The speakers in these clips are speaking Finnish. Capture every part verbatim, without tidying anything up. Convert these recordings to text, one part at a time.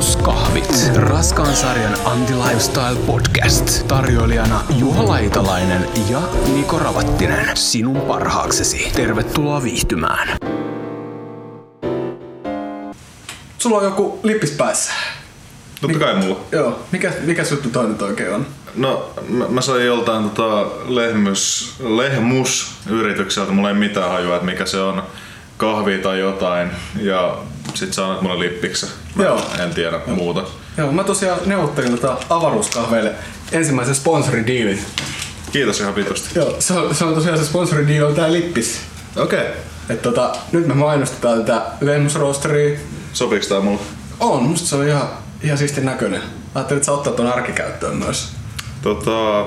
Avaruuskahvit. Raskaan sarjan Anti-Lifestyle Podcast. Tarjoilijana Juha Laitalainen ja Niko Ravattinen. Sinun parhaaksesi. Tervetuloa viihtymään. Sulla on joku lippis päässä. Totta kai mulla. Joo. Mikä, mikä juttu toi nyt oikein on? No, mä, mä sain joltain tota lehmus, lehmusyritykseltä, mulla ei mitään hajua, että mikä se on, kahvia tai jotain, ja sit sä annat mulle lippiksen. Mä Joo. en tiedä Joo. muuta. Joo, mä tosiaan neuvottelin tota avaruuskahveille ensimmäisen sponsoridiilin. Kiitos ihan vitusti. Joo, se on, se on tosiaan se sponsoridiili on tää lippis. Okei. Okay. Et tota, nyt me mainostetaan tätä lehmusroosteria. Sopiks tää mulle? On, musta se on ihan, ihan siistin näköinen. Ajattelin, että sä ottaa ton arkikäyttöön myös. Tota...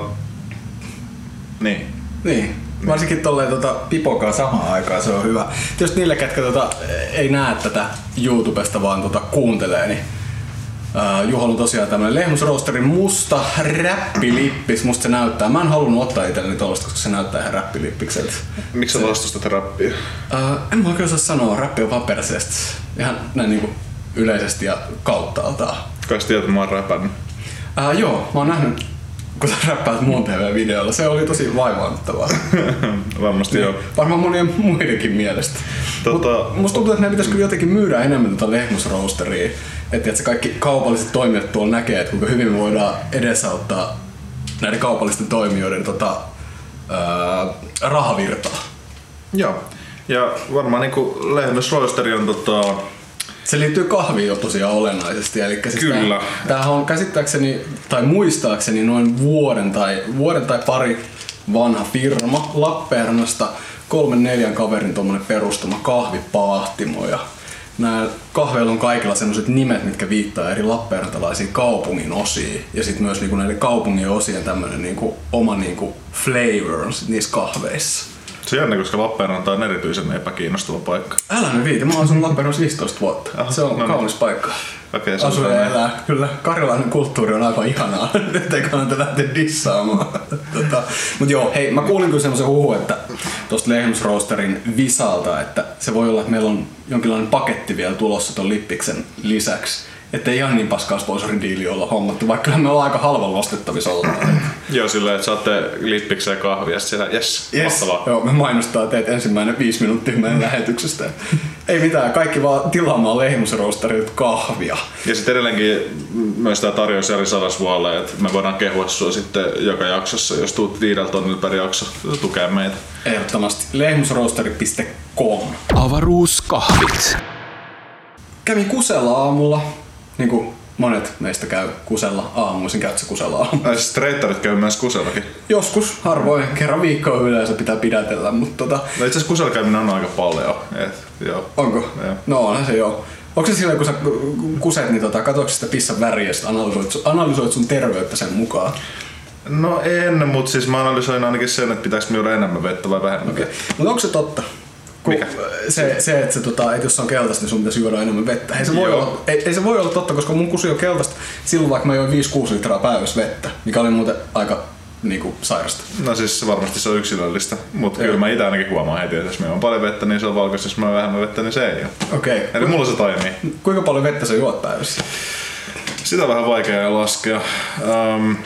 Niin. Niin. Varsinkin tolleen tota, pipokaa samaan aikaan, se on hyvä. Tietysti niille, ketkä tota, ei näe tätä YouTubesta, vaan tota, kuuntelee, niin uh, Juholla on tosiaan tämmönen lehmusroosterin musta räppilippis. Musta se näyttää. Mä en halunnut ottaa itselleni tollaista, koska se näyttää ihan räppilippikseltä. Miksi sä vastustat räppiä? Uh, en mä oikein osaa sanoa. Räppi on vaan perseestä. Ihan näin niinku yleisesti ja kauttaaltaan. Kai sä tiedät, että mä oon räpännyt. Uh, joo, mä oon nähnyt, kun sä räppäät muun T V-videolla. Se oli tosi vaivaannuttavaa. Varmasti joo. Varmaan monien muidenkin mielestä. Tota, Mut musta tuntuu, että ne pitäisi kyllä jotenkin myydä enemmän tuota lehmusroosteria. Että et se kaikki kaupalliset toimijat tuolla näkee, että kuinka hyvin me voidaan edesauttaa näiden kaupallisten toimijoiden tota, ää, rahavirtaa. Joo. Ja varmaan niinku lehmusroosteri on tota... Se liittyy kahviin jo tosiaan olennaisesti. Elikkä siis Kyllä. Tämähän on käsittääkseni tai muistaakseni noin vuoden tai, vuoden tai pari vanha firma Lappeenrannasta. Kolmen neljän kaverin tommonen perustama kahvipaahtimo. Ja nää kahveilla on kaikilla sellaiset nimet, mitkä viittaa eri lappeenrantalaisiin kaupungin osiin. Ja sit myös niinku näiden kaupungin osien tämmönen niinku oma niinku flavor niissä kahveissa. Se on jännä, koska Lappeenranta on erityisen epäkiinnostava paikka. Älä nyt viiti, mä oon asunut Lappeenrannassa viisitoista vuotta. Aha, se on no kaunis niin. paikka. Okei, se Asuu on ja elää. Kyllä, karjalainen kulttuuri on aivan ihanaa. Nyt ei kannata lähteä dissaamaan. tota, mut joo, hei, mä kuulin kyllä semmosen huhun, että tosta lehmusroosterin visalta, että se voi olla, että meillä on jonkinlainen paketti vielä tulossa ton lippiksen lisäksi. Että ei ihan niin paskaa sponsoridiili olla hommattu, vaikka kyllä me ollaan aika halvalla ostettavissa ollaan. Joo, silleen, että saatte lippiksen ja kahvia ja sitten jes, yes. mahtavaa. Joo, me mainostaa teet ensimmäinen viisi minuuttia meidän lähetyksestä. Ei mitään, kaikki vaan tilaamaan lehmusroosterilta kahvia. Ja sitten edelleenkin myös tää tarjous Jari Sarasvuolle, että me voidaan kehua sua sitten joka jaksossa, jos tuut viidellä tonnilla per jakso tukea meitä. Ehdottomasti lehmusroosteri piste com. Avaruuskahvit. Kävin kusella aamulla, niin kuin monet meistä käy kusella aamuisin. Käytkö sä kusella aamulla? Ai siis treittarit käy myös kusellakin. Joskus, harvoin, kerran viikkoon yleensä pitää pidätellä, mutta tota... No itse asiassa kusella käyminen on aika paljon. Et, joo. Onko? Joo. No onhan se joo. Onko se silleen, kun sä kuset, niin tota, katsoitko sitä pissan väriä ja analysoit, analysoit sun terveyttä sen mukaan? No en, mutta siis mä analysoin ainakin sen, että pitääkö juoda enemmän vettä vai vähemmän Okay. vettä. Mutta onko se totta? Kun Mikä? Se, se, että se, tota, et jos se on keltaista, niin sun pitäisi juoda enemmän vettä. Ei se, voi olla, ei, ei se voi olla totta, koska mun kusi on keltaista silloin, vaikka mä join viisi kuusi litraa päivässä vettä, mikä oli muuten aika niinku, sairasta. No siis varmasti se on yksilöllistä, mutta kyllä mä itse ainakin huomaan heti, että jos mä oon paljon vettä, niin se on valkoista, jos mä oon vähemmän vettä, niin se ei ole. Okei. Okay. Eli mulla se toimii. Kuinka paljon vettä sä juot päivässä? Sitä on vähän vaikea laskea. Um,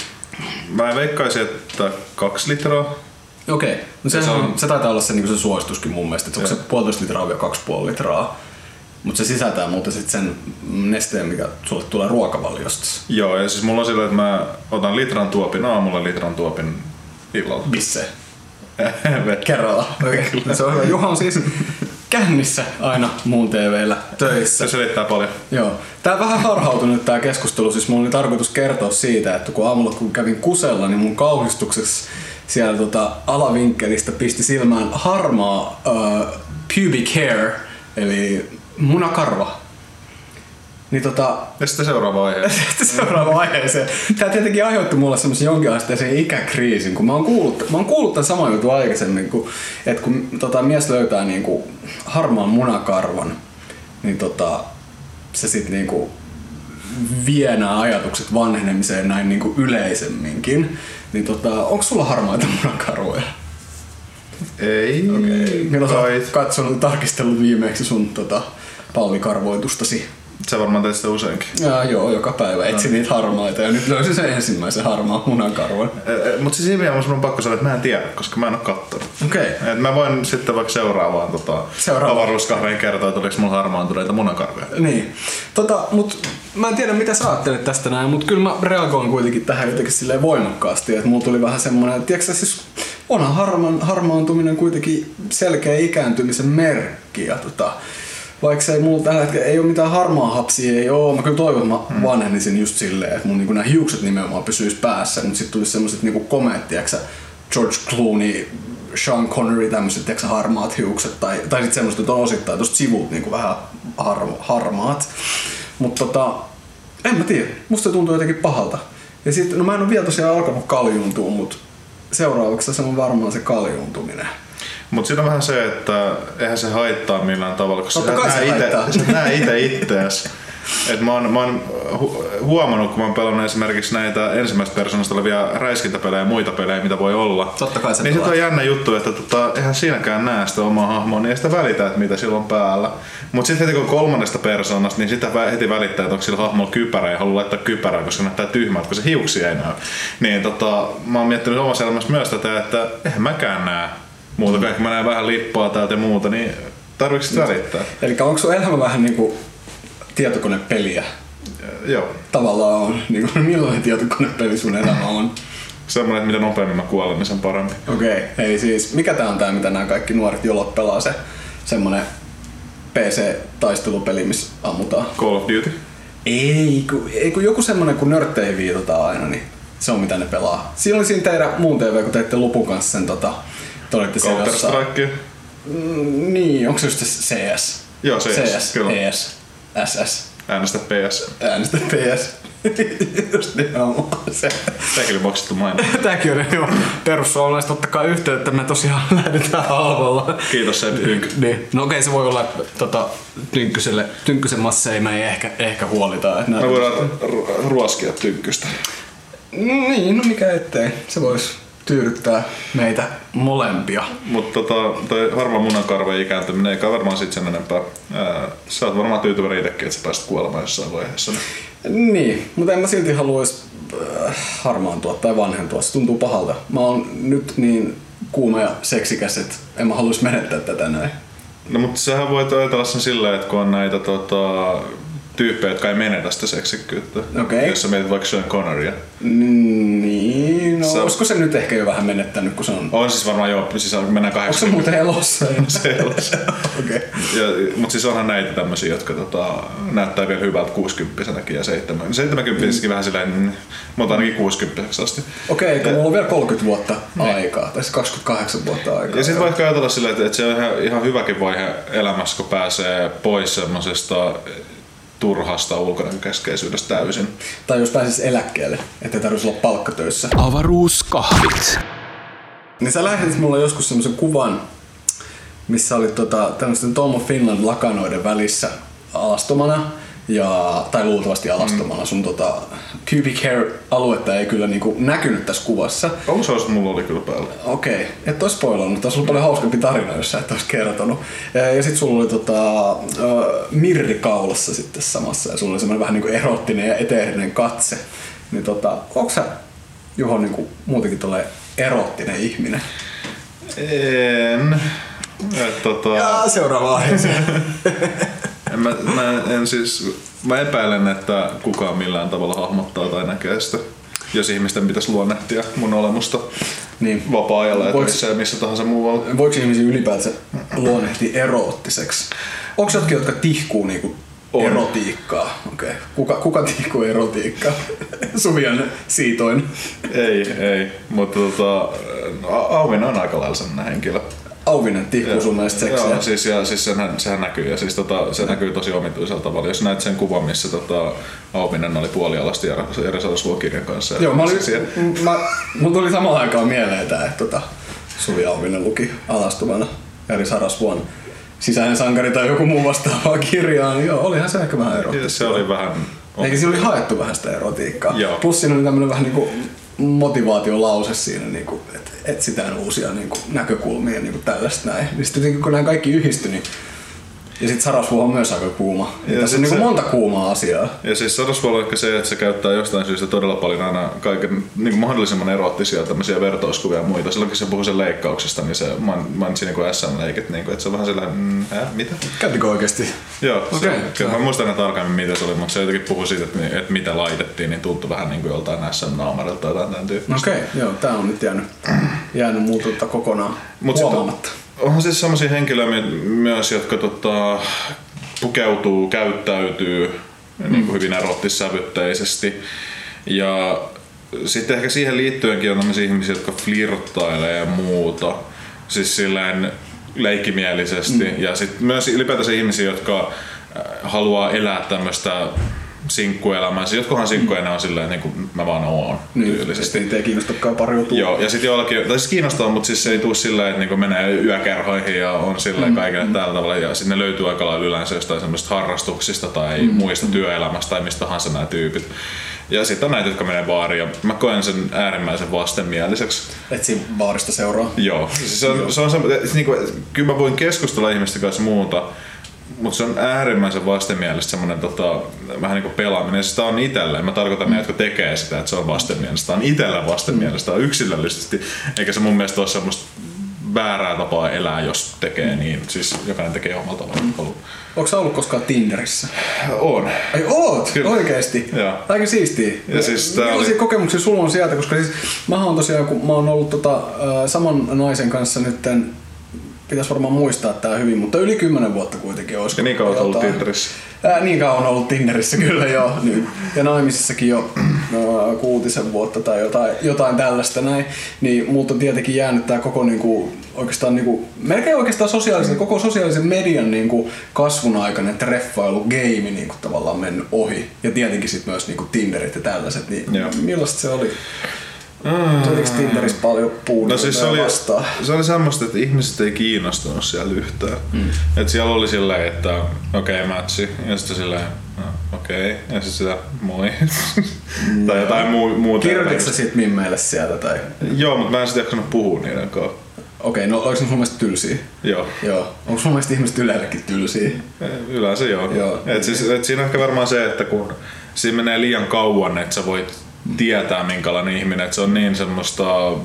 mä veikkaisin, että kaksi litraa. Okei, okay. No se, se, on... se taitaa olla se, niin se suosituskin mun mielestä, että onko se puolitoista litraa vai kaksi puoli litraa. Mutta se sisältää muuten sit sen nesteen, mikä sulle tulee ruokavaliosta. Joo, ja siis mulla on sillä, että mä otan litran tuopin aamulla, litran tuopin illalla. Missä? Kerralla. Okay. Se on hyvä. Juha on siis kännissä aina muun T V:llä töissä. Se selittää paljon. Joo. Tää on vähän harhautunut tää keskustelu. Siis mulla oli tarkoitus kertoa siitä, että kun aamulla kun kävin kusella, niin mun kauhistuksessa siellä tota alavinkkelistä pisti silmään harmaa uh, pubic hair, eli munakarva. Niin tota... Ja sitten seuraava aiheeseen. Sitten seuraava aiheeseen. Tää tietenkin aiheutti mulle semmosen jonkinasteisen ikäkriisin, kun mä oon kuullut, mä oon kuullut tän saman jutun aikaisemmin, kun, että kun tota, mies löytää niinku harmaan munakarvan, niin tota, se sit niinku vie nämä ajatukset vanhenemiseen näin niinku yleisemminkin. Niin tota, onko sulla harmaita munakarvoja? Ei. Okei. Okay. Milloin sä oot katsonut, tarkistellut viimeksi sun tota, pallikarvoitustasi? Sä varmaan teet sitä useinkin. Ja, joo, joka päivä etsin no. niitä harmaita ja nyt löysin sen ensimmäisen harmaan munakarvan. E, mutta siis siinä mun on pakko sanoa, että mä en tiedä, koska mä en oo kattonut. Okei. Okay. Mä voin sitten vaikka seuraavaan tota, Seuraava. avaruuskahveen kertoa, että oliko mulla harmaantuneita munakarvoja. Niin. Tota, mut mä en tiedä mitä sä ajattelet tästä näin, mutta kyllä mä reagoin kuitenkin tähän jotenkin silleen voimakkaasti, että mulla tuli vähän semmonen, että tiiäksä siis onhan harma, harmaantuminen kuitenkin selkeä ikääntymisen merkki ja tota, vaikka se ei mulla tällä hetkellä ei ole mitään harmaa hapsia, ei oo. Mä kyllä toivon, että mä hmm. vanhenisin just silleen, että mun niinku nämä hiukset nimenomaan pysyis päässä, mutta sit tulisi semmoset niinku komeet, tiiäksä, George Clooney, Sean Connery, tämmöset tiiäksä, harmaat hiukset tai, tai sit semmoset, että on osittain tosta sivut niinku vähän har, harmaat. Mut tota, en mä tiedä, musta se tuntuu jotenkin pahalta. Ja sit, no mä en oo vielä tosiaan alkanut kaljuntua, mut seuraavaksi se on varmaan se kaljuntuminen. Mut siinä on vähän se, että eihän se haittaa millään tavalla, koska sä näe ite ittees. Et mä oon, mä oon huomannut, kun mä oon pelannut esimerkiksi näitä ensimmäistä persoonasta olevia räiskintäpelejä ja muita pelejä, mitä voi olla. Totta kai se niin sit on jännä juttu, että tota, eihän siinäkään näe sitä omaa hahmoa, niin ei sitä välitä, että mitä sillä on päällä. Mut sit heti kun kolmannesta persoonasta, niin sitä heti välittää, että onko sillä hahmolla kypärä ja haluaa laittaa kypärää, koska näyttää tyhmältä, kun se hiuksia ei näy. Niin tota, mä oon miettinyt omassa elämässä myös tätä, että eihän mäkään näe muuta, mm. kaikki mä näen vähän lippaa täältä ja muuta, niin tarviiko sitä välittää? Eli onko sun elämä vähän niinku tietokonepeliä? Joo. Tavallaan on. Niin kuin, millainen tietokonepeli sun elämä on? Semmoinen, että mitä nopeammin mä kuolen, niin sen paremmin. Okei. Okay. Eli siis, mikä tää on tää, mitä nämä kaikki nuoret jolot pelaa? Se semmonen P C-taistelupeli, missä ammutaan? Call of Duty? Ei, kun, ei, kun joku semmonen, kun nörtteihin viitataan aina, niin se on mitä ne pelaa. Siinä oli siinä teidän muun T V, kun teitte Lupun kanssa sen tota... Counter Strike? Mm, niin, onko se just se C S? Joo, C S, C S, kyllä. E S, S S. Äänestä P S. Äänestä P S. Just nimenomaan se. Tämäkin oli maksettu mainos. Tämäkin on jo perussuomalaiset, ottakaa yhteyttä, me tosiaan lähdetään halvalla. Kiitos Sepp Tynk. Niin. No okei, se voi olla, että tota, Tynkkyselle, Tynkkysen massa ei me ei ehkä, ehkä huolita. Että me voidaan r- ruoskia Tynkkystä. Niin, no mikä ettei. Se vois tyydyttää meitä molempia. Mutta tota, toi harmaan munakarvojen ikääntyminen eikä varmaan sit sen enempää. Ää, sä oot varmaan tyytyväinen itsekin, että sä pääsit kuolemaan jossain vaiheessa. Niin, mutta en mä silti haluais äh, harmaantua tai vanhentua. Se tuntuu pahalta. Mä oon nyt niin kuuma ja seksikäs, että en mä haluais menettää tätä näin. No mutta sähän voit ajatella sen silleen, että kun on näitä tota, tyyppejä, jotka ei menetä sitä seksikkyyttä. Okay. Jos sä mietit vaikka Sean Connerya. Niin, no sä... olisiko se nyt ehkä jo vähän menettänyt, kun se on... On siis varmaan joo, siis mennään kahdeksankymmentä. Onko se muuten elossa? Se elossa. Okay. Mutta siis onhan näitä tämmösiä, jotka tota, näyttää vielä hyvältä kuusikymppisenäkin ja seitsemänkymmentäkin vähän silleen, mutta ainakin kuusikymppiseksi asti. Okei, okay, kun mulla on vielä kolmekymmentä vuotta niin. aikaa, tai kaksikymmentäkahdeksan vuotta aikaa. Ja sitten vaikka ajatella silleen, että se on ihan, ihan hyväkin vaihe elämässä, kun pääsee pois semmosesta turhasta ulkonäkökeskeisyydestä täysin. Tai jos pääsis eläkkeelle, ettei tarvitsisi olla palkkatöissä. Avaruuskahvit. Niin sä lähetit mulle joskus semmosen kuvan, missä oli tota, tämmöisten Tom of Finland lakanoiden välissä alastomana. Ja, tai luultavasti alastomana. Sun tota, pubic hair-aluetta ei kyllä niinku näkynyt tässä kuvassa. On se, että mulla oli kyllä päällä. Okei, okay. Et ois spoilannut. Tässä oli paljon hauskempi tarina, jos sä et ois kertonut. Ja sit sulla oli tota, mirri kaulassa sitten samassa. Ja sulla oli semmonen vähän niinku erottinen ja eteerinen katse. Niin tota, onko sä, Juho, niinku muutenkin tolleen erottinen ihminen? En. Et, tota... Ja seuraava aiheeseen. En mä, mä, en siis, mä epäilen, että kukaan millään tavalla hahmottaa tai näkee sitä, jos ihmisten pitäisi luonnehtia mun olemusta niin. Vapaa-ajalla ja töissä ja missä tahansa muualla. Voiko ihmisiä ylipäätään luonnehtia eroottiseksi? Onko jotkin, jotka tihkuu niinku erotiikkaa? Okay. Kuka, kuka tihkuu erotiikkaa? Suvian siitoin. Ei, ei, mutta tota, Auvinen on aika lailla sellainen henkilö. Auvinen tihkuu sun mielestä seksiä? Joo, siis, ja, siis sehän, sehän näkyy ja siis tota, se näkyy tosi omituisella tavalla. Jos näet sen kuvan, missä tota, Auvinen oli puolialasti Jere Sarasvuon kirjan kanssa. Joo, mä olin, mä, mun tuli samaan aikaan mieleen tää, että tota, Suvi Auvinen luki alastomana Jere Sarasvuon Sisäinen sankari tai joku muu vastaava kirjaa, niin joo, olihan se ehkä vähän erotiikkaa. Se oli vähän... Eikä siinä oli haettu vähän sitä erotiikkaa. Joo. Plus siinä oli tämmönen vähän niinku motivaatiolause siinä, niinku, että etsitään uusia niinku näkökulmia niinku tällaista näin. Niin sitten kun nämä kaikki yhdistyi, niin Ja sit Sarasvuo on myös aika kuuma. Ja tässä on niinku se, monta kuumaa asiaa. Ja siis Sarasvuo on ehkä se, että se käyttää jostain syystä todella paljon aina kaiken niin mahdollisimman eroottisia tämmöisiä vertauskuvia ja muita. Silloin kun se puhui sen leikkauksesta, niin se mainitsi niinku S M-leikit, niinku, että se on vähän sellainen, mm, hä, mitä? Käytikö oikeesti? Joo, okay. se, mä muistan aina tarkemmin mitä se oli, mutta se jotenkin puhui siitä, että, että mitä laitettiin, niin tuntui vähän niin kuin joltain S M-naamarilta tai jotain tämän tyyppistä. Okei, okay, joo, tää on nyt jäänyt, jäänyt muutulta kokonaan Mut huomaamatta. Onhan siis sellaisia henkilöitä myös, jotka tota, pukeutuu, käyttäytyy mm. niin kuin hyvin eroottissävytteisesti. Ja sitten ehkä siihen liittyenkin on tämmöisiä ihmisiä, jotka flirttailee ja muuta. Siis silleen leikkimielisesti. Mm. Ja sitten myös ylipäätänsä ihmisiä, jotka haluaa elää tämmöistä sinkkuelämää. Siis jotkohan sinkkuja on silleen, niin kuin mä vaan oon niin, tyylisesti. Niin, ei kiinnostakaan pariutua. Joo, ja sitten jollakin, tai siis kiinnostaa, mutta siis se ei tule silleen, että niinku menee yökerhoihin ja on silleen mm, kaikille mm. tällä tavalla. Ja sitten ne löytyy aika lailla yleensä jostain semmoista harrastuksista tai mm, muista mm. työelämästä tai mistä tahansa nämä tyypit. Ja sitten on näitä, jotka menee baariin ja mä koen sen äärimmäisen vastenmieliseksi. Et siinä baarista seuraa? Joo. Siis se on, se on se, niinku, kyllä mä voin keskustella ihmisten kanssa muuta, mutta se on äärimmäisen vastenmielistä semmoinen tota, vähän niinku pelaaminen. Sitä on itselleen. Mä tarkoitan mm. ne, jotka tekee sitä, että se on vastenmielistä. Sitä on itsellä vastenmielistä mm. yksilöllisesti. Eikä se mun mielestä ole semmoista väärää tapaa elää, jos tekee niin. Siis jokainen tekee omalla tavalla. Mm. Onko sä ollut koskaan Tinderissä? On. Ai oot? Kyllä. Oikeesti? Joo. Aika siistiä. Ja siis millaisia oli... kokemuksia sulla on sieltä? Koska siis mä oon tosiaan, kun mä oon ollut tota, saman naisen kanssa nytten, pitäis varmaan muistaa tää hyvin, mutta yli kymmenen vuotta kuitenkin olisi. Ja niin kauan on ollut Tinderissä? Ää, niin kauan on ollut Tinderissä kyllä joo. Nyt. Ja naimisissakin jo no, kuutisen vuotta tai jotain, jotain tällaista näin. Niin multa on tietenkin jäänyt tää koko niinku, oikeastaan niinku, melkein oikeastaan sosiaalisen, koko sosiaalisen median niinku, kasvun aikainen treffailu, game niinku, tavallaan mennyt ohi. Ja tietenkin sit myös niinku, Tinderit ja tällaiset. Niin millaista se oli? Tuliko Tinderissä paljon puuduta no siis se oli, vastaan? Se oli semmoista, että ihmiset ei kiinnostunut siellä yhtään. Mm. Et siellä oli silleen, että okei okay, matchi, ja sitten silleen, no, okei, okay. Ja sitten sitä moi. Mm. tai jotain muu, muuta. Kirjoititko sä sit mimmeille sieltä? Tai? Joo, mutta mä en sitten jaksanut puhua niiden kanssa. Okei, okay, no oliko ne sun mielestä tylsiä? Joo. Joo. Onko sun mielestä ihmiset yleensäkin tylsiä? Yleensä joo. joo. Et siis, et siinä on ehkä varmaan se, että kun siinä menee liian kauan, että sä voit tietää minkälainen ihminen, että se on niin semmoista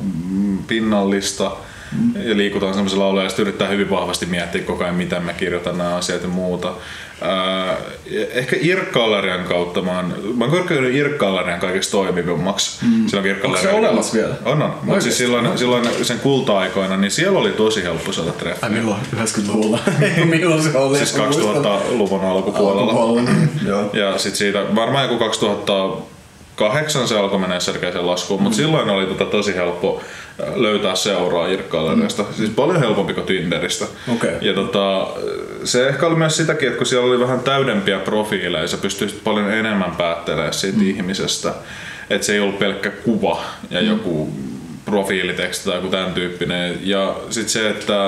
pinnallista mm. ja liikutaan semmoisella alueella ja sitten yrittää hyvin vahvasti miettiä koko ajan, miten mä kirjoitan nämä asiat ja muuta. Äh, ehkä IRC-gallerian kautta mä oon, mä oon korkeudun IRC-gallerian kaikista toimivimmaksi. Mm. Onko se olemassa vielä? On, on. Mutta siis silloin, silloin sen kulta-aikoina, niin siellä oli tosi helppo saada treffiä. Ai milloin? yhdeksänkymmentäluvulla? Milloin se oli? Siis kaksituhattaluvun alkupuolella. alkupuolella niin, joo. Ja sit siitä varmaan joku kaksituhattakahdeksan se alkoi mennä selkeäseen laskuun, mutta mm. silloin oli tota tosi helppo löytää seuraa IRC-galleriasta. Mm. Siis paljon helpompi kuin Tinderistä. Okay. Ja tota, se ehkä oli myös sitäkin, että kun siellä oli vähän täydempiä profiileja, sä pystyisit paljon enemmän päättelemään siitä mm. ihmisestä. Että se ei ollut pelkkä kuva ja mm. joku profiiliteksti tai joku tämän tyyppinen. Ja sit se, että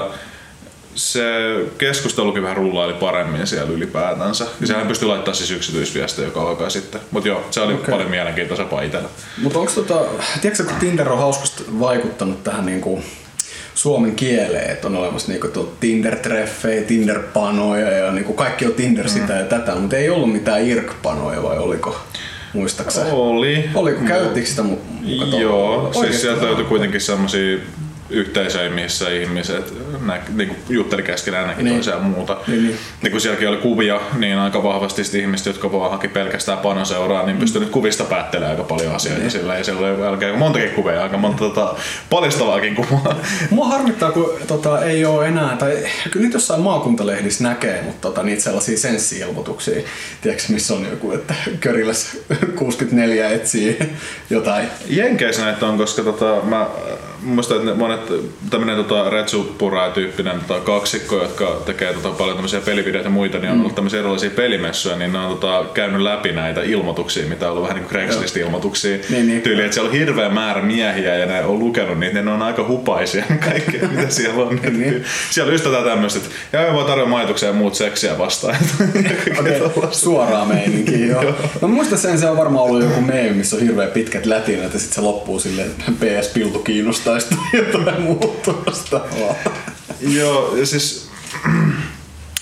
se keskustelukin vähän rullaili paremmin siellä ylipäätänsä. Ja sehän pystyi laittamaan siis yksityisviestejä joka aikaa sitten. Mut joo, se oli okay. paljon mielenkiintoisempaa itsellä. Mut onks tota, tiedätkö kun Tinder on hauskasti vaikuttanut tähän niinku suomen kieleen, että on olemassa niinku Tinder-treffejä, Tinder-panoja ja niinku kaikki on Tinder mm. sitä ja tätä, mutta ei ollut mitään I R C-panoja vai oliko? Muistaaksä? Oli. Oliko? Käyttikö sitä mukaan? Joo, siis sieltä löytyi kuitenkin semmosia yhteisöjä, missä ihmiset nä, niin jutteli keskenään näki niin. toisiaan muuta. Niin, niin. Niin kun sielläkin oli kuvia, niin aika vahvasti ihmiset, jotka vaan haki pelkästään panoseuraa, niin pystyi nyt kuvista päättelemään aika paljon asioita niin. sillä. Ja siellä oli aika montakin kuvia, aika monta tota, paljastavaakin kuvaa. Mua harmittaa, kun tota, ei ole enää, tai kyllä nyt jossain maakuntalehdissä näkee, mutta tota, niitä sellaisia senssi-ilmoituksia, tiedätkö missä on joku, että Köriläs kuusikymmentäneljä etsii jotain. Jenkeissä näitä on, koska tota, mä muistan, että monet tämmönen tota Retsupura-tyyppinen tota, kaksikko, jotka tekee tota, paljon tämmöisiä pelivideoita ja muita, niin on ollut tämmöisiä erilaisia pelimessuja, niin ne on tota, käynyt läpi näitä ilmoituksia, mitä on ollut vähän niin kuin Craigslist-ilmoituksia. Niin, niin. Tyyli, että siellä on hirveä määrä miehiä ja ne on lukenut niitä, ne on aika hupaisia kaikkea, mitä siellä on. Niin, niin. Siellä ystätään tämmöistä, että joo, voi tarjoa majoituksia ja muut seksiä vastaan. Okay. Suoraa meininkiä, joo. joo. No muista sen, se on varmaan ollut joku meemi, missä on hirveän pitkät lätinät ja sitten se loppuu silleen, että P S-piltu kiinnostaisi tai jotain muuta vastaavaa. Joo, ja siis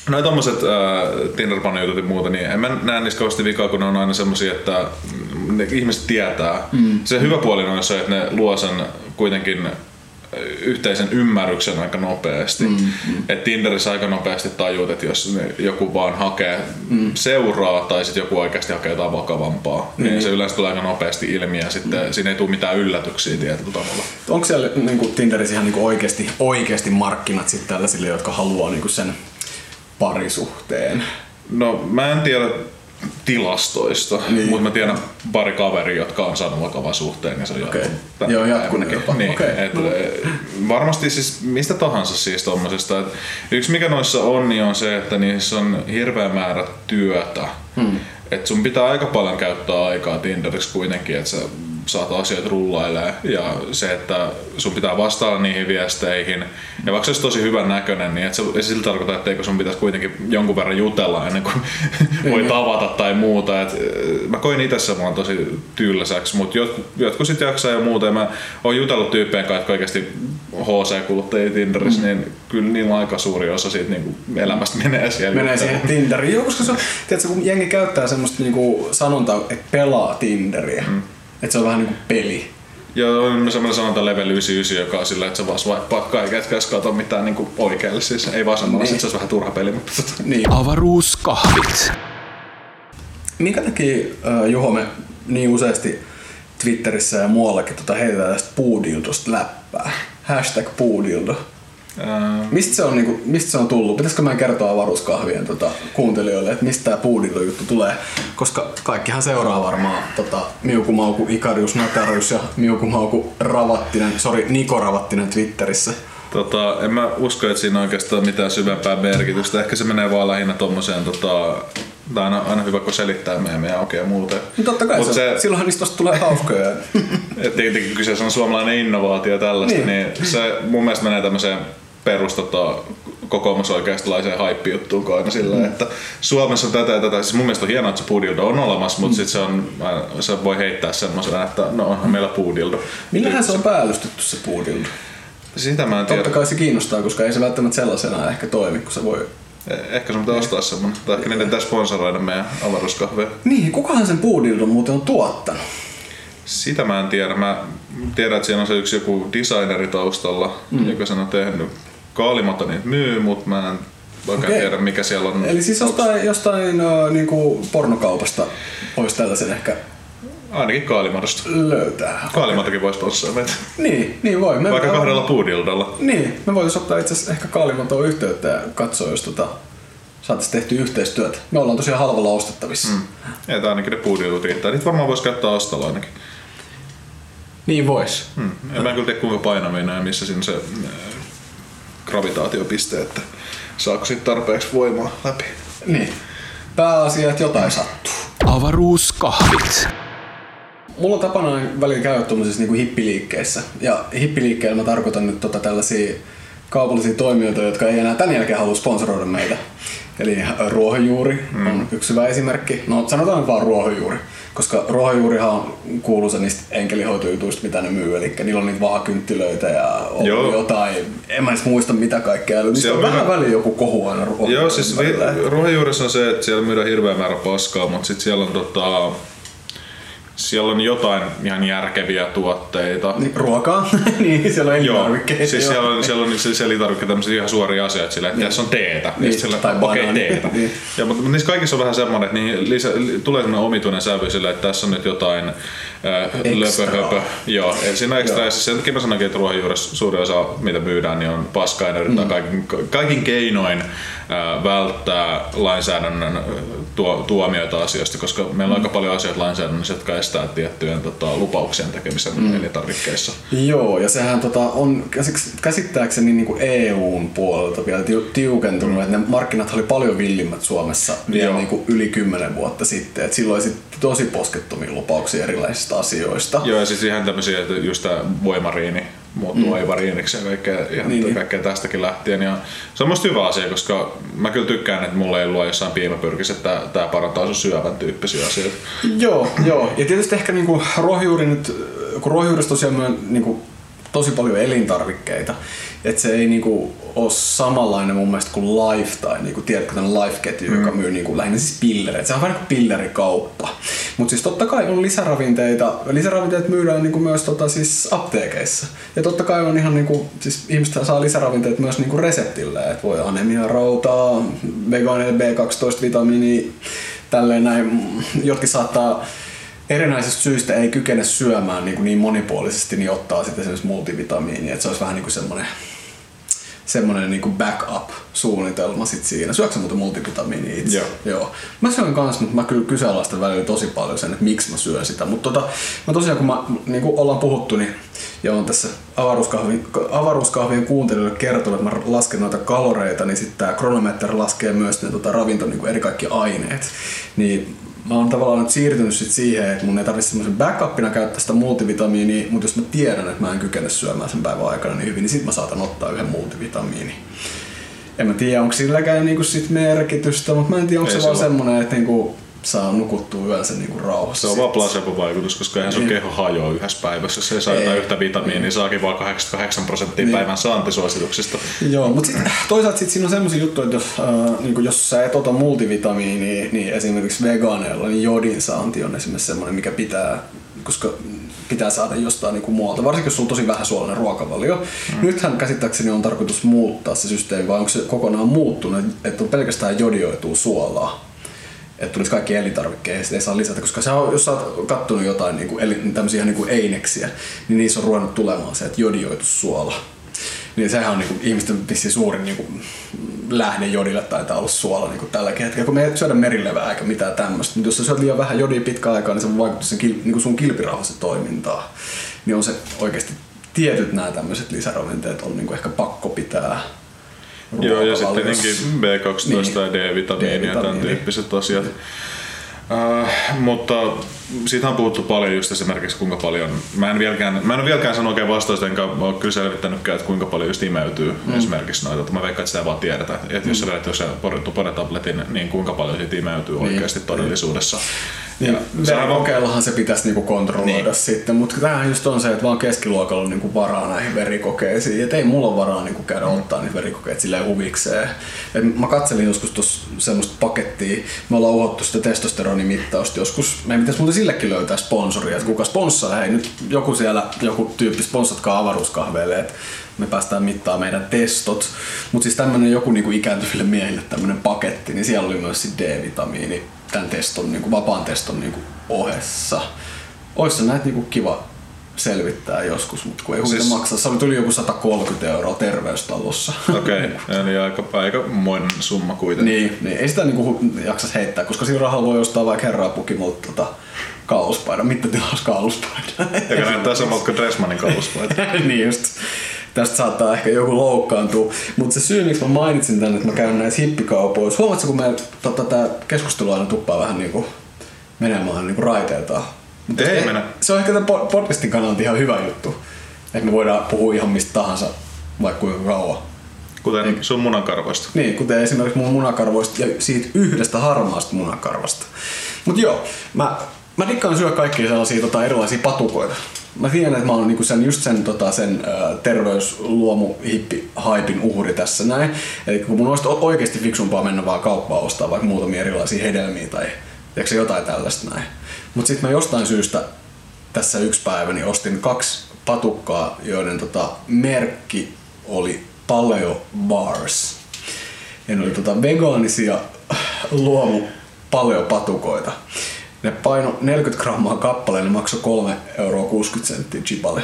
No tommoset äh, Tinder-panojutut ja muuta, niin en mä näe niistä kauheasti vikaa, kun ne on aina semmosia, että ne ihmiset tietää. Mm. Se hyvä puoli on se, että ne luo sen kuitenkin yhteisen ymmärryksen aika nopeasti. Mm, mm. Et Tinderissä aika nopeasti tajuut, että jos joku vaan hakee mm. seuraa tai sitten joku oikeasti hakee jotain vakavampaa, mm. niin se yleensä tulee aika nopeasti ilmi ja sitten mm. siinä ei tule mitään yllätyksiä tietyllä tavalla. Onko siellä niin kuin Tinderissä ihan niin kuin oikeasti, oikeasti markkinat sitten tällaisille, jotka haluaa niin kuin sen parisuhteen? No mä en tiedä tilastoista, niin. Mutta mä tiedän pari kaveria, jotka on saanut vakavan suhteen ja se on okay. jatkunut. Joo, jatkunut jopa. Niin, okay. et, no. Varmasti siis mistä tahansa siis tommosesta. Et yksi mikä noissa on, niin on se, että niissä on hirveä määrä työtä. Hmm. Et sun pitää aika paljon käyttää aikaa Tinderiksi kuitenkin, että sä saat asioita rullailee ja se, että sun pitää vastailla niihin viesteihin ja vaikka se olisi tosi hyvän näköinen, niin et se ei sillä tarkoita, etteikö sun pitäisi kuitenkin jonkun verran jutella ennen kuin voi tavata tai muuta. Et mä koin itse se vaan tosi tylsäksi, mutta jotkut, jotkut sit jaksaa ja muuta ja mä oon jutellut tyyppien kanssa, jotka oikeasti H C-kuluttajia Tinderissä, mm. niin kyllä niillä on aika suuri osa siitä niin elämästä menee siellä. Menee siihen Tinderiin. Joo, koska se on, tiedätkö, kun jengi käyttää semmoista niin sanontaa, että pelaa Tinderiä. Mm. Että se on vähän niinku peli. Joo, on semmoinen sanonta level yhdeksänkymmentäyhdeksän, joka on sillä, että sä vaan swipeaat kaiken, etkä jos kato mitään niinku oikealle. Siis ei vasemmalla, niin. Sit se olisi vähän turha peli. Mutta niin. Avaruuskahvit. Minkä takia, äh, Juho, me niin useasti Twitterissä ja muuallakin tota heitetään tästä puudildosta läppää? Hashtag puudildo. Ää... Mistä, se on, niinku, mistä se on tullut? Pitäisikö mä kertoa avaruuskahvien tota, kuuntelijoille, että mistä tää puudildo-juttu tulee? Koska kaikkihan seuraa varmaan tota, Miukumauku Ikarius Natarius ja Miukumauku Ravattinen, sori Niko Ravattinen Twitterissä. Tota, en mä usko, että siinä on oikeastaan mitään syvempää merkitystä. Ehkä se menee vaan lähinnä tommoseen, tota, tää on aina, aina hyvä, kun selittää meemiä auki ja muuten. No totta kai, se, se, silloinhan niistä tulee hauskoja. Et tietenkin kyseessä on suomalainen innovaatio ja tällaista, niin. niin se mun mielestä menee tämmöiseen perustata kokoomusoikeistolaiseen haippijuttuun aina sillä, mm. että Suomessa on tätä ja tätä. Siis mun mielestä on hienoa, että se puudildo on olemassa, mutta mm. sit se, on, se voi heittää semmoisena, että no onhan meillä puudildo. Millähän se on päällystetty se puudildo? Sitä mä en tiedä. Totta kai se kiinnostaa, koska ei se välttämättä sellaisena ehkä toimi, kun se voi... Ehkä sun pitää ostaa semmonen. Tai ehkä niiden pitää sponsoroida meidän avaruuskahveja. Niin, kukahan sen puudildon muuten on tuottanut? Sitä mä en tiedä. Mä tiedän, että siinä on se yksi joku designeri taustalla, mm. joka sen on tehnyt. Kaalimatta niitä myy, mutta mä en oikein okay. tiedä mikä siellä on. Eli siis jostain, jostain uh, niinku pornokaupasta olisi tällaisen ehkä... Ainakin Kaalimatosta. Löytää. Kaalimatokin voisi possaa meitä. Niin, niin voi. Me Vaikka kahdella puudildalla. Niin, me voitaisiin ottaa itse asiassa ehkä Kaalimatoon yhteyttä ja katsoa, jos tota, saataisiin tehtyä yhteistyötä. Me ollaan tosiaan halvalla ostettavissa. Mm. Ei, tää ainakin ne puudildut riittää. Niitä varmaan voisi käyttää ostolla ainakin. Niin vois. Hmm. En mä kyllä tiedä kuinka painavina ja missä siinä on se äh, gravitaatiopiste, että saako siitä tarpeeksi voimaa läpi. Niin. Pääasia, että jotain sattuu. Avaruuskahvit. Mulla on tapana välillä käydä tuollaisissa niinku hippiliikkeissä. Ja hippiliikkeillä mä tarkoitan nyt tota tällaisia kaupallisia toimijoita, jotka ei enää tän jälkeen halua sponsoroida meitä. Eli Ruohonjuuri mm. on yksi hyvä esimerkki. No sanotaan vaan Ruohonjuuri, koska Ruohonjuurihan on kuuluisa niistä enkelihoitojutuista, mitä ne myy. Eli niillä on niitä vahakynttilöitä ja on jotain, en mä edes muista mitä kaikkea. Niistä on, on vähän väliin joku kohu aina Ruohonjuuri. Joo, siis Ruohonjuurissa on se, että siellä myydään hirveä määrä paskaa, mutta sitten siellä on tota... Siellä on jotain ihan järkeviä tuotteita. Niin, ruokaa? niin, siellä on elintarvikkeita. Joo, siis siellä on, siellä on siis elintarvikkeita tämmöisiä ihan suoria asioita silleen, että niin. Tässä on teetä. Niin, siellä, tai okei, banaani. teetä. niin. Ja, mutta niissä kaikissa on vähän semmoinen, että niihin lisä, tulee semmoinen omituinen sävy silleen, että tässä on nyt jotain äh, löpöhöpö. Joo, eli siinä on ekstra. Ja siis sen takia mä sanoinkin, että Ruohonjuuressa suurin osa, mitä myydään, niin on paskaa ja yritetään mm. kaikin, kaikin keinoin äh, välttää lainsäädännön tuo, tuomioita asioista, koska meillä on mm. aika paljon asioita lainsäädännössä, jotka estää tiettyjen tota, lupauksien tekemisen mm. elintarvikkeissa. Joo, ja sehän tota, on käsittääkseni niin kuin E U:n puolelta vielä tiukentunut, mm. että ne markkinat oli paljon villimmät Suomessa vielä niin kuin yli kymmenen vuotta sitten, että silloin oli tosi poskettomia lupauksia erilaisista asioista. Joo, ja siis ihan tämmöisiä, että just tämä voimariini muuttuu mm. aivariiniksi ja kaikkea, ihan niin, kaikkea tästäkin lähtien. Ja se on musta hyvä asia, koska mä kyllä tykkään, että mulla ei luo jossain piimäpyrkissä, että tää parantaa sun syövän tyyppisiä asioita. Joo, joo. Ja tietysti ehkä niinku ruohonjuuri nyt, kun ruohonjuurista tosiaan mä niinku tosi paljon elintarvikkeita. Että se ei niinku ole samanlainen mun mielestä kuin Life tai niinku, tiedätkö tämän Life-ketju, mm. joka myy niinku lähinnä siis pillereitä. Se on vähän niin kuin pillerikauppa. Mutta siis totta kai on lisäravinteita. Lisäravinteet myydään niinku myös tota, siis apteekeissa. Ja totta kai on ihan niinku, siis ihmiset saa lisäravinteet myös niinku reseptillä. Että voi anemia, rautaa, vegaania, B kaksitoista vitamiinia, tälleen näin. Jotkin saattaa erinäisistä syistä ei kykene syömään niin, niin monipuolisesti, niin ottaa sitten esimerkiksi multivitamiinia. Että se olisi vähän niin kuin semmoinen semmoinen niinku backup-suunnitelma sit siinä. Syöksä muuten multivitamiinia itse? Joo. Joo. Mä syön kans, mutta mä kyllä kyseenalaistan välillä tosi paljon sen, että miksi mä syön sitä. Mutta tota, mä tosiaan kun mä, niin kuin ollaan puhuttu, niin ja on tässä avaruuskahvin, avaruuskahvien kuuntelijoille kertonut, että mä lasken noita kaloreita, niin sitten tää Cronometer laskee myös ne tota, ravinto, niin kuin eri kaikki aineet. Niin mä oon tavallaan nyt siirtynyt sit siihen, että mun ei tarvitse semmoisen backupina käyttää sitä multivitamiinia, mutta jos mä tiedän, että mä en kykene syömään sen päivän aikana niin hyvin, niin sit mä saatan ottaa yhden multivitamiini. En mä tiedä, onko silläkään niinku sit merkitystä, mutta mä en tiedä, onko ei se, se vaan semmonen, että niinku saa nukuttua yönsä niinku rauhassa. Se on vaan placebo-vaikutus, koska eihän sun keho hajoa yhdessä päivässä. Jos ei saa jotain yhtä vitamiinia, niin saakin vaan kahdeksankymmentäkahdeksan prosenttia niin päivän saantisuosituksista. Joo, mutta sit, toisaalta sit siinä on semmosia juttuja, että jos, äh, niinku jos sä et ota multivitamiinia, niin esimerkiksi vegaaneilla niin jodin saanti on esimerkiksi semmoinen, mikä pitää, koska pitää saada jostain niinku muualta, varsinkin jos sulla on tosi vähän suolainen ruokavalio. Mm. Nythän käsittääkseni on tarkoitus muuttaa se systeemi, vai onko se kokonaan muuttunut, että on pelkästään jodioitua suolaa. Että tulisi kaikki elintarvikkeet ja sitä ei saa lisätä, koska sä on, jos sä oot kattonut jotain niinku, eli, tämmösiä ihan niinku eineksiä, niin niissä on ruvennut tulemaan se, että jodioitu suola. Niin sehän on niinku, ihmisten vissiin suurin niinku, lähde jodille taitaa olla suola niinku, tälläkin hetkellä, kun me ei syödä merilevää eikä mitään tämmöistä. Mutta jos sä syöt liian vähän jodia pitkään aikaa, niin se vaikuttaa sen, niinku sun kilpirauhasen toimintaan. Niin on se oikeasti tietyt nämä tämmöiset lisäravinteet on niinku, ehkä pakko pitää. Joo, ja sitten tietenkin B kaksitoista niin, ja D-vitamiinia ja tämän tyyppiset asiat. Uh, mutta siitä on puhuttu paljon just esimerkiksi kuinka paljon, mä en vieläkään, mä en ole vieläkään sanonut oikein vastausta, enkä ole kyllä selvittänytkään, että kuinka paljon just imeytyy mm. esimerkiksi noita. Mä veikkaan, että sitä ei vaan tiedetä, että mm. jos sä vedät jossain Tupore-tabletin, niin kuinka paljon siitä imeytyy niin oikeasti todellisuudessa. Niin, verikokeillahan se pitäisi niinku kontrolloida niin sitten, mutta tämähän just on se, että vaan keskiluokalla on niinku varaa näihin verikokeisiin, et ei mulla ole varaa niinku käydä mm. ottaa niitä verikokeita silleen huvikseen. Et mä katselin joskus tuossa semmoista pakettia, me ollaan uhottu sitä testosteronimittausta joskus, meidän pitäisi muuten sillekin löytää sponsoria, että kuka sponssaa, hei nyt joku siellä, joku tyyppi sponssatkaa avaruuskahveille, että me päästään mittaa meidän testot. Mutta siis tämmönen joku niinku ikääntyville miehille tämmönen paketti, niin siellä oli myös sit D-vitamiini tämän teston, niinku vapaan teston niinku ohessa. Ois se näitä niinku kiva selvittää joskus, mutta kun ei huvita siis maksaa. Se oli tuli joku sata kolmekymmentä euroa terveystalossa. Okei, okay. Eli aika, aika moinen summa kuitenkin. Niin, niin, ei sitä niinku jaksas heittää, koska sillä rahalla voi ostaa vaikka herraa pukimolta tota kauluspaidan. Mitä tilaus kauluspaidan? Joka näyttää samalta kuin Dressmanin kauluspaita. Niin just. Tästä saattaa ehkä joku loukkaantua. Mutta se syy, miksi mä mainitsin tänne, että mä käyn näissä hippikaupoissa. Huomaatko, kun me tota, tää keskustelu aina tuppaa vähän niinku menemään niinku raiteiltaan. Ei ei mennä. Se on ehkä tämän podcastin kannalta ihan hyvä juttu. Että me voidaan puhua ihan mistä tahansa, vaikka kuinka kauan. Kuten Eik. sun munakarvoista. Niin, kuten esimerkiksi mun munakarvoista ja siitä yhdestä harmaasta munakarvasta. Mut joo, mä, mä dikkaan syödä kaikkia sellaisia tota, erilaisia patukoita. Mä tiedän, että mä oon niinku sen, just sen, tota, sen äh, terveysluomu-hippi-haipin uhri tässä näin. Eli kun mun olisi oikeasti fiksumpaa mennä vaan kauppaan ostaa vaikka muutamia erilaisia hedelmiä tai tiedätkö, jotain tällaista näin. Mut sit mä jostain syystä tässä yksi päivä niin ostin kaksi patukkaa, joiden tota, merkki oli Paleo Bars. Ja ne oli tota, vegaanisia luomu paleo-patukoita. Ne paino neljäkymmentä grammaa kappaleen, ne maksoi kolme euroa kuusikymmentä senttiä chipalle.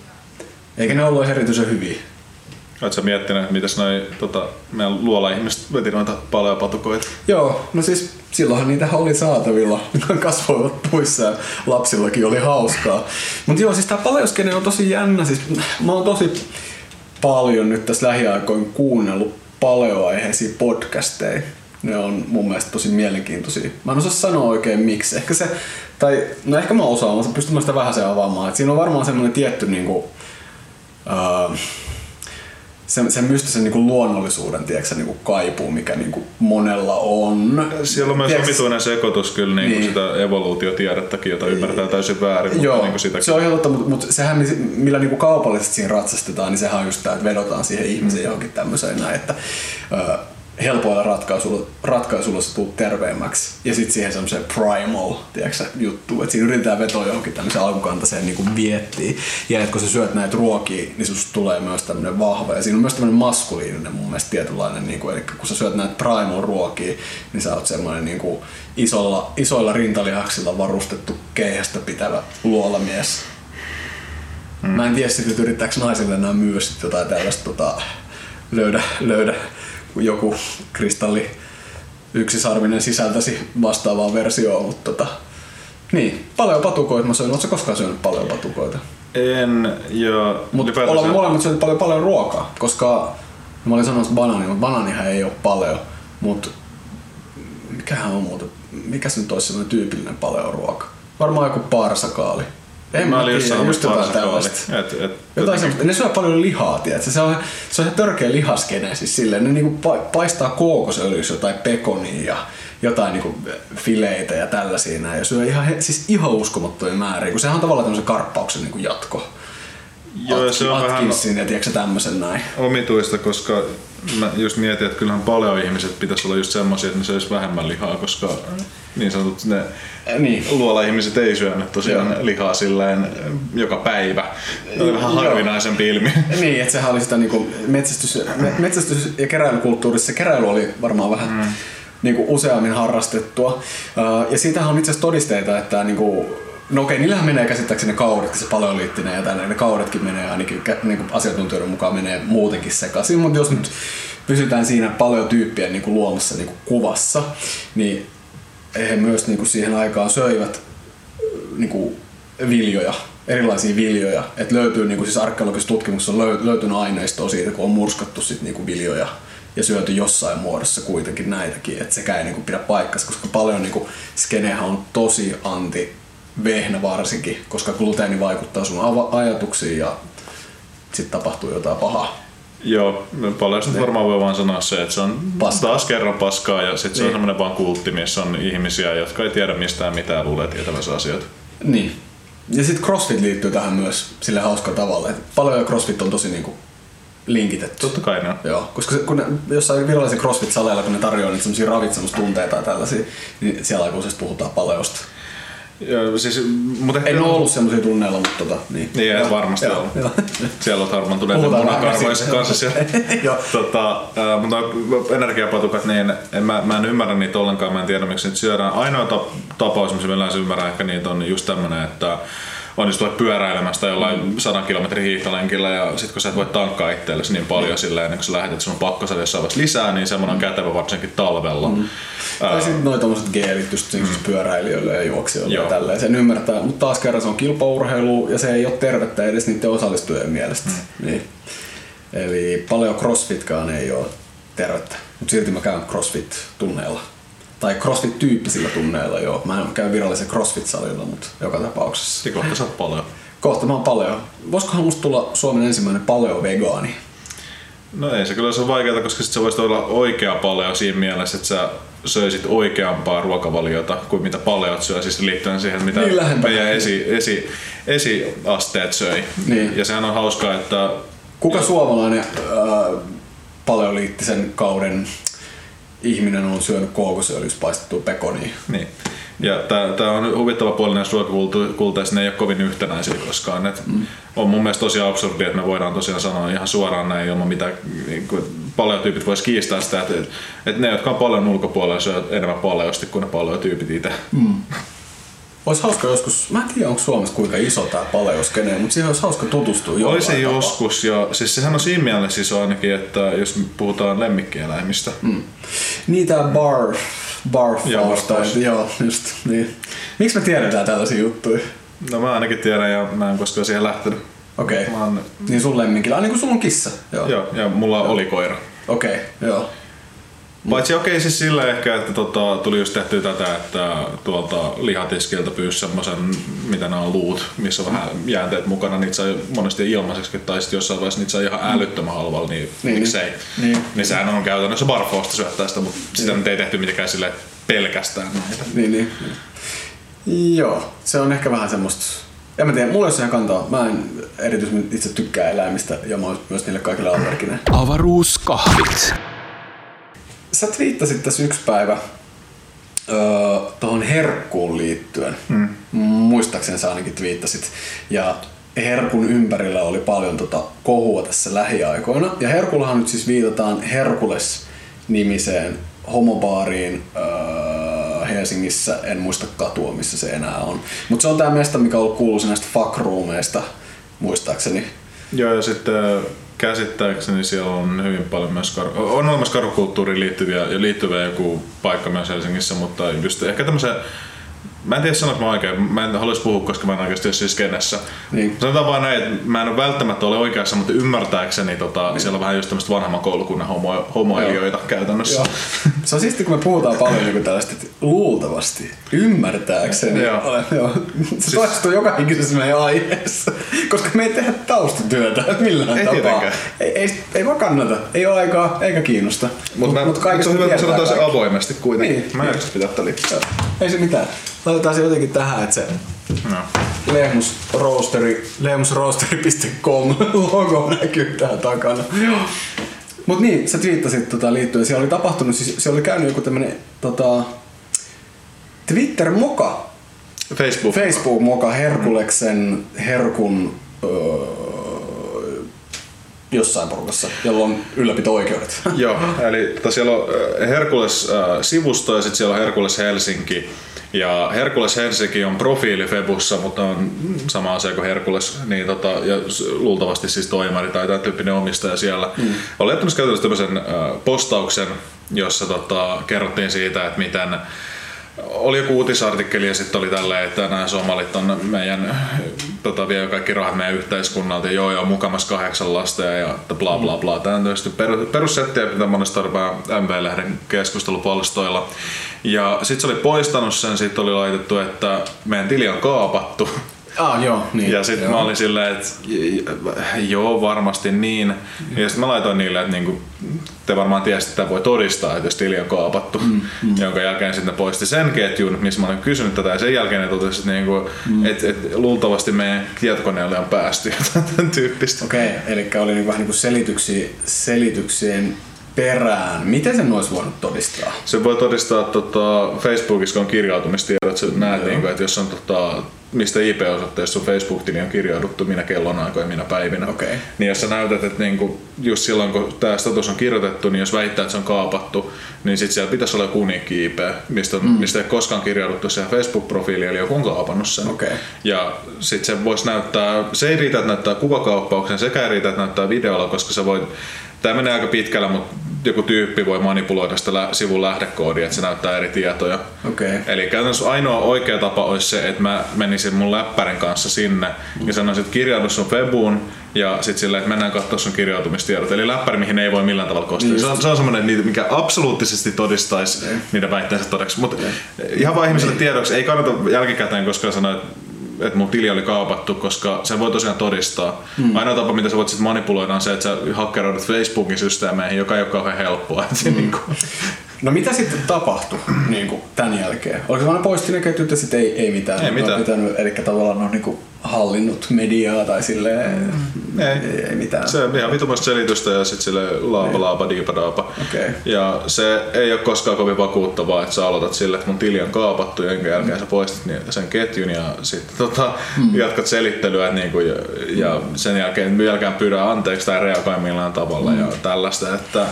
Eikä ne ollut erityisen hyviä. Oletko sä miettinyt, että mitäs noi tota, meidän luola-ihmiset veti noita paleo-patukoita? Joo, no siis silloinhan niitä oli saatavilla. Ne kasvoivat puissa ja lapsillakin oli hauskaa. Mutta joo, siis tää paleoskene on tosi jännä. Siis mä oon tosi paljon nyt tässä lähiaikoin kuunnellut paleoaiheisia podcasteja. Ne on mun mielestä tosi mielenkiintoisia. Mä en osaa sanoa oikein miksi. Ehkä se, tai no ehkä mä osaan, mä pystyn sitä vähän sen avaamaan. Et siinä on varmaan semmoinen tietty niinku, uh, sen, sen mystisen niinku luonnollisuuden, tiedätkö, niinku kaipuu, mikä niinku monella on. Siellä on myös tiedätkö, omituinen sekoitus kyllä niinku niin. sitä evoluutiotiedettäkin, jota ymmärtää täysin väärin. Joo, mutta niinku sitäkin. se on ihan totta, mutta, mutta sehän millä niinku kaupallisesti siinä ratsastetaan, niin sehän on just tää, että vedotaan siihen ihmiseen johonkin tämmöiseen näin, että ö, helpoilla ratkaisuilla, ratkaisuilla sä tuut terveemmäksi. Ja sit siihen semmoiseen primal, tiedätkö, juttuun, että siinä yritetään vetoa johonkin tämmöiseen alkukantaiseen niin kuin viettiin. Ja että kun sä syöt näitä ruokia, niin susta tulee myös tämmönen vahva. Ja siinä on myös tämmönen maskuliininen mun mielestä tietynlainen, niin kuin, eli kun sä syöt näitä primal ruokia, niin sä oot semmoinen niin kuin isolla, isoilla rintalihaksilla varustettu keihästä pitävä luolamies. Hmm. Mä en tiedä sit, että yrittääkö naisille enää myös jotain tällaista tota, löydä, löydä joku kristalli yksisarvinen sisältäsi vastaavaa versioon, mutta tota, niin, paljon patukoita mä söin. Ootko sä koskaan syönyt paljon patukoita? En, ja... Mutta olemme molemmat syönyt paljon, paljon ruokaa, koska mä olin sanonut banaani, mutta banaanihan ei ole paljon, mutta mikähän on muuta, mikä se nyt olisi sellainen tyypillinen paljon ruoka? Varmaan joku parsakaali. En mä, mä tiedä, just jotain tällaista. Et, et, jotain semmoista. Ne syö paljon lihaa, tiedätkö? Se on, se on törkeä lihaskene, siis silleen. Ne niinku paistaa kookosöljyssä jotain pekonia ja jotain niinku fileitä ja tällaisia näin. Ja syö ihan, siis ihan uskomattomia määriä, kun sehän on tavallaan tämmöisen karppauksen niinku jatko. Joo, Atki, se on Atkinsin, ja tiedätkö tämmösen näin? Omituista, koska mä just mietin, että kyllähän paljon ihmiset pitäisi olla just semmosia, että ne söis vähemmän lihaa, koska niin sanotut ne niin. luola-ihmiset ei syönyt tosiaan Joo. lihaa silleen joka päivä. Se oli vähän harvinaisempi ilmiö. Niin, että sehän oli sitä niinku metsästys, metsästys- ja keräilykulttuurissa. Se keräily oli varmaan vähän mm. niinku useammin harrastettua. Ja siitähän on itse asiassa todisteita, että niinku no okei, niillähän menee käsittääkseni ne kaudet, se paleoliittinen ja tällainen. Ne kaudetkin menee ainakin niin kuin asiantuntijoiden mukaan menee muutenkin sekaisin. Mutta jos nyt pysytään siinä paljon tyyppien niin kuin luomassa niin kuin kuvassa, niin he myös niin kuin siihen aikaan söivät niin kuin viljoja, erilaisia viljoja. Et löytyy niin kuin siis arkeologisessa tutkimuksessa on löytynyt aineistoa siitä, kun on murskattu sit niin kuin viljoja ja syöty jossain muodossa kuitenkin näitäkin. Että sekään ei niin kuin pidä paikkansa, koska paljon niin kuin skenehän on tosi anti vehnä varsinkin, koska gluteeni vaikuttaa sun ajatuksiin ja sitten tapahtuu jotain pahaa. Joo, paljon sitten varmaan voi vaan sanoa se, että se on paskaa. Taas kerran paskaa ja sitten se niin. on semmoinen vaan kultti, missä on ihmisiä, jotka ei tiedä mistään mitään, luulee tietävänsä asioita. Niin. Ja sitten CrossFit liittyy tähän myös sille hauskalla tavalla. Että paljon CrossFit on tosi niinku linkitetty. Totta kai ne. Joo, koska se, kun ne, jossain virallisen CrossFit-saleilla, kun ne tarjoaa niitä semmosia ravitsemustunteita tai tällaisia, niin siellä aikuisesti puhutaan paleosta. Ja, siis, mutta ei ole ollut semmosia tunneilla, mutta tota, niin. Niin, ei varmasti ole. Siellä on harmaantuneita munakarvoissa kanssa siellä. tota, äh, mutta energiapatukat, niin en, mä, mä en ymmärrä niitä ollenkaan, mä en tiedä miksi niitä syödään. Ainoa tap, tapaus, missä mä ymmärrän ehkä niitä on just tämmönen, että onnistuit pyöräilemästä jollain sadan kilometrin hiihtolenkillä ja sit kun sä et voi tankkaa itsellesi niin paljon silleen, ennen kuin sä lähdet, että sun on pakko saada jossain vaiheessa lisää, niin semmonen on kätevä varsinkin talvella. Mm. Tai uh, sitten noi tommoset geelit just mm. pyöräilijöille ja juoksijoille ja tälleen. Sen ymmärtää, mutta taas kerran se on kilpaurheilu ja se ei ole tervettä edes niiden osallistujien mielestä. Mm. Niin. Eli paljon crossfitkaan ei ole tervettä, mutta silti mä käyn crossfit-tunneilla. Tai crossfit-tyyppisillä tunneilla, joo. Mä en käy virallisen crossfit-salilla, mutta joka tapauksessa. Ja kohta sä oot paljon. Kohta mä oon paljon. Voisikohan musta tulla Suomen ensimmäinen paleo-vegaani? No ei se kyllä se on vaikeaa, koska sit se voisi olla oikea paleo siinä mielessä, että sä söisit oikeampaa ruokavaliota kuin mitä paleot syö, siis liittyen siihen, mitä niin meidän esi, esi, esiasteet söi. Niin. Ja sehän on hauskaa, että... Kuka jo... suomalainen äh, paleoliittisen kauden ihminen on syönyt kookosöljyssä paistettua pekonia? Niin. Ja tää on huvittava puoli näissä ruokakulteissa, ne ei ole kovin yhtenäisiä koskaan. Et mm. On mun mielestä tosi absurdia, että me voidaan tosiaan sanoa ihan suoraan näin ilman mitä niin paleotyypit vois kiistää sitä, että et ne, jotka on paljon ulkopuolella, syö enemmän paleosti kuin ne paleotyypit itse. Mm. Olisi hauska joskus, mä en tiedä onko Suomessa kuinka iso tää paleoskene, mutta siihen olisi hauska tutustua jollain Olisi joskus, ja siis sehän on siinä mielessä iso ainakin, että jos puhutaan lemmikkieläimistä. Mm. Niin tää bar, barf tai joo, just niin. Miksi me tiedetään tällaisia juttuja? No mä ainakin tiedän ja mä en koskaan siihen lähtenyt. Okei, okay. Oon... niin sun lemmikillä, niin kuin sulla on kissa. Joo, joo ja mulla joo. oli koira. Okei, okay, joo. Paitsi okei okay, siis sillä ehkä, että tota, tuli just tehtyä tätä, että tuolta lihatiskiltä pyysi semmosen, mitä nämä on luut, missä on vähän jäänteet mukana, niitä sai monesti ilmaiseksi, tai sitten jossain vaiheessa niitä sai ihan älyttömän halvalla, niin, niin miksei. Niin. niin sehän on käytännössä Barfoosta syöttää sitä, mutta sitä nyt ei tehty mitenkään silleen pelkästään näitä. Niin, niin. Joo, se on ehkä vähän semmoista. En mä tiedä, mulla ei ole kantaa. Mä en erityisesti itse tykkää eläimistä ja mä oon myös niille kaikille allerginen. Avaruuskahvit. Sä twiittasit tässä yksi päivä öö, tohon herkkuun liittyen. Hmm. Muistaakseni sä ainakin twiittasit. Ja herkun ympärillä oli paljon tota kohua tässä lähiaikoina. Ja herkullahan nyt siis viitataan Herkules-nimiseen homobaariin öö, Helsingissä. En muista katua, missä se enää on. Mutta se on tää mesta, mikä on ollut kuuluisa näistä fuck-roomeista, muistaakseni. Joo, ja sitten käsittääkseni siellä on hyvin paljon myös kar- on olemassa karhukulttuuriin liittyviä ja liittyviä joku paikka myös Helsingissä, mutta just ehkä tämmöisen, mä en tiedä sanoa mä oikein, mä en haluaisi puhua, koska mä en oikeasti ole siis skenessä. Niin. Sanotaan vaan näin, että mä en ole välttämättä ole oikeassa, mutta ymmärtääkseni tota, niin. Siellä on vähän just tämmöistä vanhemman koulukunnan homo- homoilijoita käytännössä. Joo. Se on siisti, kun me puhutaan paljon niin tällaista, että luultavasti, ymmärtääkseni. Joo. Olen, joo. Se siis toistuu joka ikisessä meidän aiheessa, koska me ei tehdä taustatyötä millään ei tapaa. Ei, ei, ei vaan kannata, ei ole aikaa eikä kiinnosta. Mutta mut, mut kaikesta on hyvä, että sanotaan se avoimesti kuitenkin. Niin. Mä en jaksa pitää tätä liikaa. Ei se mitään. Laitetaan se jotenkin tähän, että se no. lehmusroasteri, lehmusroasteri piste com logo näkyy tähän takana. Mut niin, sä twiittasit tota liittyen, siellä oli tapahtunut, siis siellä oli käynyt joku tämmönen tota, Twitter-moka. Facebook. Facebook-moka Herkuleksen herkun öö, jossain porukassa, jolla on ylläpito-oikeudet. Joo, eli siellä on Herkules-sivusto ja sitten siellä on Herkules Helsinki. Ja Herkules Helsinki on profiili Febussa, mutta on sama asia kuin Herkules, niin tota, ja luultavasti siis toimari tai tämän tyyppinen omistaja siellä. Mm. Olen jättänyt käytännössä tämmöisen postauksen, jossa tota, kerrottiin siitä, että miten oli joku uutisartikkeli ja sitten oli tälleen, että nämä somalit on meidän, tota, vie kaikki rahat meidän yhteiskunnalta ja joo joo mukamas kahdeksan lasta ja bla bla bla. Tämä on tietysti perussettiä, mitä monesta arvaa M V-lehden keskustelupalstoilla. Ja sitten se oli poistanut sen, sitten oli laitettu, että meidän tili on kaapattu. Ah, joo, niin. Ja sitten mä olin silleen, että joo, varmasti niin. Mm. Ja sitten mä laitoin niille, että niinku, te varmaan tiesitte, että voi todistaa, että jos tili on kaapattu. Mm. Mm. Jonka jälkeen sitten poisti sen ketjun, missä mä olin kysynyt tätä. Ja sen jälkeen ne totesi, että niinku, mm. et, et, luultavasti meidän tietokoneelle on päästy jotain tyyppistä. Okei, okay, eli oli niinku vähän niinku selityksiä, selityksien perään. Miten sen olisi voinut todistaa? Se voi todistaa tota, Facebookissa, kun on kirjautumistiedot. Sä näet, niinku, että jos on tota, mistä I P-osoitteessa sun Facebook-tili on kirjoitettu, minä kellonaikoja, minä päivinä. Okay. Niin jos sä näytät, että niinku, just silloin kun tämä status on kirjoitettu, niin jos väittää, että se on kaapattu, niin sit siellä pitäisi olla joku uniikki I P, mistä, mm. mistä ei koskaan kirjoitettu siihen Facebook-profiiliin, eli joku on kaapannut sen. Okay. Ja sit se voisi näyttää, se ei riitä, että näyttää kuvakauppauksen, sekä ei riitä, että näyttää videolla, koska sä voit, tää menee aika pitkällä, mutta joku tyyppi voi manipuloida sitä lä- sivun lähdekoodia, että se näyttää eri tietoja. Okay. Eli käytännössä ainoa oikea tapa olisi se, että mä menisin mun läppärin kanssa sinne mm. ja sanoisin, että kirjaudu sun Febuun ja sitten silleen, että mennään katsoa sun kirjautumistiedot. Eli läppäri, mihin ei voi millään tavalla koskea. Se on, se on semmoinen, mikä absoluuttisesti todistaisi okay. niiden väitteensä todeksi. Mutta okay. ihan vaan ihmiselle tiedoksi, ei kannata jälkikäteen koskaan sanoa, että että mun tili oli kaapattu, koska sen voi tosiaan todistaa. Mm. Ainoa tapa, mitä sä voit sit manipuloida, on se, että sä hakkeroidut Facebookin systeemeihin, joka ei ole kauhean helppoa. Mm. Niin no mitä sitten tapahtui niin kuin tämän jälkeen? Oliko se vaan poisti ne ketjut ja sitten ei, ei mitään? Ei mitään. Pitänyt, eli tavallaan on niin kuin hallinnut mediaa tai silleen, mm. ei. Ei, ei mitään. Se on ihan vitumasta selitystä ja sitten silleen laapa laapa diipa daapa. Okay. Ja se ei ole koskaan kovin vakuuttavaa, että sä aloitat sille, että mun tili on kaapattu ja jonka jälkeen mm. sä poistit sen ketjun ja sitten tota, mm. jatkat selittelyä niin kuin, ja, ja sen jälkeen, jälkeen pyydään anteeksi tai reagoi millään tavalla mm. ja tällaista, että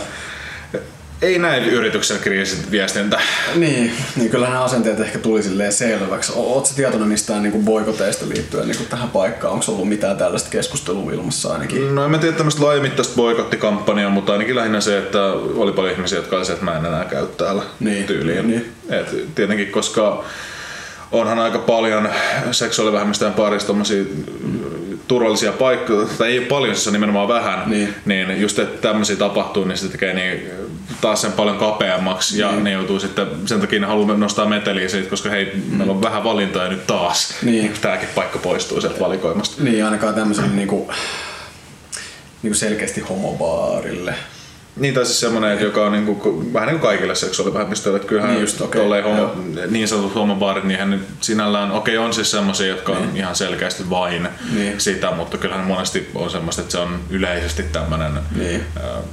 ei näin yrityksen kriisin viestintä. Niin, niin kyllä nämä asenteet ehkä tuli silleen selväksi. Ootko sä tietoinen mistään niin boikoteista liittyen niin tähän paikkaan? Onko ollut mitään tällaista keskustelua ilmassa ainakin? No en mä tiedä tämmöistä laajamittaista boikottikampanjaa, mutta ainakin lähinnä se, että oli paljon ihmisiä, jotka olisivat, että mä en enää käy täällä niin, tyyliin. Niin. Et tietenkin, koska onhan aika paljon seksuaalivähemmistöjen parissa tommosia turvallisia paikkoja, tai ei paljon, siis on nimenomaan vähän, niin, niin just että tämmöisiä tapahtuu, niin se tekee niin taas sen paljon kapeammaksi ja niin. ne joutuu sitten, sen takia ne haluaa nostaa meteliä siitä, koska hei, mm. meillä on vähän valintoja nyt taas. Niin. Tääkin paikka poistuu sieltä valikoimasta. Niin, ainakaan tämmöiselle niinku, niinku selkeästi homobaarille. Niin, tai siis semmoinen, joka on niinku, vähän niin kuin kaikille seksuaalivähemmistöille, että kyllähän niin, okay, homo, niin sanotut homobaarit, niin ne sinällään, okei okay, on siis semmoisia, jotka on niin. ihan selkeästi vain niin. sitä, mutta kyllähän monesti on semmoista, että se on yleisesti tämmöinen niin.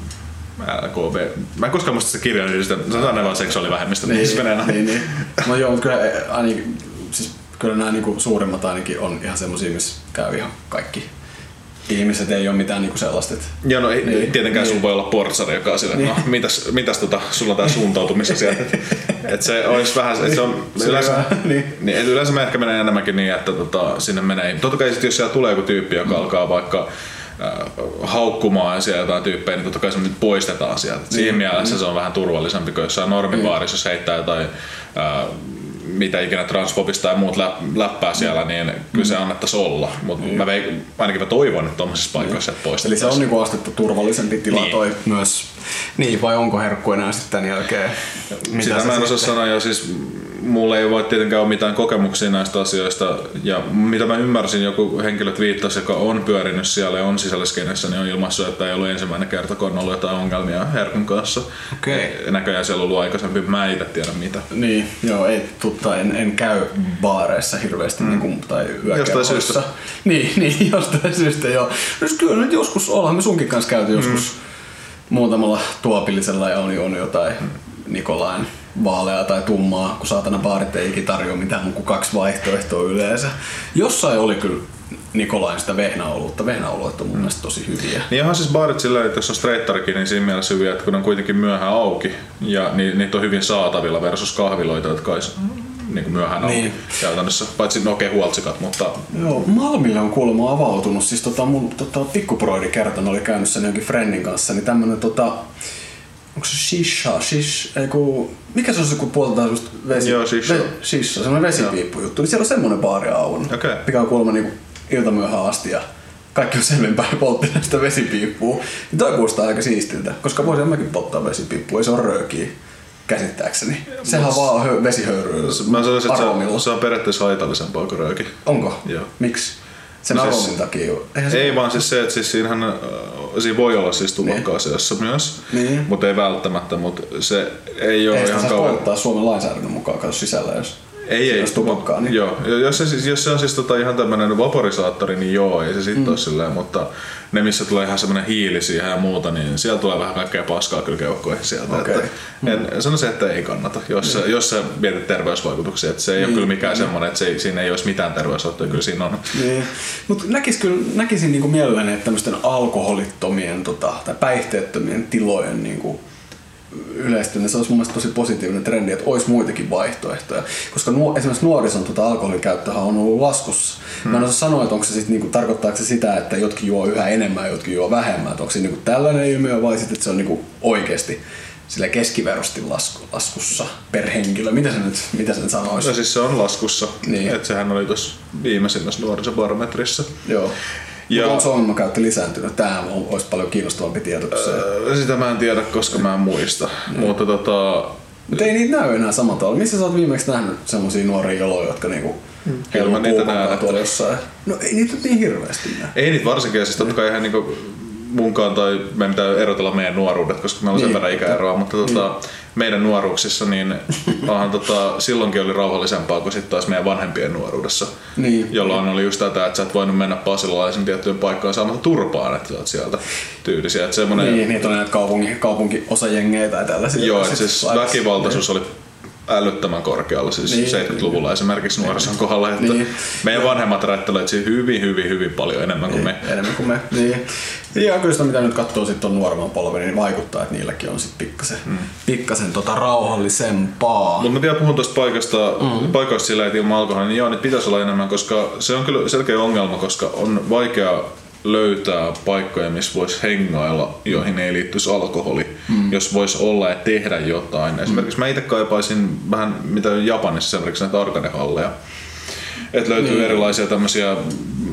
L G B T. Mä en koskaan muista se kirjallisesti, sanotaan ne vaan seksuaalivähemmistö. Niin, niin, niin, niin. No joo, mutta kyllä, ainakin, siis, kyllä nämä niinku suurimmat ainakin on ihan semmoisia, missä käy ihan kaikki. Ihmiset ei ole mitään niinku sellaista. Joo, no ei niin, tietenkään niin. Sulla voi olla portsari, joka on sille, niin. no mitäs, mitäs tota, sulla on tää suuntautumissa sieltä. Et se olisi vähän, et se on yleensä, niin. Niin, et yleensä me ehkä menee enemmänkin niin, että tota, sinne menee. Totta kai sit, jos siellä tulee joku tyyppi, joka mm. alkaa vaikka äh, haukkumaan siellä jotain tyyppejä, niin totta kai se nyt poistetaan sieltä. Niin. Siinä mielessä mm. se on vähän turvallisempi kuin jossain normibaarissa, jos heittää jotain äh, mitä ikinä transfobista ja muut läppää siellä, niin kyllä se annettaisiin olla. Mutta mm. mä veik, ainakin mä toivon, että tuollaisissa paikoissa että poistetaan. Eli se on niinku astettu turvallisempi tila niin. toi myös. Niin, vai onko herkku enää sitten tämän jälkeen? Mitä sitä mä en osaa sanoa, ja siis mulla ei voi tietenkään ole mitään kokemuksia näistä asioista. Ja mitä mä ymmärsin, joku henkilö viittasi, joka on pyörinyt siellä ja on sisälleskenessä, niin on ilmaissut, että ei ollut ensimmäinen kerta, kun on ollut jotain ongelmia herkun kanssa. Okei. Okay. Näköjään siellä on ollut aikaisempi, mä en itse tiedä mitä. Niin, joo, ei tutta, en, en käy baareissa hirveästi mm. niin tai yökerhoissa. Jostain syystä. Niin, niin, jostain syystä joo. Jos kyllä nyt joskus ollaan, me sunkin kanssa käyty joskus mm. muutamalla tuopillisella ja on, on jotain mm. Nikolain vaaleaa tai tummaa, kun saatana baarit ei ikin tarjoa mitään kuin kaksi vaihtoehtoa yleensä. Jossain oli kyllä Nikolain sitä vehnäolutta. Vehnäoluet on mun mielestä tosi hyviä. Niin onhan siis baarit silleen, että jos on streittarikin, niin siinä mielessä hyviä, että kun on kuitenkin myöhään auki ja ni, niitä on hyvin saatavilla versus kahviloita, jotka olisi niin kuin myöhään auki niin. Käytännössä. Paitsi no okei okay, huoltsikat, mutta... Joo, Malmille on kuulemma avautunut. Siis tota mun tota, pikkuproidi kertan oli käynyt sen jonkin friendin kanssa, niin tämmönen tota... Onko se shisha? Shish, eiku, mikä se on se, kun puoltetaan just vesi... Joo, shisha. Ve, shisha, semmoinen vesipiippujuttu. Niin siellä on semmoinen baari auennut, okay. mikä on kuulemma niinku iltamyöhään asti ja kaikki on selvempää ja poltti sitä vesipiippua. Niin toi kuulostaa aika siistiltä, koska voisin mäkin polttaa vesipiippua, ei se ole röökiä käsittääkseni. Sehän Mut, vaan hö, vesihöyryy mä sanoisin, että se, se on periaatteessa haitallisempaa kuin rööki. Onko? Joo. Miksi? Sen no aromin siis, takia. Ei vaan siis se, että siis siinähän, siinä voi olla siis tupakka-asiassa niin. myös, niin. mutta ei välttämättä, mutta se ei ole ei ihan kauan. Ei sitä saa polttaa Suomen lainsäädännön mukaan kato sisällä, jos ei, ei, olisi tupakkaa. Niin. Joo, jos se, jos se on siis tota ihan tämmönen vaporisaattori, niin joo, ei se sitten mm. ole silleen, mutta ne missä tulee ihan semmoinen hiili siihen ja muuta, niin siellä tulee vähän kaikkea paskaa kyllä keuhkoihin sieltä. Okay. Että en sanoisin, että ei kannata, jos, mm. jos sä mietit terveysvaikutuksia, että se ei niin. ole kyllä mikään mm. semmoinen, että se, siinä ei olisi mitään terveysvaikutuksia, kyllä siinä on. Niin. Mutta näkis kyllä, näkisin niinku mielelläni, että tämmöisten alkoholittomien tota, tai päihteettömien tilojen niinku yleistyminen, se olisi mun mielestä tosi positiivinen trendi, että olisi muitakin vaihtoehtoja. Koska nuo, esimerkiksi nuorison tota alkoholikäyttöhän on ollut laskussa. Hmm. Mä en osaa sanoa, että onko se sit, niinku, tarkoittaako se sitä, että jotkin juo yhä enemmän ja jotkin juo vähemmän. Että onko se niinku tällainen ilmiö vai sitten, että se on niinku oikeasti sillä keskiverrosti lasku, laskussa per henkilö. Mitä se nyt, mitä se nyt sanoisi? No siis se on laskussa. Niin. Että sehän oli tuossa viimeisimmässä nuorisobarometrissa. Joo. Ja mutta on ongelmakäyttö lisääntynyt? Tämä olisi paljon kiinnostavampi tieto kuin se. Öö, sitä mä en tiedä, koska mä en muista. Mm. Mutta tota... Mut ei niitä näy enää samalla tavalla. Missä sä oot viimeksi nähnyt semmosia nuoria joloja, jotka niinku Kyllä niitä näen. Tuolla jossain? No ei niitä niin hirveästi näe. Ei niitä varsinkin. Siis totta kai ihan niinku munkaan tai meidän pitää erotella meidän nuoruudet, koska meillä on niin, sen verran ikäeroa, mutta tota, niin. meidän nuoruuksissa niin onhan, tota, silloinkin oli rauhallisempaa kuin sitten taas meidän vanhempien nuoruudessa, niin. jolloin oli just tätä, että sä et voinut mennä pasilalaisen tiettyyn paikkaan saamatta turpaan, että sä oot sieltä tyylisiä. Että semmonen... Niin, niitä on näitä kaupunki, kaupunkiosajengejä tai tällaisia. Joo, että siis väkivaltaisuus niin. oli älyttömän korkealla siis niin, seitsemänkymmentäluvulla niin, esimerkiksi nuorison kohdalla, että niin, meidän vanhemmat rättelöit siinä hyvin, hyvin, hyvin paljon enemmän kuin niin, me. Enemmän kuin me, niin. Ja kyllä sitä mitä nyt katsoo sitten on nuoremman polven, niin vaikuttaa, että niilläkin on sitten pikkasen, mm. pikkasen tota rauhallisempaa. Mutta mä vielä puhun tuosta paikasta, mm. paikoista sillä, että ilman alkoholia, niin joo, niitä pitäisi olla enemmän, koska se on kyllä selkeä ongelma, koska on vaikea löytää paikkoja, missä voisi hengailla, joihin ei liittyisi alkoholi, mm. jos voisi olla ja tehdä jotain. Esimerkiksi mm. mä itse kaipaisin vähän, mitä Japanissa esimerkiksi näitä arcade-halleja. Että löytyy niin. erilaisia tämmöisiä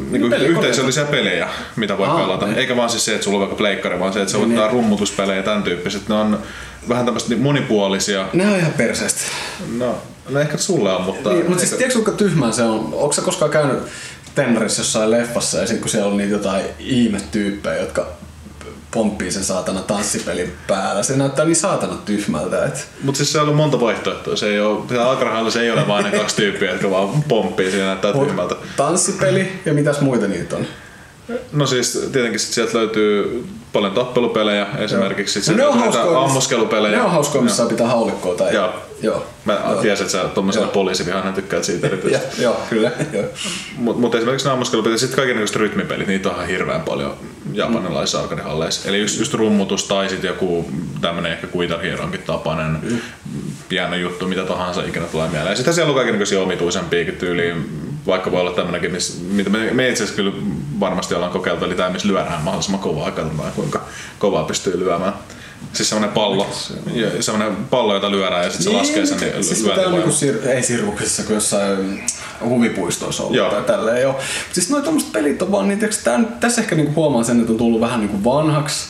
niinku yhteisöllisiä pelejä, mitä voi Aa, pelata. Niin. Eikä vaan siis se, että sulla on vaikka pleikkari, vaan se, että se niin, ottaa niin. rummutuspelejä ja tämän tyyppiset. Ne on vähän tämmöistä monipuolisia. Ne on ihan perseestä. No, no ehkä sulle on, mutta... Niin, mutta siis tiedätkö kuinka tyhmää se on? Onko sä koskaan käynyt Tenerissä jossain leffassa ja sit kun siellä on niitä jotain ihmetyyppejä, jotka pomppii sen saatana tanssipelin päällä. Se näyttää niin saatana tyhmältä. Et... Mutta siis se on ollut monta vaihtoehtoa. Se ei ole, Akrahalla ei ole vain ne kaksi tyyppiä, jotka vaan pomppii. Se näyttää tyhmältä. Tanssipeli ja mitäs muita niitä on? No siis tietenkin sit sieltä löytyy paljon tappelupelejä esimerkiksi. Sit no, on ammuskelupelejä. Ne on hauskoja, missä saa pitää haulikkoa. Tai... Joo. Joo. Mä joo. tiesin, että sä tommosena poliisivihana tykkäät siitä erityisesti. Joo, kyllä. Mutta mut esimerkiksi nämä ammuskelupelit, sitten kaikenlaiset rytmipelit, niitä on ihan hirveän paljon japanilaisissa arcade-halleissa. Eli just, just rummutus tai sitten joku tämmönen ehkä Guitar Heronkin tapainen mm. pieno juttu, mitä tahansa ikinä tulee mieleen. Ja sitten siellä on kaikenlaisia omituisempiakin tyyliin. Vaikka voi olla tämmönenkin, mitä me, me itse asiassa kyllä varmasti ollaan kokeiltu, eli tämä, missä lyödään mahdollisimman kovaa, katsotaan kuinka kovaa pystyy lyömään. Siis semmoinen pallo, semmoinen pallo, jota lyödään ja sitten se laskee sen niin siis lyöntivoiman. Sir- ei sirkuksissa, kun jossain huvipuistoissa ollut joo. tai tälleen joo. Siis noi tommoset pelit on vaan, niin tämän, tässä ehkä niinku huomaa sen, että on tullut vähän niinku vanhaksi.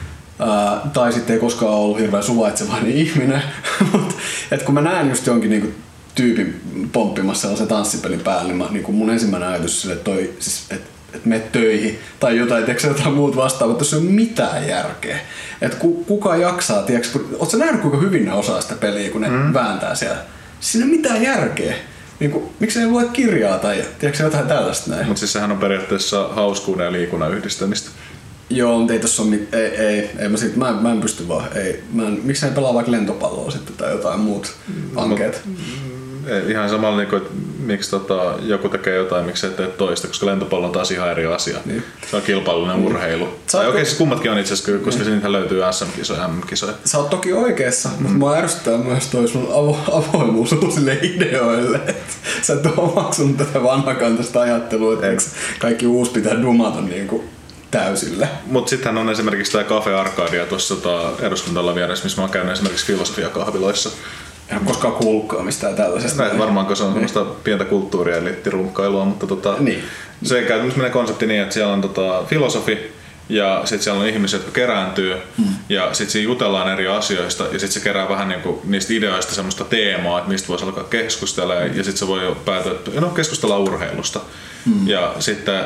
Ää, tai sitten ei koskaan ollut hirveän suvaitsevainen ihminen. Mut, et kun mä näen just jonkin niinku tyypin pomppimassa sellaisen tanssipelin päälle, niin, mä, niin kun mun ensimmäinen ajatus sille, että toi, siis, et, et mene töihin tai jotain, tiedätkö jotain muut vastaavaa, mutta se ei ole mitään järkeä. Että ku, kuka jaksaa, tiedätkö, kun, ootko sä nähnyt kuinka hyvin ne osaa sitä peliä, kun ne mm. vääntää siellä? Siinä ei ole mitään järkeä. Niin kuin, miksi ei lue kirjaa tai tiedätkö jotain tällaista näin? Mutta siis sehän on periaatteessa hauskuuden ja liikunnan yhdistämistä. Joo, mutta ei tossa ole mit- ei, ei, ei mä, sit, mä, mä en pysty vaan, ei, mä en, miksi ei pelaa vaikka lentopalloa sitten tai jotain muut ankeet? No, ei, ihan samalla, niin kuin, että miksi tota, joku tekee jotain, miksi et tee toista, koska lentopallo on taas ihan eri asia. Niin. Se on kilpailullinen mm. urheilu. Okei, okay, siis kummatkin on itse asiassa, koska niin. Niitä löytyy S M-kisoja, M M-kisoja. Sä oot toki oikeassa, mm. mutta mua ärsyttää myös toi sun avo- avoimuus uusille ideoille. Sä et ole omaksunut tätä vanhakantaista ajattelua, että kaikki uusi pitää dumata niin kuin täysillä. Mut sittenhän on esimerkiksi tää Cafe Arcadia tuossa tota eduskuntalla vieressä, missä mä oon käynyt esimerkiksi filosofiakahviloissa. En ole koskaan kuullutkaan mistään tällaisesta. Näin varmaan, kun se on niin. Semmoista pientä kulttuuria eli runkkailua, mutta tota, niin. Se käytännössä menee konsepti niin, että siellä on tota filosofi ja sitten siellä on ihmiset, jotka kerääntyy hmm. ja sitten siinä jutellaan eri asioista ja sitten se kerää vähän niinku niistä ideoista semmoista teemaa, että mistä voisi alkaa keskustelemaan ja sitten se voi päätyä, että no, keskustellaan urheilusta. Hmm. Ja sitten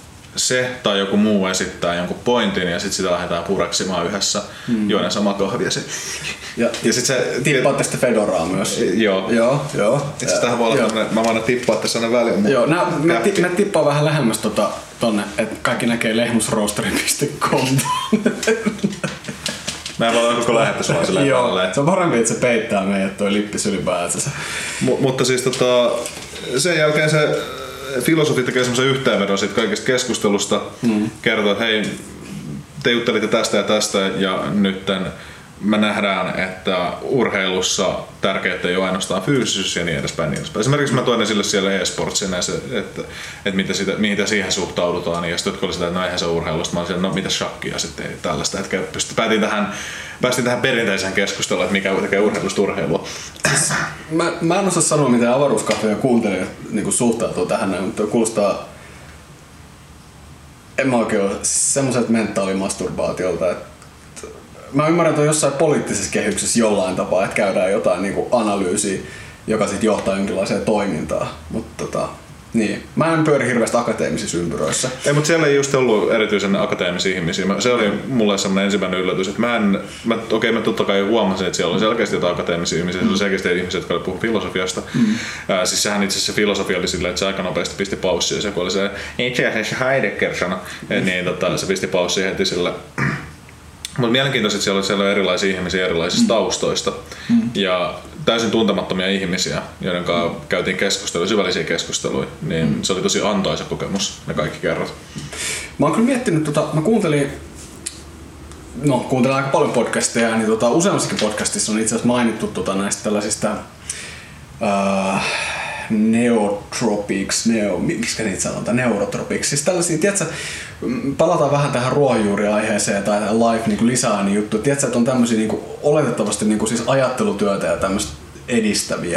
se tai joku muu esittää jonkun pointin ja sitten sitä lähdetään pureksimaan yhdessä, hmm. juonen sama kahvia. Ja, ja sit se tippaatte sitä fedoraa myös. Joo. Joo, joo. Itse tähän voi olla tämmönen, mä voin tippaa tässä aina väliin. Joo, nää, mä, ti, mä tippaan vähän lähemmäs tota, tonne, että kaikki näkee lehmusroosteri piste com. Mä en voi koko lähetys vaan silleen. Joo, se on parempi, että se peittää meidät toi lippis ylipäätänsä. M- mutta siis tota, sen jälkeen se filosofi tekee semmoisen yhteenvedon siitä kaikesta keskustelusta. Mm. Kertoo, että hei, te juttelitte tästä ja tästä ja nytten me nähdään, että urheilussa tärkeää ei ole ainoastaan fyysisyys ja niin edespäin. Niin edespäin. Esimerkiksi mä toin esille siellä e-sportsin, että, että, että mitä sitä, mihin siihen suhtaudutaan. Ja sitten jotkut oli sitä, että no eihän se urheilusta. Mä olin siellä, no mitä shakkia sitten ei tällaista. Että päätin tähän, päästin tähän perinteiseen keskusteluun, että mikä tekee urheilusta urheilua. Mä, mä en osaa sanoa, miten avaruuskahveja kuuntelijat niin suhtautuu tähän, mutta kuulostaa en mä oikein ole semmoiset mentaalimasturbaatiolta, että mä ymmärrän, että on jossain poliittisessa kehyksessä jollain tapaa, että käydään jotain niin kuin analyysiä, joka sitten johtaa jonkinlaiseen toimintaan. Mutta tota, niin. Mä en pyöri hirveästi akateemisissa ympyröissä. Ei, mutta siellä ei just ollut erityisen akateemisia ihmisiä. Se oli mulle semmoinen ensimmäinen yllätys, että mä en, mä, okei okay, mä totta kai huomasin, että siellä oli selkeästi jotain akateemisia ihmisiä, mm. siellä oli selkeästi ihmisiä, jotka oli puhunut filosofiasta. Mm. Äh, siis sehän itse asiassa se filosofia oli silleen, että se aika nopeasti pisti paussia, ja se kun oli se, itse asiassa Heidegger sanoi, mm. niin tota, se pisti paussia heti sille. Mutta mielenkiintoista, että siellä oli, siellä oli erilaisia ihmisiä erilaisista mm. taustoista mm. ja täysin tuntemattomia ihmisiä, joiden kanssa käytiin keskustelua, syvällisiä keskusteluja, niin mm. se oli tosi antoisa kokemus, ne kaikki kerrot. Mä oon kyllä miettinyt, tota, mä kuuntelin, no kuuntelin aika paljon podcasteja, niin tota, useammassakin podcastissa on itse asiassa mainittu tota, näistä tällaisista uh, neotropics, neo, miksi niitä sanotaan, neurotropics, siis tällaisia, tiedätkö, palataan vähän tähän ruohonjuuriaiheeseen tai tähän life niin lisäaine juttu, tiedätkö, että on tämmöisiä niin kuin, oletettavasti niin kuin, siis ajattelutyötä ja tämmöistä edistäviä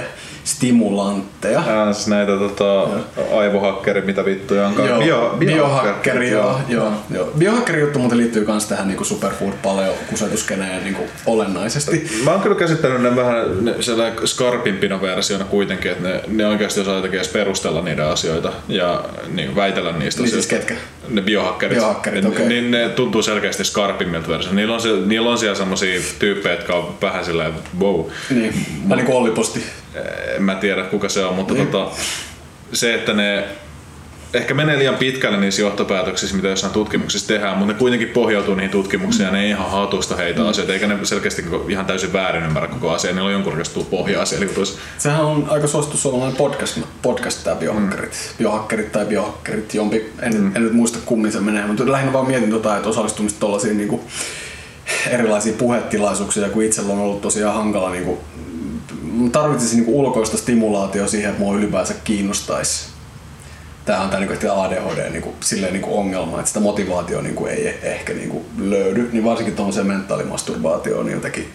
stimulantteja. Ää, siis näitä tota, aivohakkeri, mitä vittuja onkaan. Joo, Bio, biohakkeri, joo, joo, joo. Biohakkeri juttu muuten liittyy myös tähän niinku superfood paleo kusetuskeneen niinku olennaisesti. Mä oon kyllä käsittänyt ne vähän sellainen skarpimpina versiona kuitenkin, että ne, ne oikeasti osaa jotenkin edes perustella niiden asioita ja niin, väitellä niistä niin asioista. Siis ketkä? Ne biohakkerit. Biohakkerit, okei. Niin ne tuntuu selkeästi skarpimmilta versioilta. Niillä on, se, niillä on siellä semmosia tyyppejä, jotka on vähän silleen, wow. Niin, vähän niinku Olli-posti. En mä tiedä kuka se on, mutta niin. tota, se, että ne ehkä menee liian pitkälle niissä johtopäätöksissä, mitä jossain tutkimuksissa tehdään, mutta ne kuitenkin pohjautuu niihin tutkimuksiin mm. ja ne ei ihan hatusta heitä mm. asioita, eikä ne selkeästi ihan täysin väärin ymmärrä koko asiaa, niillä on jonkunlaista pohjaa siellä jutuissa. Sehän on aika suosittu suomalainen podcast, podcast tämä biohakkerit, mm. biohakkerit tai biohakkerit, jompi, en, mm. en nyt muista kummin se menee, mutta lähinnä vaan mietin tota, että osallistumista tollaisiin niinku erilaisia puhetilaisuuksia, kun itsellä on ollut tosiaan hankala niinku, tarvitsisin niinku ulkoista stimulaatioa siihen, että mua ylipäänsä kiinnostaisi. Tää on tää niinku A D H D niinku, silleen niinku ongelma, että sitä motivaatiota niinku ei ehkä niinku löydy, niin varsinkin tuollaiseen mentaalimasturbaatioon niin jotenkin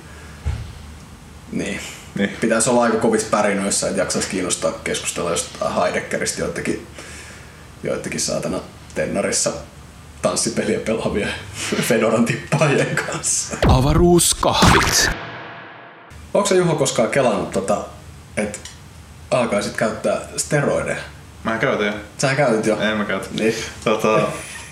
niin. Niin. Pitäisi olla aika kovissa pärinöissä, että jaksaisi kiinnostaa keskustella jostain Heideggeristä joidenkin, joidenkin saatana tennarissa tanssipeliä pelaavia Fedoran tippaajien kanssa. Avaruuskahvit. Onko sä Juho koskaan kelannut, tota, että alkaisit käyttää steroideja? Mä en käytä jo. Sähän käytit jo? En mä käytä. Niin. Tota,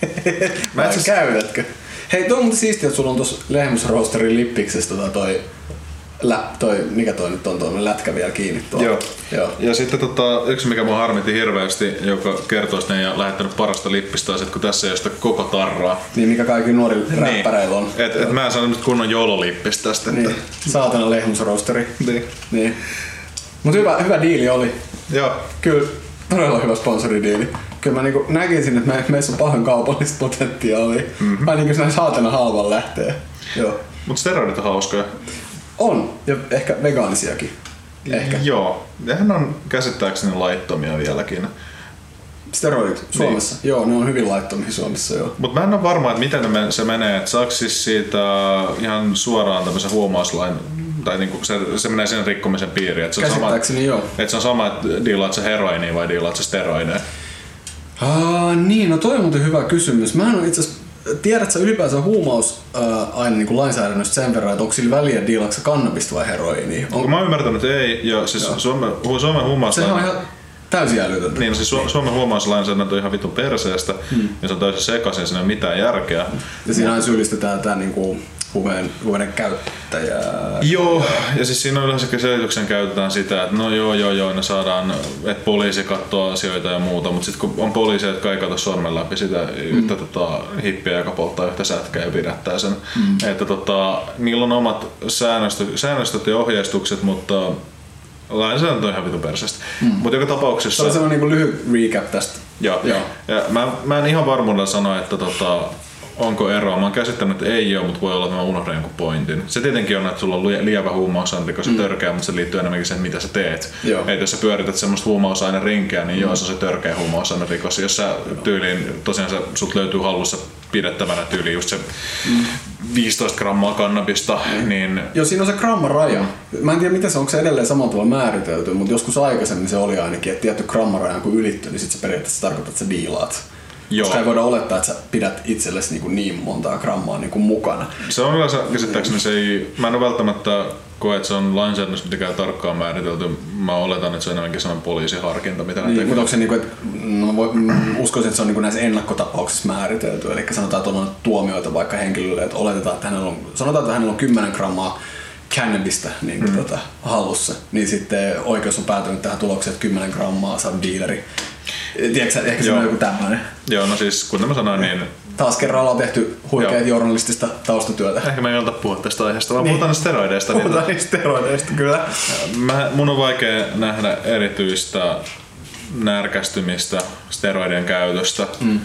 mä itse käytätkö? Hei, tuo on muuten siistiä, että sulla on tuossa Lehmusroosterin lippiksessä tota toi, lä, toi, mikä toi nyt on, tuo lätkä vielä kiinni tuolla. Joo. Joo. Ja sitten tota, yksi mikä mua harmitti hirveästi, joka kertoo sitä ja lähettänyt parasta lippistä, on se, että kun tässä ei ole sitä koko tarraa. Niin, mikä kaikki nuorilla niin. räppäreillä on. Et, et mä en saanut nyt kunnon joulolippistä tästä. Niin. Että... Saatana Lehmusroosteri. Niin. Niin. Mut hyvä, hyvä diili oli. Joo. Kyllä, todella hyvä sponsoridiili. Kyllä mä niinku näkisin, että me, meissä on paljon kaupallista potentiaalia. Mm-hmm. Mä niinku näin saatana halvan lähtee. Joo. Mut steroidit on hauskoja. On, ja ehkä vegaanisiakin. Ehkä. Joo, nehän on käsittääkseni laittomia vieläkin. Steroidit Suomessa? Niin. Joo, ne on hyvin laittomia Suomessa, joo. Mut mä en ole varma, että miten ne se menee. Et saako siis siitä ihan suoraan tämmöisen huumauslain, tai niinku se, se menee sen rikkomisen piiriin. Et se on sama, joo. Et se on sama, että diilaat sä heroinia vai diilaat sä steroideja? Ah, niin, no toi on muuten hyvä kysymys. Mä en ole itse asiassa, tiedät sä ylipäänsä huumaus äh, aina niin kuin lainsäädännöstä sen verran, että onko sillä väliä diilaatko kannabista vai heroinia? On... Mä oon ymmärtänyt, että ei. Ja siis Suomen, Suomen huumauslain... Sehän on ihan täysin älytöntä. Niin, no siis Su- Suomen huumauslainsäädäntö on ihan vitun perseestä, hmm. ja se on täysin sekaisin, siinä ei ole mitään järkeä. Ja siinä aina syyllistetään tää niinku huumeen, huumeiden käyttäjää. Joo, ja siis siinä on yleensä selityksen käytetään sitä, että no joo joo joo, ne saadaan, että poliisi katsoo asioita ja muuta, mutta sitten kun on poliisi, jotka ei katso sormen läpi sitä mm. yhtä tota, hippiä, joka polttaa yhtä sätkää ja pidättää sen. Mm. Että tota, niillä on omat säännöstöt, säännöstöt ja ohjeistukset, mutta lainsäädäntö on ihan vitun perseestä. Mm. Mutta joka tapauksessa... Se on sellainen niin lyhyt recap tästä. Joo. joo. Ja mä, mä en ihan varmuudella sano, että tota, onko eroa. Mä oon käsittänyt, että ei ole, mutta voi olla, että mä unohdan jonkun pointin. Se tietenkin on, että sulla on lievä huumausaine, kun se mm. törkeä, mutta se liittyy enemmänkin siihen, mitä sä teet. Että jos sä pyörität semmoista huumausainerinkeä, niin mm. joo, se on se törkeä huumausainerikos. Jos sä tyyliin, tosiaan sä, sut löytyy hallussa pidettävänä tyyliin just se mm. viisitoista grammaa kannabista, mm. niin... Joo, siinä on se grammaraja. Mä en tiedä, miten se, onko se edelleen samalla tavalla määritelty, mutta joskus aikaisemmin se oli ainakin, että tietty grammaraja kun ylittyy, niin sit se periaatteessa tarkoittaa, että sä diilaat. Joo. Koska ei voida olettaa, että sä pidät itsellesi niin, niin montaa grammaa niin mukana. Se on yleensä, käsittääkseni se ei, mä en ole välttämättä koe, että se on lainsäädännössä mitenkään tarkkaan määritelty. Mä oletan, että se on enemmänkin sellainen poliisiharkinta, mitä niin, ne tekee. Mutta onko se niin kuin, että no, uskoisin, että se on niin kuin näissä ennakkotapauksissa määritelty. Eli sanotaan, että on tuomioita vaikka henkilölle, että oletetaan, että hänellä on, sanotaan, että hänellä on kymmenen grammaa cannabista niin kuin, mm. tota, hallussa. Niin sitten oikeus on päätynyt tähän tulokseen, että kymmenen grammaa saa dealeri. Tiedätkö, ehkä se on joku tämmöinen. Joo, no siis kuten mä sanoin, niin... Taas kerran ollaan tehty huikeaa journalistista taustatyötä. Ehkä me ei olta puhua tästä aiheesta, vaan niin. puhutaan steroideista. Puhutaan niitä steroideista, kyllä. Mä, mun on vaikea nähdä erityistä närkästymistä steroidien käytöstä. Mm.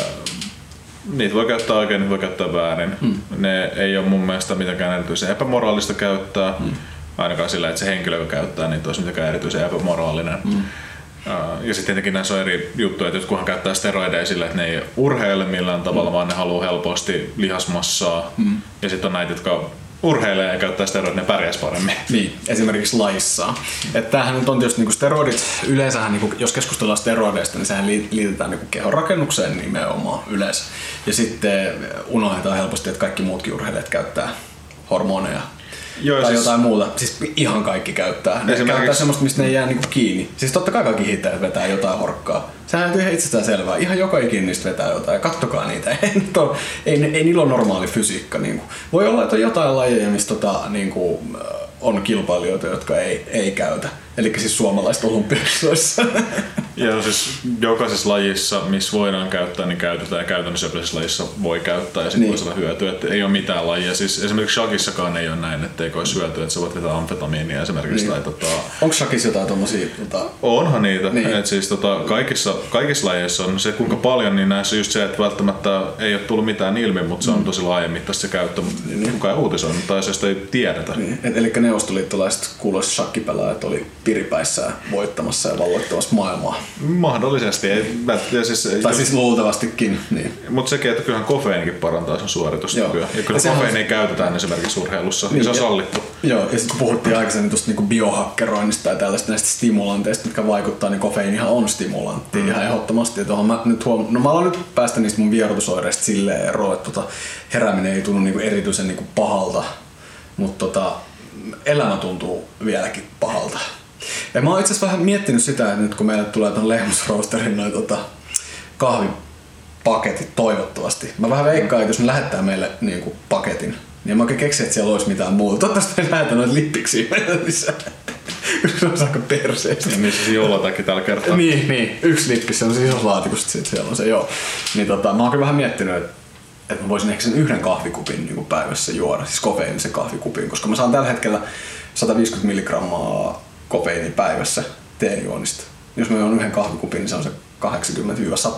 Niitä voi käyttää oikein, niitä voi käyttää väärin. Mm. Ne ei ole mun mielestä mitenkään erityisen epämoraalista käyttää. Mm. Ainakaan sillä, että se henkilö, joka käyttää, niin olisi mitenkään erityisen epämoraalinen. Mm. Ja sitten tietenkin näissä on eri juttuja, että jotkuhan käyttää steroideja sille, että ne ei urheile millään tavalla, mm. vaan ne haluaa helposti lihasmassaa. Mm. Ja sitten on näitä, jotka urheilee ja käyttää steroidia, ne pärjäisi paremmin. Niin, esimerkiksi lajissaan. Että tämähän nyt on tietysti niinku steroidit, yleensähän niinku, jos keskustellaan steroideista, niin sehän liitetään niinku kehon rakennukseen nimenomaan yleensä. Ja sitten unohdetaan helposti, että kaikki muutkin urheilijat käyttää hormoneja. Joo, tai siis jotain muuta. Siis ihan kaikki käyttää. Ne esimerkiksi käyttää semmoista, mistä ne ei jää niinku kiinni. Siis totta kai kaikki hittäjät vetää jotain horkkaa. Sehän on ihan itsestään selvää. Ihan joka ikin niistä vetää jotain. Ja kattokaa niitä. Ei, ole, ei, ei niillä ole normaali fysiikka. Niinku. Voi olla, että on jotain lajeja, missä tota, niinku, on kilpailijoita, jotka ei, ei käytä. Eli siis suomalaiset olympiakisoissa. Ja siis jokaisessa lajissa, missä voidaan käyttää, niin käytetään. Ja käytännössä jokaisessa lajissa voi käyttää ja sitten niin. Voi saada hyötyä. Että ei ole mitään lajia. Siis esimerkiksi shakissakaan ei ole näin, etteikö olisi hyötyä, että sä voit vetää amfetamiinia esimerkiksi. Niin. Tai, tota... Onko shakissa jotain tommosia? Tota... Onhan niitä. Niin. Et siis, tota, kaikissa, kaikissa lajeissa on se kuinka paljon, niin näissä on just se, että välttämättä ei ole tullut mitään ilmi, mutta se on tosi laajamittaista se käyttö. Niin. Kukaan ei uutisoinut tai josta ei tiedetä. Niin. Et, eli neuvostoliittolaiset kuuluiset shakkipelaajat oli piripäissään voittamassa ja valloittamassa maailmaa. Mahdollisesti. Ei, siis, tai jos... siis luultavastikin. Niin. Mutta sekin, että kyllähän kofeiinikin parantaa sen suoritusta. Ja kyllä kofeiinia on... käytetään esimerkiksi urheilussa. Niin, ja se on sallittu. Joo, ja sitten kun puhuttiin aikaisemmin tuosta niinku biohakkeroinnista tai tällaista näistä stimulanteista, mitkä vaikuttaa, niin kofeiinihan on stimulantti mm. ihan ehdottomasti. Ja mä, nyt huom... no, mä aloin nyt päästä niistä mun vierotusoireista silleen eroon, että tota, herääminen ei tunnu niinku erityisen niinku pahalta, mutta tota, elämä tuntuu vieläkin pahalta. Ja mä oon itse asiassa vähän miettinyt sitä, että nyt kun meille tulee ton Lehmus-roosterin noin tota, kahvipaketit toivottavasti. Mä vähän veikkaan, että jos ne lähettää meille niinku paketin, niin en mä oikein keksi, että siellä olisi mitään muuta. Toivottavasti ei lähetä noita lippiksiä lisää. Se on aika perseestä. Ja missä se jollatakki tällä kertaa. Niin, niin. Yksi lippis, se on siis isossa laatikossa, sit siellä on se joo. Niin tota, mä oon kyllä vähän miettinyt, että että mä voisin ehkä sen yhden kahvikupin niin kuin päivässä juoda, siis kofeiinisen kahvikupin, koska mä saan tällä hetkellä sata viisikymmentä milligrammaa kofeiinia päivässä teenjuonista. Jos mä juon yhden kahvikupin, niin se on se kahdeksankymmentä sata.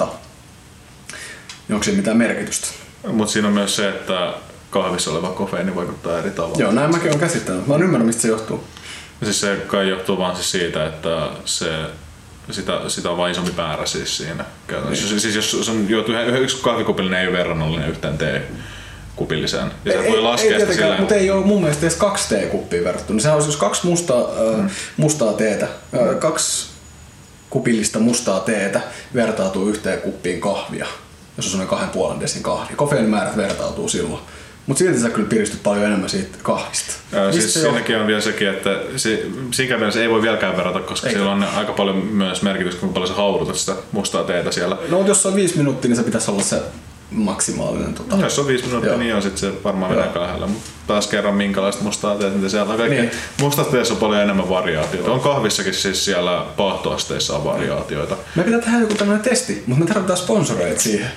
Niin onko siinä mitään merkitystä? Mutta siinä on myös se, että kahvissa oleva kofeiini vaikuttaa eri tavalla. Joo, näin mäkin olen käsittänyt. Mä oon ymmärrä, mistä se johtuu. Siis se kai johtuu vaan siis siitä, että se, sitä, sitä on vain isompi määrä siis siinä. Niin. Siis jos on juotu yksi kahvikupillinen, ei ole verrannollinen yhteen teekupilliseen. Ja ei, voi laskea ei, sitä mutta ei ole mun mielestä edes kaksi teekuppia verrattuna. Sehän on siis kaksi mustaa, mm. äh, mustaa teetä, äh, kaksi kupillista mustaa teetä vertautuu yhteen kuppiin kahvia, jos on sellainen kahden puolen desin kahvi. Kofeiinimäärät vertautuu silloin. Mutta silti sä kyllä piristyt paljon enemmän siitä kahvista. Ää, siis siinäkin on vielä sekin, että se, siinä mielessä ei voi vieläkään verrata, koska Eikä. Siellä on aika paljon myös merkitystä, kuinka paljon sä haudutat sitä mustaa teetä siellä. No jos se on viisi minuuttia, niin se pitäisi olla se maksimaalinen. Tota. No, jos on viisi minuuttia, Joo. niin on sit se varmaan menee lähellä. Mutta taas kerran minkälaista mustaa teetä, mitä siellä on. Kaikki niin. Mustasta teessä on paljon enemmän variaatioita. On kahvissakin siis siellä paahtoasteissa on variaatioita. Me pitää tehdä joku tämmöinen testi, mutta me tarvitaan sponsoreita siihen.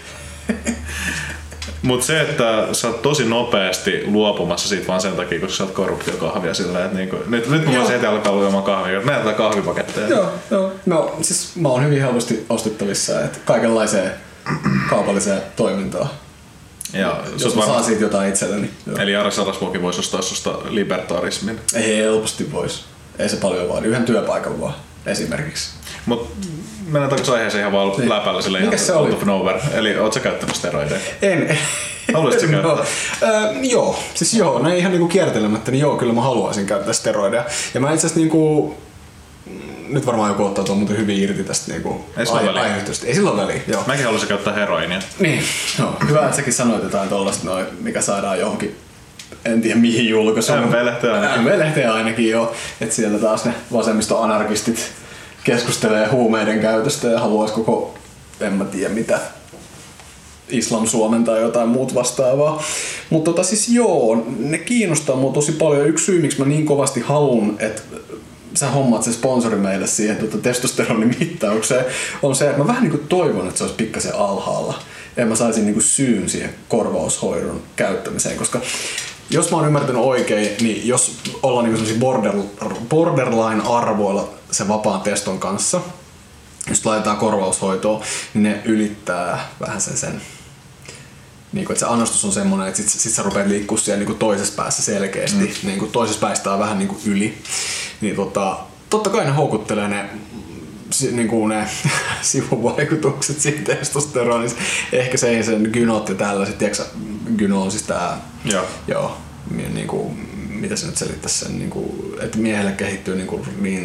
Mutta se, että sä oot tosi nopeasti luopumassa siitä vaan sen takia, koska sä oot korruptiokahvia silleen, että niinku, nyt, nyt mä voisin heti alkaa luomaan kahvia, että näytetään kahvipaketteja. Joo, joo. No siis mä oon hyvin helposti ostettavissa, että kaikenlaiseen kaupalliseen toimintaan. Ja jos mä saan siitä jotain itselleni. Joo. Eli Jari Sarasvuokin voisi ostaa susta libertarismin? Ei helposti vois. Ei se paljon vaan. Yhden työpaikan vaan esimerkiksi. Mut mennään takaisin aiheeseen ihan vaan niin. Läpällä silleen ihan out of nowhere. Eli oot sä käyttänyt steroideja? En. Haluaisitko sä käyttää? No, äh, joo. Siis joo, no ihan niinku kiertelemättä, niin joo, kyllä mä haluaisin käyttää steroideja. Ja mä itse asiassa niinku nyt varmaan joku ottaa tuon muuten hyvin irti tästä niinku aiheutteesta. Ei sillä ole väliä. Joo. Mäkin haluaisin käyttää heroinia. Niin. No, hyvä, että säkin sanoit jotain tollaista noin, mikä saadaan johonkin. En tiedä mihin julkaisuun. M V-lehteen ainakin. M V-lehteen ainakin joo. Että siellä taas ne vasemmistoanarkistit keskustelee huumeiden käytöstä ja haluaisi koko, en mä tiedä mitä, Islam Suomen tai jotain muut vastaavaa. Mutta tota siis joo, ne kiinnostaa mua tosi paljon. Yksi syy, miksi mä niin kovasti haluan, että sä hommaat se sponsori meille siihen tuota testosteronin mittaukseen, on se, että mä vähän niin kuin toivon, että se olisi pikkasen alhaalla. Ja mä saisin niin kuin syyn siihen korvaushoidon käyttämiseen, koska jos mä oon ymmärtänyt oikein, niin jos ollaan niin kuin border, borderline-arvoilla sen vapaan teston kanssa, jos laitetaan korvaushoitoa, niin ne ylittää vähän sen sen. Niin kuin, että se annostus on semmoinen, että sit, sit sä rupeat liikkua siellä niin kuin toisessa päässä selkeästi. Mm. Niin kuin toisessa päästä on vähän niin kuin yli. Niin tota, totta kai ne houkuttelee ne, niin kuin ne sivuvaikutukset siitä testosteronista. Ehkä se ei sen gynot ja tällaiset, tiedätkö gyno on siis tää, joo. Joo, niinku, mitä se nyt selittäisi sen, niinku, että miehelle kehittyy niinku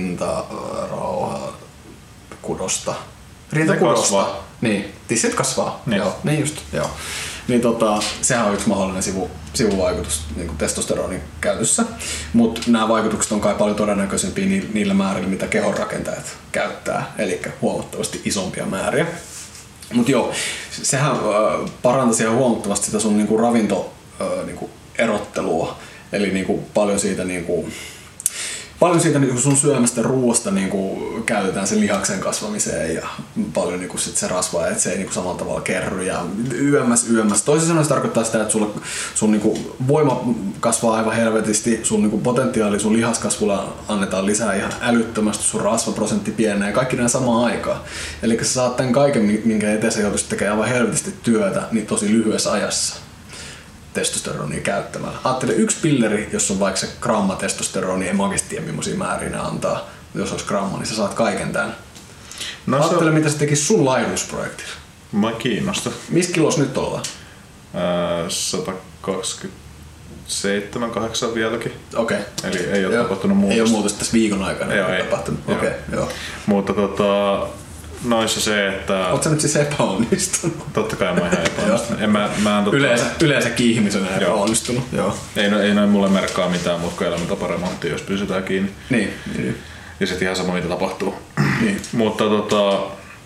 rintarauha kudosta. Rintakudosta. Niin, tissit kasvaa. Niin. Joo, niin just, joo. Niin tota, sehän on yksi mahdollinen sivu, sivuvaikutus niin kuin testosteronin käytössä, mutta nämä vaikutukset on kai paljon todennäköisempiä niillä määrillä, mitä kehonrakentajat käyttää, eli huomattavasti isompia määriä. Mutta joo, sehän äh, parantaisi ihan huomattavasti sitä sun niinku ravintoerottelua, äh, niinku eli niinku paljon siitä niinku, Paljon siitä niin sun syömästä ruoasta niin käytetään sen lihaksen kasvamiseen ja paljon niin sit se rasva, että se ei niin samalla tavalla kerry ja yömmäs yömmäs. Toisin sanoen se tarkoittaa sitä, että sulla, sun niin voima kasvaa aivan helvetisti, sun niin potentiaali sun lihaskasvulla annetaan lisää ihan älyttömästi, sun rasvaprosentti pienee ja kaikki nämä samaan aikaan. Eli sä saat tämän kaiken, minkä eteen sä joutuisit tekemään aivan helvetisti työtä, niin tosi lyhyessä ajassa testosteronia käyttämällä. Ajattele yksi pilleri, jos on vaikka se gramma testosteronia, en mä oikeasti tiedä millaisia määriä ne antaa. Jos olisi gramma, niin sä saat kaiken tämän. No, ajattele on... mitä se tekisi sun laihdutusprojektissa. Mä kiinnostaa. Missä kilos nyt ollaan? Öö, sata kaksikymmentäseitsemän kahdeksan vieläkin. Okei. Okay. Eli ei ole joo. tapahtunut muutosta. Ei ole muutosta tässä viikon aikana. Joo, ei. Tapahtunut. Okei, okay, joo. Mutta tota... Noissa se, että... Oot sä nyt siis epäonnistunut? Totta kai mä oon ihan epäonnistunut. en mä, mä en, totta... Yleensä, yleensäkin ihmisenä epäonnistunut. Joo. Ei, no, ei noin mulle merkkaa mitään muuta kuin elämäntaparemontti, jos pysytään kiinni. Niin. niin. Ja sit ihan sama mitä tapahtuu. Niin. Mutta tota...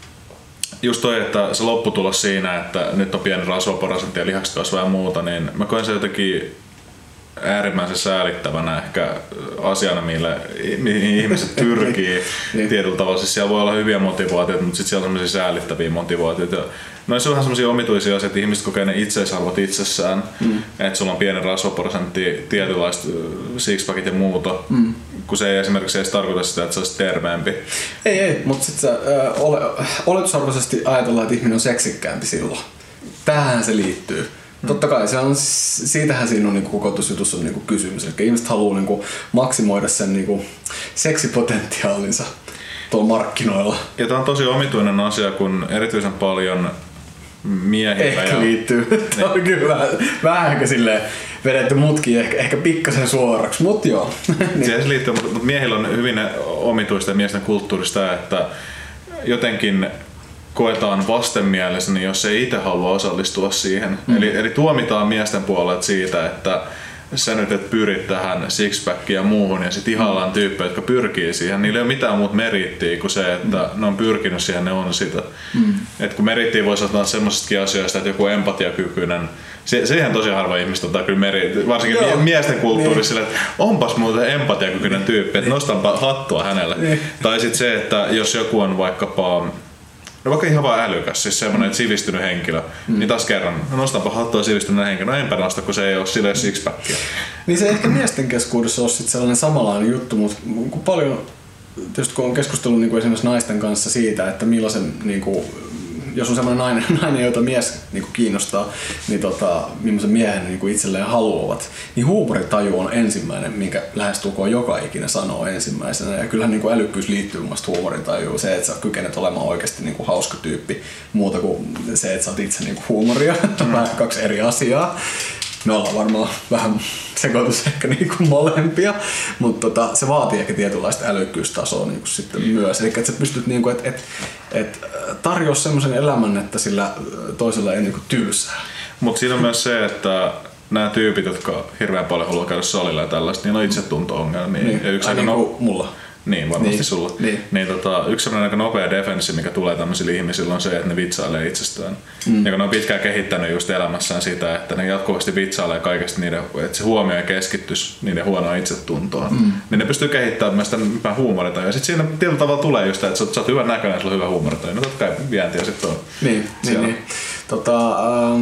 Just toi, että se lopputulos siinä, että nyt on pieni rasvaprosentti ja lihakset kasvaa ja muuta, niin mä koen se jotenkin äärimmäisen säälittävänä ehkä asiana, mille, mihin ihmiset pyrkii niin. Tietyllä tavalla. Siis siellä voi olla hyviä motivaatioita, mutta sitten siellä on sellaisia säälittäviä motivaatioita. Noissa on vähän sellaisia omituisia asioita, että ihmiset kokee ne itseisarvot itsessään. Mm. Että sulla on pieni rasvaprosentti, tietynlaista sixpackit ja muuta. Mm. Kun se ei esimerkiksi edes tarkoita sitä, että se olisi terveempi. Ei, ei, mutta sitten äh, ole, oletusarvoisesti ajatellaan, että ihminen on seksikkäämpi silloin. Tähän se liittyy. Totta kai, se on, siitähän siinä on niin koko tuossa jutussa on niin kysymys. Eli ihmiset haluaa niin maksimoida sen niin seksipotentiaalinsa tuolla markkinoilla. Ja tämä on tosi omituinen asia, kun erityisen paljon miehillä... Ehkä ja... liittyy. Tämä on kyllä vähän, vähän ehkä silleen vedetty mutkin, ehkä, ehkä pikkasen suoraksi, mutta joo. niin. Se liittyy, mutta miehillä on hyvin omituista ja miesten kulttuurista, että jotenkin... koetaan vastenmielisenä, jos ei itse halua osallistua siihen. Mm. Eli, eli tuomitaan miesten puolelta siitä, että sä nyt et pyri tähän sixpackiin ja muuhun, ja sit ihaillaan tyyppejä, jotka pyrkii siihen. Niillä ei ole mitään muuta merittiä kuin se, että mm. ne on pyrkinyt siihen, ne on sitä. Mm. Et kun merittiä voisi ottaa semmoistakin asioista, että joku empatiakykyinen, se, se ihan tosi harva ihmistä ottaa kyllä merit, varsinkin Joo. miesten kulttuurissa, niin. Että onpas muuten empatiakykyinen tyyppi, että nostanpa hattua hänelle. Niin. Tai sitten se, että jos joku on vaikkapa no vaikka ihan vaan älykäs, siis semmonen, että sivistynyt henkilö, mm. niin taas kerran, no nostanpa hattua sivistyneen henkilö, no enpä nosta, kun se ei ole silleen sixpackia. Niin se ehkä miesten keskuudessa on sit sellainen samanlainen juttu, mutta kun paljon, tietysti kun on keskustellut niin kuin esimerkiksi naisten kanssa siitä, että millaisen, niin kuin, jos on sellainen nainen, nainen jota mies niin kuin kiinnostaa, niin tota, millaisen miehen niin kuin itselleen haluavat, niin huumoritaju on ensimmäinen, minkä lähestulkoon joka ikinä sanoo ensimmäisenä. Ja kyllähän niin kuin älykkyys liittyy mun mielestä huumoritajuun. Se, että sä kykenet olemaan oikeasti niin kuin hauska tyyppi, muuta kuin se, että sä oot itse niin kuin huumoria. Mm. Kaksi eri asiaa. Me ollaan varmaan vähän sekoitus ehkä niinku molempia, mutta tota, se vaatii ehkä tietynlaista älykkyystasoa niinku sitten myös. Eli että sä pystyt niinku, et, et, et tarjoa semmoisen elämän, että sillä toisella ei niinku tylsää. Mutta siinä on myös se, että nämä tyypit, jotka hirveän paljon haluaa käydä salilla ja tällaista, niillä on itsetunto-ongelmia. Niin. Ja yksi Ai, aika niin no... mulla. Niin, varmasti niin. sulla. Niin. Niin, tota, yksi sellainen aika nopea defenssi, mikä tulee tämmöisillä ihmisillä, on se, että ne vitsailee itsestään. Mm. Ja kun ne on pitkään kehittänyt just elämässään sitä, että ne jatkuvasti vitsailee kaikesta niiden, että se huomio ei keskittyisi niiden huonoa itsetuntoon. Mm. Niin ne pystyy kehittämään myös tämän huumorita. Ja sitten siinä tietyllä tavalla tulee just, että sä oot, sä oot hyvän näköinen ja sulla on hyvä huumorita. No totta kai vientiä sitten on. Niin, niin, niin. Tota, ähm...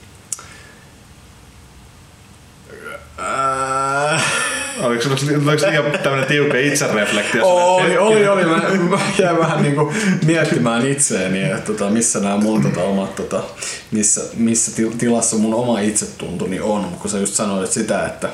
äh... Oliko se liian tämmönen tiukka itsereflektio? Oli, oli, oli. Mä, mä jäin vähän niinku miettimään itseäni, että tota, missä nämä mun tota, omat, tota, missä, missä tilassa mun oma itsetuntoni on. Kun sä just sanoit sitä, että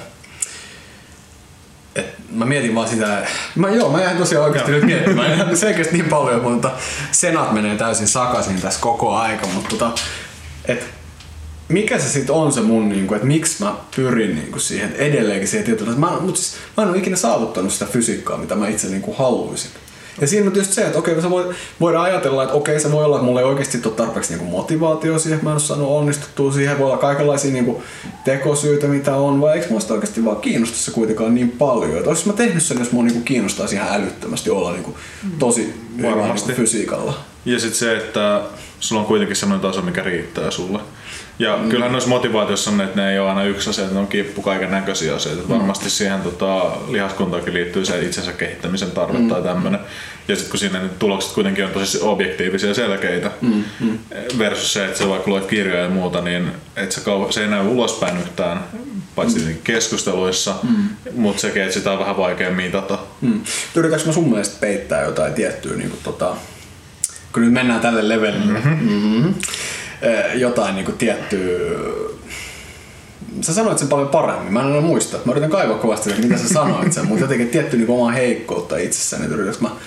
et mä mietin vaan sitä, mä, joo, mä jäin tosiaan oikeasti nyt miettimään selkeästi niin paljon, mutta senat menee täysin sakaisin tässä koko aika, mutta tota, et, mikä se sitten on se mun, niinku, että miksi mä pyrin niinku siihen edelleenkin siihen tietyllä. Mä, mut siis, mä en ole ikinä saavuttanut sitä fysiikkaa, mitä mä itse niinku haluaisin. Ja siinä on tietysti se, että okei, voi, voidaan ajatella, että okei, se voi olla, että mulla ei oikeasti ole tarpeeksi niinku motivaatio siihen, mä en ole saanut onnistuttua siihen, voi olla kaikenlaisia niinku tekosyitä, mitä on, vai eikö musta oikeasti vaan kiinnosta se kuitenkaan niin paljon, että olisin mä tehnyt sen, jos mua niinku kiinnostaisi ihan älyttömästi olla niinku tosi hyvä niinku fysiikalla. Ja sitten se, että sulla on kuitenkin sellainen taso, mikä riittää sulle. Ja mm. kyllähän noissa motivaatioissa on, että ne ei ole aina yksi asia, että ne on kippu kaiken näköisiä asioita. Mm. Varmasti siihen tota, lihaskuntoonkin liittyy se itsensä kehittämisen tarve mm. tai tämmöinen. Ja sitten kun siinä ne tulokset kuitenkin on tosi objektiivisia ja selkeitä mm. Mm. versus se, että sä vaikka luet kirjoja ja muuta, niin et sä kauan, se ei näy ulospäin yhtään, paitsi mm. keskusteluissa, mm. mutta sekin, että sitä on vähän vaikea mitata. Mm. Yritätkö mä sun mielestä peittää jotain tiettyä, niin kuin, tota, kun nyt mennään tälle levelille, mm-hmm. Mm-hmm. jotain niin kuin tiettyä... Sä sanoit sen paljon paremmin, mä en enää muista. Mä yritän kaivaa kovasti, että mitä sä sanoit sen, mutta jotenkin tietty niin omaa heikkoutta itsessäni, että yritätkö mä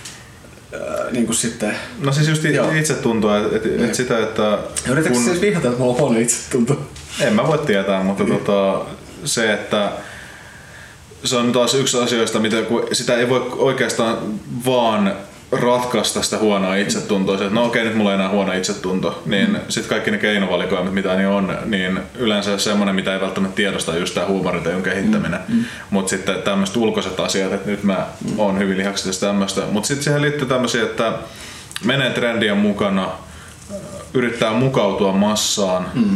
ää, niin kuin sitten... No siis just itse tuntuu, että et, et sitä, että... Yritätkö kun... siis vihata, että mulla on huono itse tuntuu? En mä voi tietää, mutta tota, se, että se on taas yksi asioista, mitä kun sitä ei voi oikeastaan vaan ratkaista sitä huonoa itsetuntoa, että no okei, nyt mulla ei enää huono itsetunto, niin mm. sitten kaikki ne keinovalikoimet, mitä niin on, niin yleensä semmoinen, mitä ei välttämättä tiedosta, just tämä huumorintajun kehittäminen. Mm. Mm. Mutta sitten tämmöiset ulkoiset asiat, että nyt mä mm. oon hyvin lihaksista tämmöistä. Mutta sitten siihen liittyy tämmöisiä, että menee trendien mukana, yrittää mukautua massaan. Mm.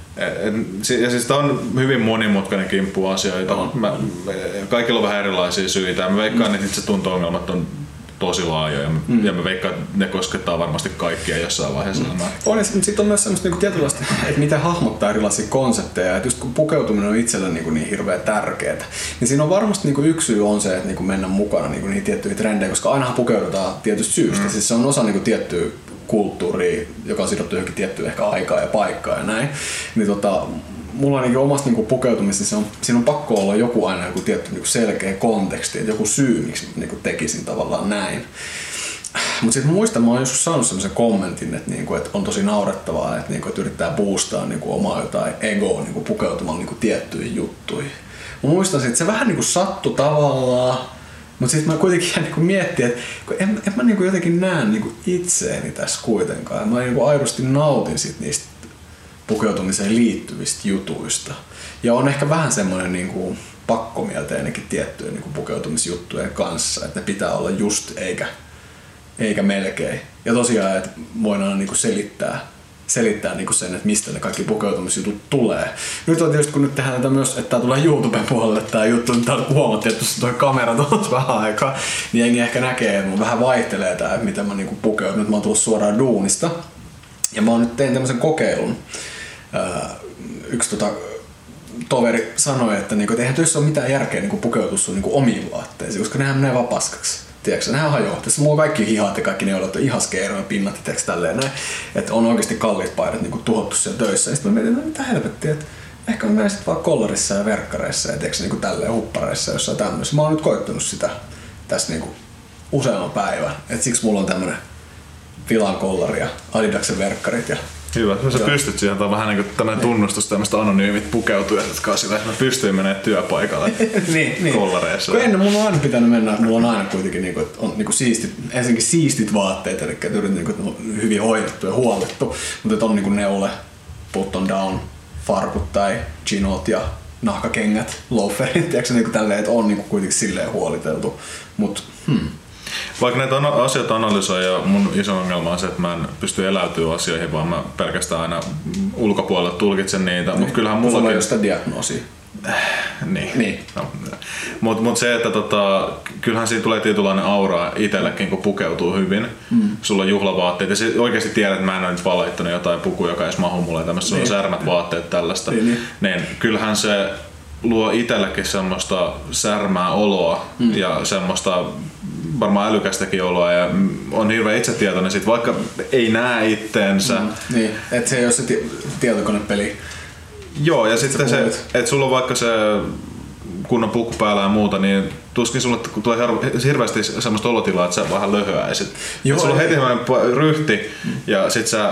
Ja siis tämä on hyvin monimutkainen kimppu asioita. Mä, kaikilla on vähän erilaisia syitä. Mä veikkaan, mm. että itsetunto-ongelmat on tosi laajoja mm. ja mä veikkaan, että ne koskettaa varmasti kaikkia jossain vaiheessa. Mm. On, ja sitten on myös semmoista niinku tietynlaista, että miten hahmottaa erilaisia konsepteja, että just kun pukeutuminen on itsellä niinku niin hirveän tärkeää, niin siinä on varmasti niinku yksi syy on se, että niinku mennä mukana niinku niihin tiettyihin trendeihin, koska ainahan pukeudutaan tietystä syystä, mm. siis se on osa niinku tiettyä kulttuuria, joka on sidottu johonkin tiettyyn ehkä aikaa ja paikkaa ja näin, niin tota, mulla ainakin omasta niinku pukeutumisesta se on, siinä on pakko olla joku aina joku tietty niinku selkeä konteksti, että joku syy, miksi niinku tekisin tavallaan näin. Mutta sitten muistan, mä oon joskus saanut sellaisen kommentin, että, niinku, että on tosi naurettavaa, että, niinku, että yrittää boostaa niinku, omaa jotain egoa niinku, pukeutumalla niinku, tiettyihin juttuihin. Mä muistan, että se vähän niinku, sattui tavallaan, mutta sitten mä kuitenkin niinku, miettin, että en, en mä niinku, jotenkin näe niinku, itseäni tässä kuitenkaan. Mä niinku, aidosti nautin sit niistä pukeutumiseen liittyvistä jutuista. Ja on ehkä vähän semmoinen niinku pakkomielteinenkin tiettyjen niinku pukeutumisjuttujen kanssa, että ne pitää olla just eikä, eikä melkein. Ja tosiaan, että voidaan niinku selittää, selittää niinku sen, että mistä ne kaikki pukeutumisjutut tulee. Nyt on tietysti, kun nyt tehdään tätä myös, että tää tulee YouTuben puolelle tää juttu, niin tää huomattiin, että tuossa toi kamera tuossa vähän aikaa, niin jengi ehkä näkee, että mun vähän vaihtelee tää, että miten mä niinku pukeudun. Nyt mä oon tullut suoraan duunista. Ja mä nyt tein tämmöisen kokeilun. Yksi tota, toveri sanoi, että, niinku, että eihän töissä ole mitään järkeä niinku, pukeutua sun niinku, omiin vaatteisiin, koska nehän menee vaan paskaksi. Tiedätkö, nehän hajoaa. Tässä mulla on kaikki hihat ja kaikki ne on ihaskeeroja ja pinnat ja tälleen näin. Että on oikeasti kalliit paidat niinku, tuhottu siellä töissä. Ja sitten mä mietin, että mitä helvettiä, että ehkä mä menen sitten vaan kollarissa ja verkkareissa ja tiedätkö, niinku, tälleen huppareissa ja jossain tämmöisessä. Mä oon nyt koittanut sitä tässä niinku, useamman päivän. Et siksi mulla on tämmönen Filan kollari ja Adidaksen verkkarit. Ja hyvä, sä joo. pystyt siihen, tämä on vähän niin kuin tämmöinen tunnustus tämmöistä anonyymit pukeutujat, jotka on sillä, että mä pystyin menemään työpaikalle niin, kollareissa. Niin. Ennen mulla on aina pitänyt mennä, että mulla on aina kuitenkin niin kuin, että on niin kuin siistit, ensinnäkin siistit vaatteet, eli että niin kuin, on hyvin hoidettu ja huolettu, mutta että on niin kuin neule, button down, farkut tai chinot ja nahkakengät, loaferit, tiedätkö niin kuin tälleen, että on niin kuin kuitenkin silleen huoliteltu, mutta hmm. Vaikka näitä asioita analysoi ja mun iso ongelma on se, että mä en pysty eläytyä asioihin, vaan mä pelkästään aina ulkopuolella tulkitsen niitä. Niin. Mutta kyllähän mullakin... Sulla ei sitä diagnoosia. niin. niin. No, mutta mut se, että tota, kyllähän siitä tulee tietynlainen aura itsellekin, kun pukeutuu hyvin. Mm. Sulla on juhlavaatteet ja se oikeasti tiedät, että mä en ole nyt valittanut jotain pukua, joka edes mahu mulle tämmöistä. Sulla on särmät vaatteet tällaista. Niin, niin. niin kyllähän se luo itsellekin semmoista särmää oloa mm. ja semmoista varmaan älykästäkin oloa ja on hirveän itsetietoinen sit, vaikka ei näe itteensä. Mm, niin, että se ei ole se t- tietokonepeli. Joo, ja sitten se, että sulla on vaikka se kunnon pukku päällä ja muuta, niin tuskin sulle tulee hirveästi semmoista olotilaa, että sä vähän löhöäisit. Joo, sulla on heti sellainen ryhti mm. ja sit sä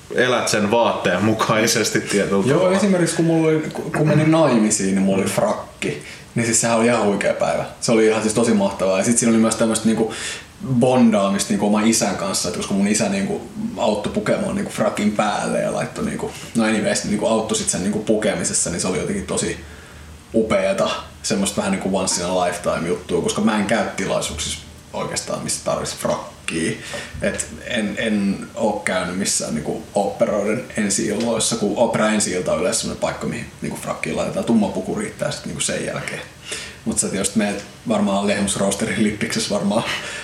elät sen vaatteen mukaisesti tietyllä Joo, tavalla. esimerkiksi kun, mulla oli, kun menin naimisiin, niin mulla oli frakki. Niin siis sehän oli ihan huikea päivä. Se oli ihan siis tosi mahtavaa. Ja sit siinä oli myös tämmöistä niinku bondaamista niinku oman isän kanssa, että koska mun isä niinku auttoi pukemaan niinku frakin päälle ja laittoi niinku, no anyways, niinku auttoi sit sen niinku pukemisessa, niin se oli jotenkin tosi upeeta. Semmoista vähän niinku once in a lifetime juttua, koska mä en käy tilaisuuksissa oikeastaan, missä tarvitsisi frakkia. Et en, en oo käynyt missään niinku operoiden ensi-illoissa, kun opera ensi-ilta on yleensä sellainen paikka, mihin niinku frakkiin laitetaan. Tumma puku riittää sit niinku sen jälkeen. Mutta sä tietysti meet varmaan Lehmusroosterin lippiksessä varmaan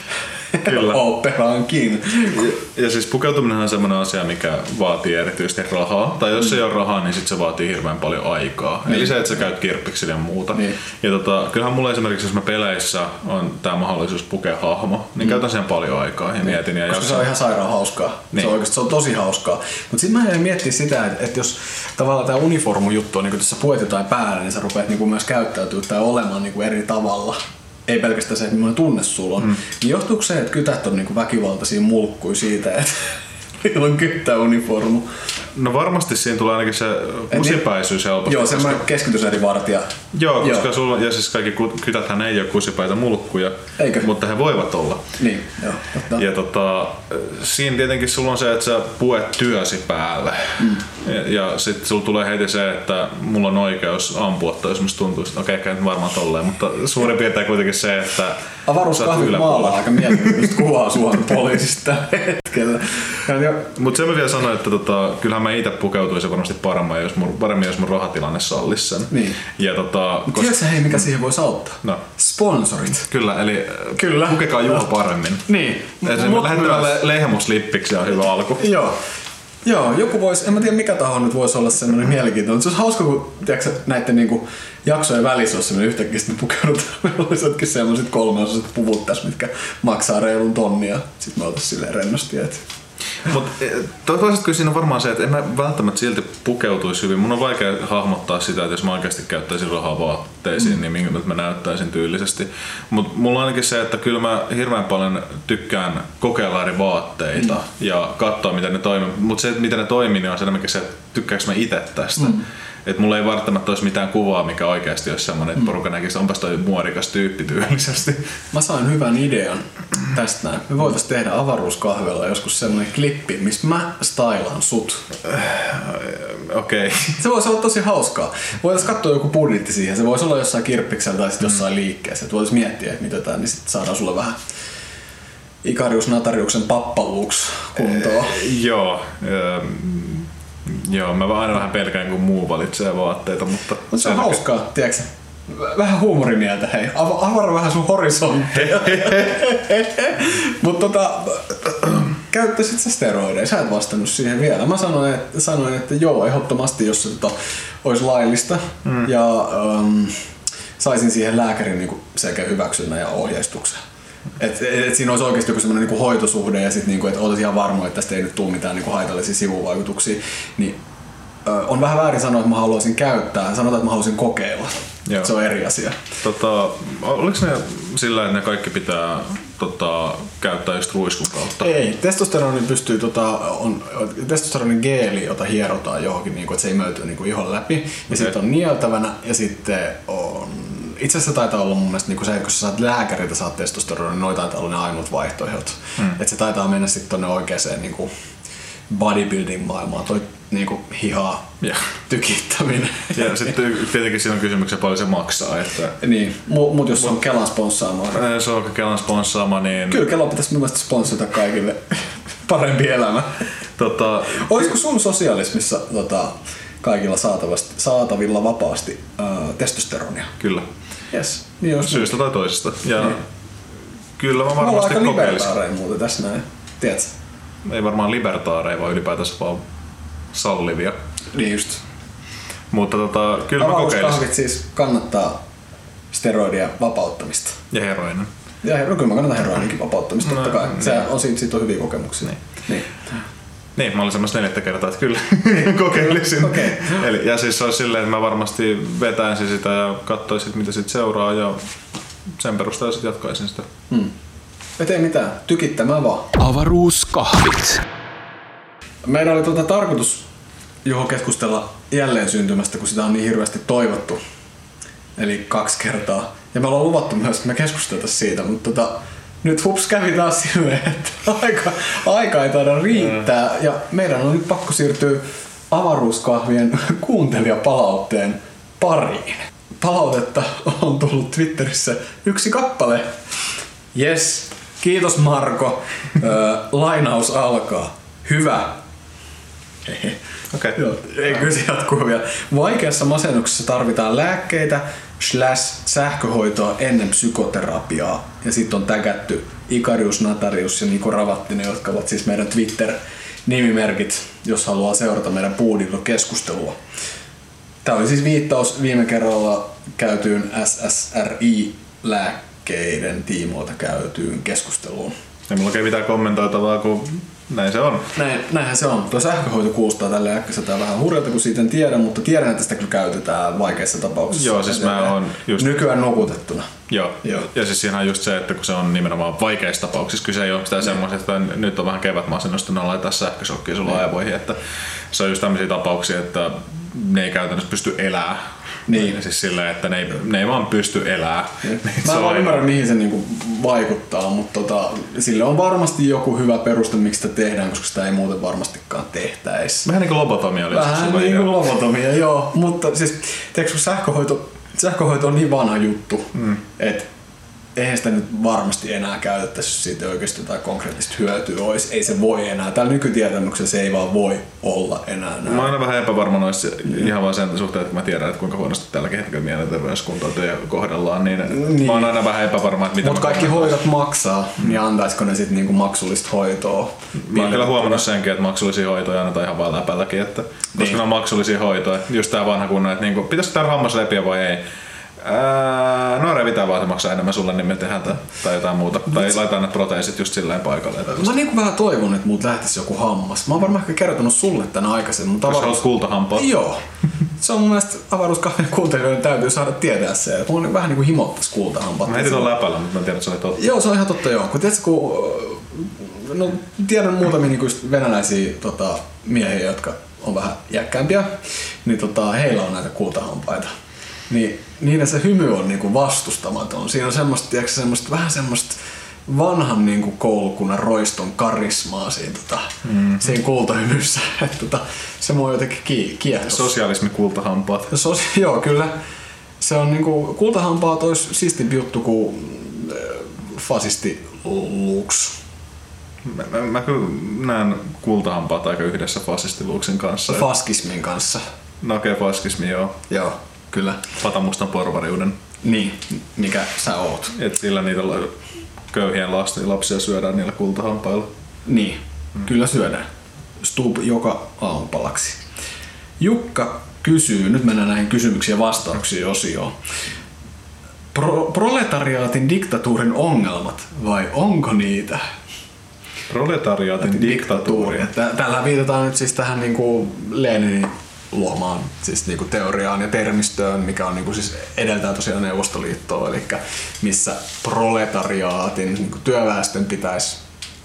Kyllä. operaankin. Ja, ja siis pukeutuminen on semmoinen asia, mikä vaatii erityisesti rahaa. Tai jos mm. ei ole rahaa, niin sit se vaatii hirveän paljon aikaa. Niin. Eli se, että sä käyt kirppiksillä ja muuta. Niin. Ja tota, kyllähän mulla esimerkiksi, jos mä peleissä on tää mahdollisuus pukea hahmo, niin mm. käytän sen paljon aikaa ja niin. mietin. Ja koska jaksan. Se on ihan sairaan hauskaa. Niin. Se on oikeasti se on tosi hauskaa. Mutta sit mä jäin miettiä sitä, että, että jos tavallaan tää uniformu juttu on, niin kun tässä puet jotain päällä, niin sä rupeat niin myös käyttäytyä tai olemaan niin eri tavalla. Ei pelkästään se, että millainen tunne sulla on. Mm. Niin johtuuko se, että kytät on niinku väkivaltaisia mulkkuja siitä, että niillä on kyttäuniformu? No varmasti siinä tulee ainakin se kusipäisyys helposti. Joo, semmoinen koska... keskityserivartija. Joo, koska joo. Sulla, ja siis kaikki kytäthän ei ole kusipäitä mulkkuja, eikö? Mutta he voivat olla. Niin, joo. Totta. Ja tota, siinä tietenkin sulla on se, että sä puet työsi päälle. Mm. Ja, ja sit sulla tulee heti se, että mulla on oikeus ampua, tai jos musta tuntuu, että okei, okay, varmaan tolleen, mutta suurin piirtein kuitenkin se, että avaruuskahvit maalaa aika mielenkiintoista kuvaa Suomen poliisista tällä hetkellä. Mutta sen mä vielä sanoin, että tota, kyllähän mä itse pukeutuisin varmasti paremmin, jos mun, paremmin, jos mun rahatilanne sallisi sen. Niin. Ja tota, koska... Tiedätkö hei, mikä siihen voisi auttaa? No. Sponsorit. Kyllä, eli Kyllä. pukekaa Juha paremmin. Niin. Lähettämällä lehmuslippiksi on hyvä alku. Joo. Joo, joku vois, en mä tiedä mikä taho nyt voisi olla semmoinen mielenkiintoinen. Se olisi hauska, kun tiedätkö, näiden niinku jaksojen välissä olisi semmoinen yhtäkkiä, sitten me pukeudutaan. Meillä olisikin semmoiset kolmeosaiset puvut tässä, mitkä maksaa reilun tonnia. Sitten me oltaisiin silleen rennosti, että... Mutta toisaalta kyllä siinä on varmaan se, että en mä välttämättä silti pukeutuisi hyvin. Mun on vaikea hahmottaa sitä, että jos mä oikeasti käyttäisin rahaa vaatteisiin, mm. niin minkä mä näyttäisin tyylisesti. Mutta mulla on ainakin se, että kyllä mä hirveän paljon tykkään kokeilla eri vaatteita mm. ja katsoa, miten ne toimii. Mutta se, miten ne toimii, niin on se enemmänkin se, että tykkääkö mä itse tästä. Mm. Että mulla ei välttämättä olisi mitään kuvaa, mikä oikeasti olisi semmoinen, että porukka näkisi, onpas toi muorikas tyyppi tyylisesti. Mä sain hyvän idean tästä näin. Me voitais tehdä avaruuskahvella joskus semmoinen klippi, missä mä stylaan sut. Okei. Okay. Se voisi olla tosi hauskaa. Voitais katsoa joku budjetti siihen. Se voisi olla jossain kirppiksellä tai sitten jossain liikkeessä. Voitais miettiä, että mitä tää, niin sitten saadaan sulle vähän Ikarius Natariuksen pappaluuks kuntoon. Eh, joo. Ähm. Joo, mä aina vähän pelkään, kun muu valitsee vaatteita, mutta... Mutta se on hauskaa, tiedätkö? Vähän huumorimieltä, hei. Avara vähän sun horisontteja. Mutta tota... Käyttäisit sä steroideja? Sä et vastannut siihen vielä. Mä sanoin, että, sanoin, että joo, ehdottomasti, jos se tota, olisi laillista. Mm. Ja um, saisin siihen lääkärin niinku sekä hyväksynnän ja ohjeistuksen. Et, et, et siinä olisi oikeasti joku semmoinen niinku hoitosuhde ja sit niinku, että oltaisiin ihan varmoja, että tästä ei nyt tule mitään niinku haitallisia sivuvaikutuksia. Niin, ö, on vähän väärin sanoa, että mä haluaisin käyttää. Sanotaan, että mä haluaisin kokeilla. Joo. Se on eri asia. Tota, oliko ne sillä, että ne kaikki pitää tota, käyttää just ruiskun kautta? Ei. Testosteroni pystyy, tota, on testosteronin geeli, jota hierotaan johonkin, niin kuin, että se ei möyty niin kuin ihon läpi. Ja okay. Sitten on nieltävänä ja sitten on... Itse asiassa taitaa olla mun mielestä niin se, että kun sä saat lääkäriltä saat testosteronia, niin noita taitaa olla ne ainut vaihtoehdot. Hmm. Että se taitaa mennä sitten tonne oikeeseen niin kuin bodybuilding-maailmaan, toi niin kuin hihaa yeah. tykittäminen. Ja sitten tietenkin siinä on kysymyksiä paljon se maksaa. Että... Niin, mutta jos on Kelan sponssaama. Se on Kelan sponssaama, niin... Kyllä Kela pitäisi mielestäni sponssata kaikille parempi elämä. Tota... Olisiko sun sosialismissa tota, kaikilla saatavilla vapaasti äh, testosteronia? Kyllä. Yes. Niin syystä tai toisesta. Ja niin. Kyllä mä varmasti kokeilisin. Me ollaan aika libertaareja muuten tässä näin. Tiedätkö? Ei varmaan libertaareja, vaan ylipäätänsä vaan sallivia. Niin just. Mutta tota, kyllä mä kokeilisin. Avaruuskahvit siis kannattaa steroidia vapauttamista. Ja heroinen. Ja hero, kyllä mä kannatan heroininkin vapauttamista, no, totta kai. Se on, siitä, siitä on hyviä kokemuksia. Niin. Niin. Niin, mä olin semmoista neljättä kertaa, että kyllä kokeilisin. Okay. Eli, ja siis se olisi silleen, että mä varmasti vetäisin sitä ja katsoisin, mitä sit seuraa ja sen perusteella sit jatkaisin sitä. Hmm. Ei tee mitään, tykittämään vaan. Avaruuskahvit. Meidän oli tuota tarkoitus Juho keskustella jälleen syntymästä, kun sitä on niin hirveästi toivottu. Eli kaksi kertaa. Ja me ollaan luvattu myös, että me keskusteltaisiin siitä, mutta tota, nyt hups kävi taas silleen, että aika, aika ei taida riittää. Ja meidän on nyt pakko siirtyä avaruuskahvien kuuntelijapalautteen pariin. Palautetta on tullut Twitterissä yksi kappale. Yes, kiitos Marko. Ö, lainaus alkaa. Hyvä. Okei. Joo, ei kyllä se jatkuu vielä. Vaikeassa masennuksessa tarvitaan lääkkeitä slash sähköhoitoa ennen psykoterapiaa. Ja sitten on tägätty Ikarius, Natarius ja Niko Ravattinen, jotka ovat siis meidän Twitter-nimimerkit, jos haluaa seurata meidän Puudillo-keskustelua. Tämä oli siis viittaus viime kerralla käytyyn S S R I-lääkkeiden tiimoilta käytyyn keskusteluun. Ei mulla oikein mitään kommentoitavaa, kun näin se on. Näin, näinhän se on. Tuo sähköhoito kuulostaa tälle äkkiseltään vähän hurjalta, kun siitä en tiedä, mutta tiedän, että sitä kyllä käytetään vaikeissa tapauksissa. Joo, siis mä oon just... Nykyään nukutettuna. Joo. Joo, ja siis siinä on just se, että kun se on nimenomaan vaikeissa tapauksissa, kyse ei ole sitä semmoista, että nyt on vähän kevätmasennusta, niin laittaa sähkösokkia sulla aivoihin, että se on just tämmöisiä tapauksia, että ne ei käytännössä pysty elämään. Niin. Siis silleen, että ne ei, ne ei vaan pysty elämään. Niin. Mä en vaan ymmärrä, mihin se niinku vaikuttaa, mutta tota, sille on varmasti joku hyvä peruste, miksi sitä tehdään, koska sitä ei muuten varmastikaan tehtäisi. Vähän niin kuin lobotomia oli. Vähän niin kuin lobotomia, joo. Mutta siis, tiedätkö, sähköhoito, sähköhoito on niin vanha juttu, mm. että eihän sitä nyt varmasti enää käytettäisi, jos siitä oikeasti jotain konkreettista hyötyä olisi. Ei se voi enää. Tällä nykytietämyksellä se ei vaan voi olla enää näin. Mä oon aina vähän epävarma noissa ihan vaan sen suhteen, että mä tiedän, että kuinka huonosti tälläkin hetkellä mielenterveyskuntoutuja kohdellaan. Niin, niin. Mä oon aina vähän epävarma, että mitä Mut kaikki hoidot maksaa, mm. niin antaisiko ne sitten niinku maksullista hoitoa? Mä oon kyllä huomannut senkin, että maksullisia hoitoja annetaan ihan vaan läpälläkin. Että, koska niin. ne on maksullisia hoitoja. Just tää vanha kunnon, että niinku, pitäisikö tää hammas repiä vai ei? Ää, no revitään vaan, se maksaa enemmän sulle, niin me tehdään tai, tai jotain muuta. Tai laitetaan ne proteesit just silleen paikalle. Mä niinku vähän toivon, että muut lähtisi joku hammas. Mä oon varmaan ehkä kertonut sulle tänä aikaisemmin. Koska avaruus... kultahampaa. Joo. Se on mun mielestä avaruuskahvien kuuntelijoiden täytyy saada tietää se. Että mun vähän niinku himottais kultahampaat. Mä heitin ton läpällä, mutta mä en tiedä, että se oli totta. Joo, se on ihan totta joo. Kun tiedätkö, kun... No, tiedän muutamia niinku venäläisiä tota, miehiä, jotka on vähän jäkkäämpiä. Niin tota, heillä on näitä kultahampaita. Niin niiden se hymy on niinku vastustamaton. Siinä on semmoista, tiedätkö, semmoista vähän semmoista vanhan niinku koulukunnan roiston karismaa siinä, tota, mm. siinä kultahymyssä. Et, tota, se mua jotenkin ki- kiehtos. Sosialismi kultahampaat. Sos- joo, kyllä. Se on niinku, kultahampaat olisi siistimpi juttu kuin äh, fasisti Lux. Mä, mä, mä kyllä näen kultahampaat aika yhdessä fasistiluuksen kanssa. Faskismin kanssa. No okei, okay, faskismi joo. Joo. Kyllä. Patamustan porvariuden. Niin, mikä sä oot. Et sillä niitä köyhien lasten lapsia syödään niillä kultahampailla. Niin, mm. kyllä syödään. Stub joka aamupalaksi. Jukka kysyy, nyt mennään näihin kysymyksiin ja vastauksiin osioon. Pro- proletariaatin diktatuurin ongelmat vai onko niitä? Proletariaatin diktatuuri. Tällä viitataan nyt siis tähän niinku Leninin luomaan siis niinku teoriaan ja termistöön, mikä on niinku siis edeltää tosiaan Neuvostoliittoa, eli missä proletariaatin niinku työväestön pitäisi,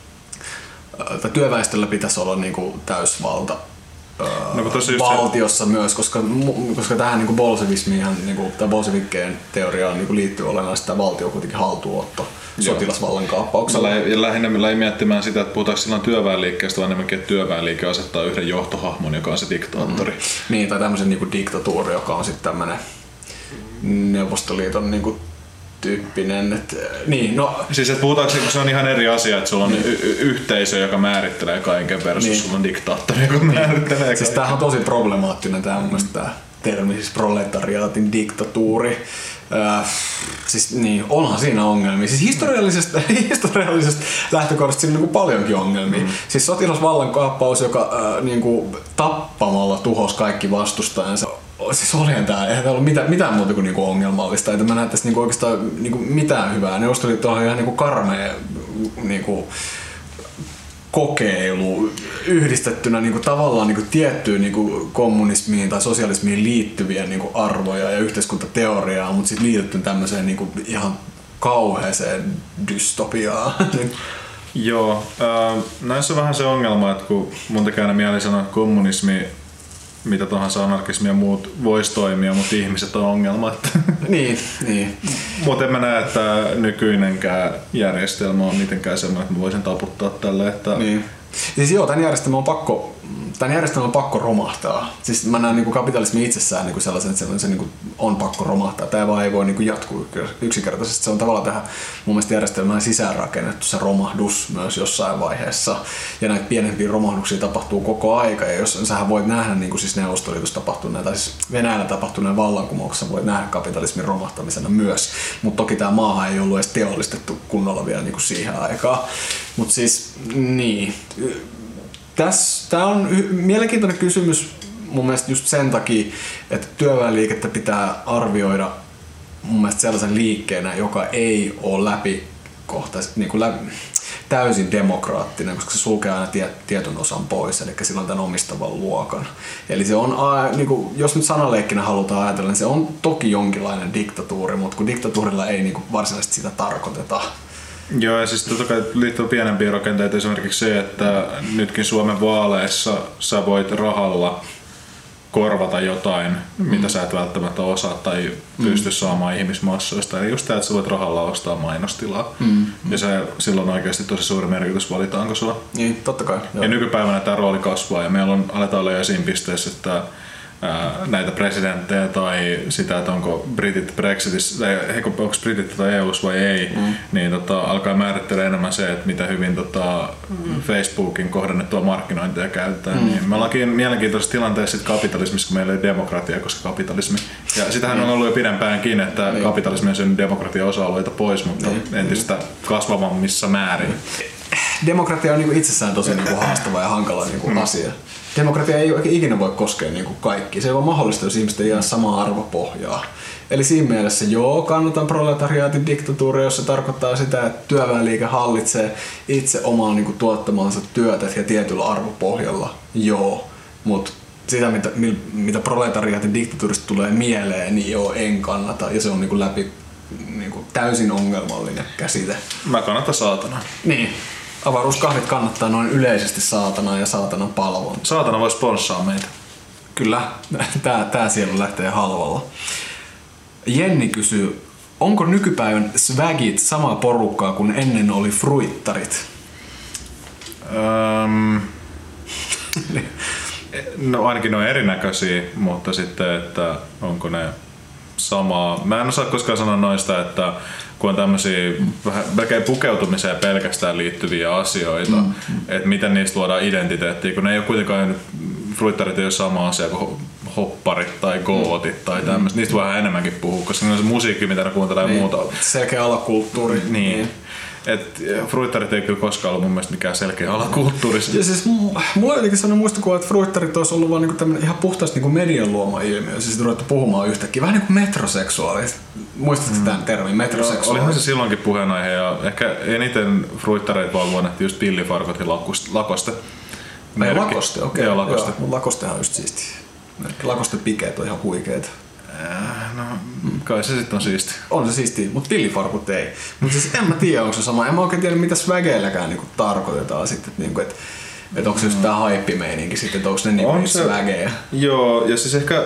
tai työväestöllä pitäisi olla niinku täysvalta no, valtiossa se... myös, koska, koska tähän niinku bolsevismiin, niinku, tai bolsevikkeen teoriaan niinku liittyy olennaisesti tämä valtio kuitenkin haltuunotto. Sotilasvallan kaappauksella. Ja lähinnä me lähdin miettimään sitä, että puhutaanko silloin työväenliikkeestä, vaan enemmänkin, että työväenliike asettaa yhden johtohahmon, joka on se diktaattori. Mm. Niin, tai tämmöisen niin kuin diktatuuri, joka on sitten tämmöinen Neuvostoliiton niin kuin tyyppinen. Et, niin, no. Siis että puhutaanko, se on ihan eri asia, että sulla on niin. y- yhteisö, joka määrittelee kaiken versus niin. sulla on diktaattori, joka niin. määrittelee kaiken. Siis tämähän on tosi problemaattinen tämä mun mielestä tämä termi, siis proletariaatin diktatuuri. Äh, siis niin, onhan siinä ongelmia. Siis historiallisesta, historiallisesta lähtökohdasta siinä on niin paljonkin ongelmia. Mm. Siis sotilasvallan kaappaus, joka äh, niin kuin tappamalla tuhosi kaikki vastustajansa. Siis olihan tää, eihän tää ollut mitään, mitään muuta kuin niinku ongelmallista. Ei mä näe tästä niinku oikeastaan niinku mitään hyvää. Neuvostoliitto on ihan niinku karmea niinku kokeilu yhdistettynä niinku tavallaan niinku tiettyyn niinku kommunismiin tai sosialismiin liittyviä niinku arvoja ja yhteiskuntateoriaa, mutta sitten liitetty tämmöiseen niinku ihan kauheeseen dystopiaan. Joo, äh, näissä on vähän se ongelma, että kun mun tekee aina mieli sanoa, että kommunismi, mitä tahansa anarkismi ja muut vois toimia, mutta ihmiset on ongelma. Niin, niin. Mutta en mä näe, että nykyinenkään järjestelmä on mitenkään semmoinen, että mä voisin taputtaa tälle. Että... Niin. Siis joo, tämän järjestelmän on pakko, tämän järjestelmän on pakko romahtaa. Siis mä näen niin kapitalismi itsessään niin sellaisen, että se, se niin on pakko romahtaa. Tämä vaan ei voi niin jatkuu yksinkertaisesti. Se on tavallaan tähän mun mielestä järjestelmään sisäänrakennettu se romahdus myös jossain vaiheessa. Ja näitä pienempiä romahduksia tapahtuu koko aika. Ja jos sähän voit nähdä niin kuin siis Neuvostoliitossa tapahtuneen, tai siis Venäjällä tapahtuneen vallankumouksessa voit nähdä kapitalismin romahtamisena myös. Mutta toki tämä maahan ei ollut edes teollistettu kunnolla vielä niin kuin siihen aikaan. Mutta siis niin. Tämä on y- mielenkiintoinen kysymys mun mielestä just sen takia, että työväenliikettä pitää arvioida mun mielestä sellaisen liikkeenä, joka ei ole läpikohtaisesti niin kuin läpi, täysin demokraattinen, koska se sulkee aina tie, tietyn osan pois, eli sillä on tämän omistavan luokan. Eli se on, niin kuin, jos nyt sanaleikkinä halutaan ajatella, niin se on toki jonkinlainen diktatuuri, mutta kun diktatuurilla ei niin kuin varsinaisesti sitä tarkoiteta. Joo, ja siis totta kai liittyy pienempiä rakenteita, esimerkiksi se, että nytkin Suomen vaaleissa sä voit rahalla korvata jotain, mm. mitä sä et välttämättä osaa tai pysty mm. saamaan ihmismassoista. Eli just tämä, että sä voit rahalla ostaa mainostilaa. Mm. Ja se silloin on oikeasti tosi suuri merkitys, valitaanko sua. Niin, totta kai. Joo. Ja nykypäivänä tämä rooli kasvaa ja meillä on, aletaan olla jo siinä pisteessä, että näitä presidenttejä tai sitä, että onko britit Brexitissä, onko britit tai E U:ssa vai ei, mm. niin tota, alkaa määrittelee enemmän se, että mitä hyvin tota, mm. Facebookin kohdennettua markkinointia käytetään. Mm. Niin me ollaankin mielenkiintoisessa tilanteessa sit kapitalismissa, kun meillä ei demokratia, koska kapitalismi. Ja sitähän mm. on ollut jo pidempäänkin, että mm. kapitalismi on sen demokratian osa-alueita pois, mutta mm. entistä kasvavammissa määrin. Demokratia on niinku itsessään tosi niinku haastava ja hankala niinku mm. asia. Demokratia ei ikinä voi koskea niin kuin kaikki. Se ei ole mahdollista, jos ihmiset ei jää samaa arvopohjaa. Eli siinä mielessä joo, kannatan proletariaatin diktatuuria, jos se tarkoittaa sitä, että työväenliike hallitsee itse omaa niin kuin tuottamansa työtä ja tietyllä arvopohjalla. Joo, mutta sitä mitä, mitä proletariaatin diktatuurista tulee mieleen, niin joo, en kannata. Ja se on niin kuin läpi niin kuin täysin ongelmallinen käsite. Mä kannatan saatana. Niin. Avaruuskahvit kannattaa noin yleisesti saatanaa ja saatanan palvontaa. Saatana voi sponssaa meitä. Kyllä, tää, tää siellä lähtee halvalla. Jenni kysyy, onko nykypäivän swagit samaa porukkaa kuin ennen oli fruittarit? Öm, no ainakin ne on erinäköisiä, mutta sitten, että onko ne samaa. Mä en osaa koskaan sanoa noista, että kun on tämmöisiä vähän melkein pukeutumiseen pelkästään liittyviä asioita, mm, mm. että miten niistä luodaan identiteettiä, kun ne ei ole kuitenkaan, fruittarit ei ole sama asia kuin hopparit tai gootit tai tämmöistä, mm. niistä voi vähän enemmänkin puhua, koska ne on se musiikki, mitä ne kuuntelee niin, muuta. Selkeä alakulttuuri. Niin. niin. Et fruittarit ei kyllä koskaan ollut mun mielestä mikään selkeä alakulttuuri. Ja siis mulla on jotenkin sellainen muistikuva, että fruittarit olisi ollut vaan niinku tämmönen ihan puhtaasti niinku median luoma ilmiö. Siis ruvettu puhumaan yhtäkkiä. Vähän niin kuin metroseksuaalit. Muistatko mm. tämän termin? Metroseksuaalit. Olihan se silloinkin puheenaihe ja ehkä eniten fruittareita vaan luonnettiin just pillifarkot ja lakoste. Ai lakoste, okei. Okay. Joo, lakoste. Joo, lakostehan on just siistiä. Lakoste pikeet on ihan huikeita. No, kai se sitten on siisti. On se siisti, mutta pillifarkut ei. Mutta siis en mä tiedä, onko se sama. En mä oikein tiedä, mitä swageilläkään niinku tarkoitetaan sitten. Että niinku, et, et onko se just tää hype-meininki sitten, että onko ne niinku swageja. Joo, ja siis ehkä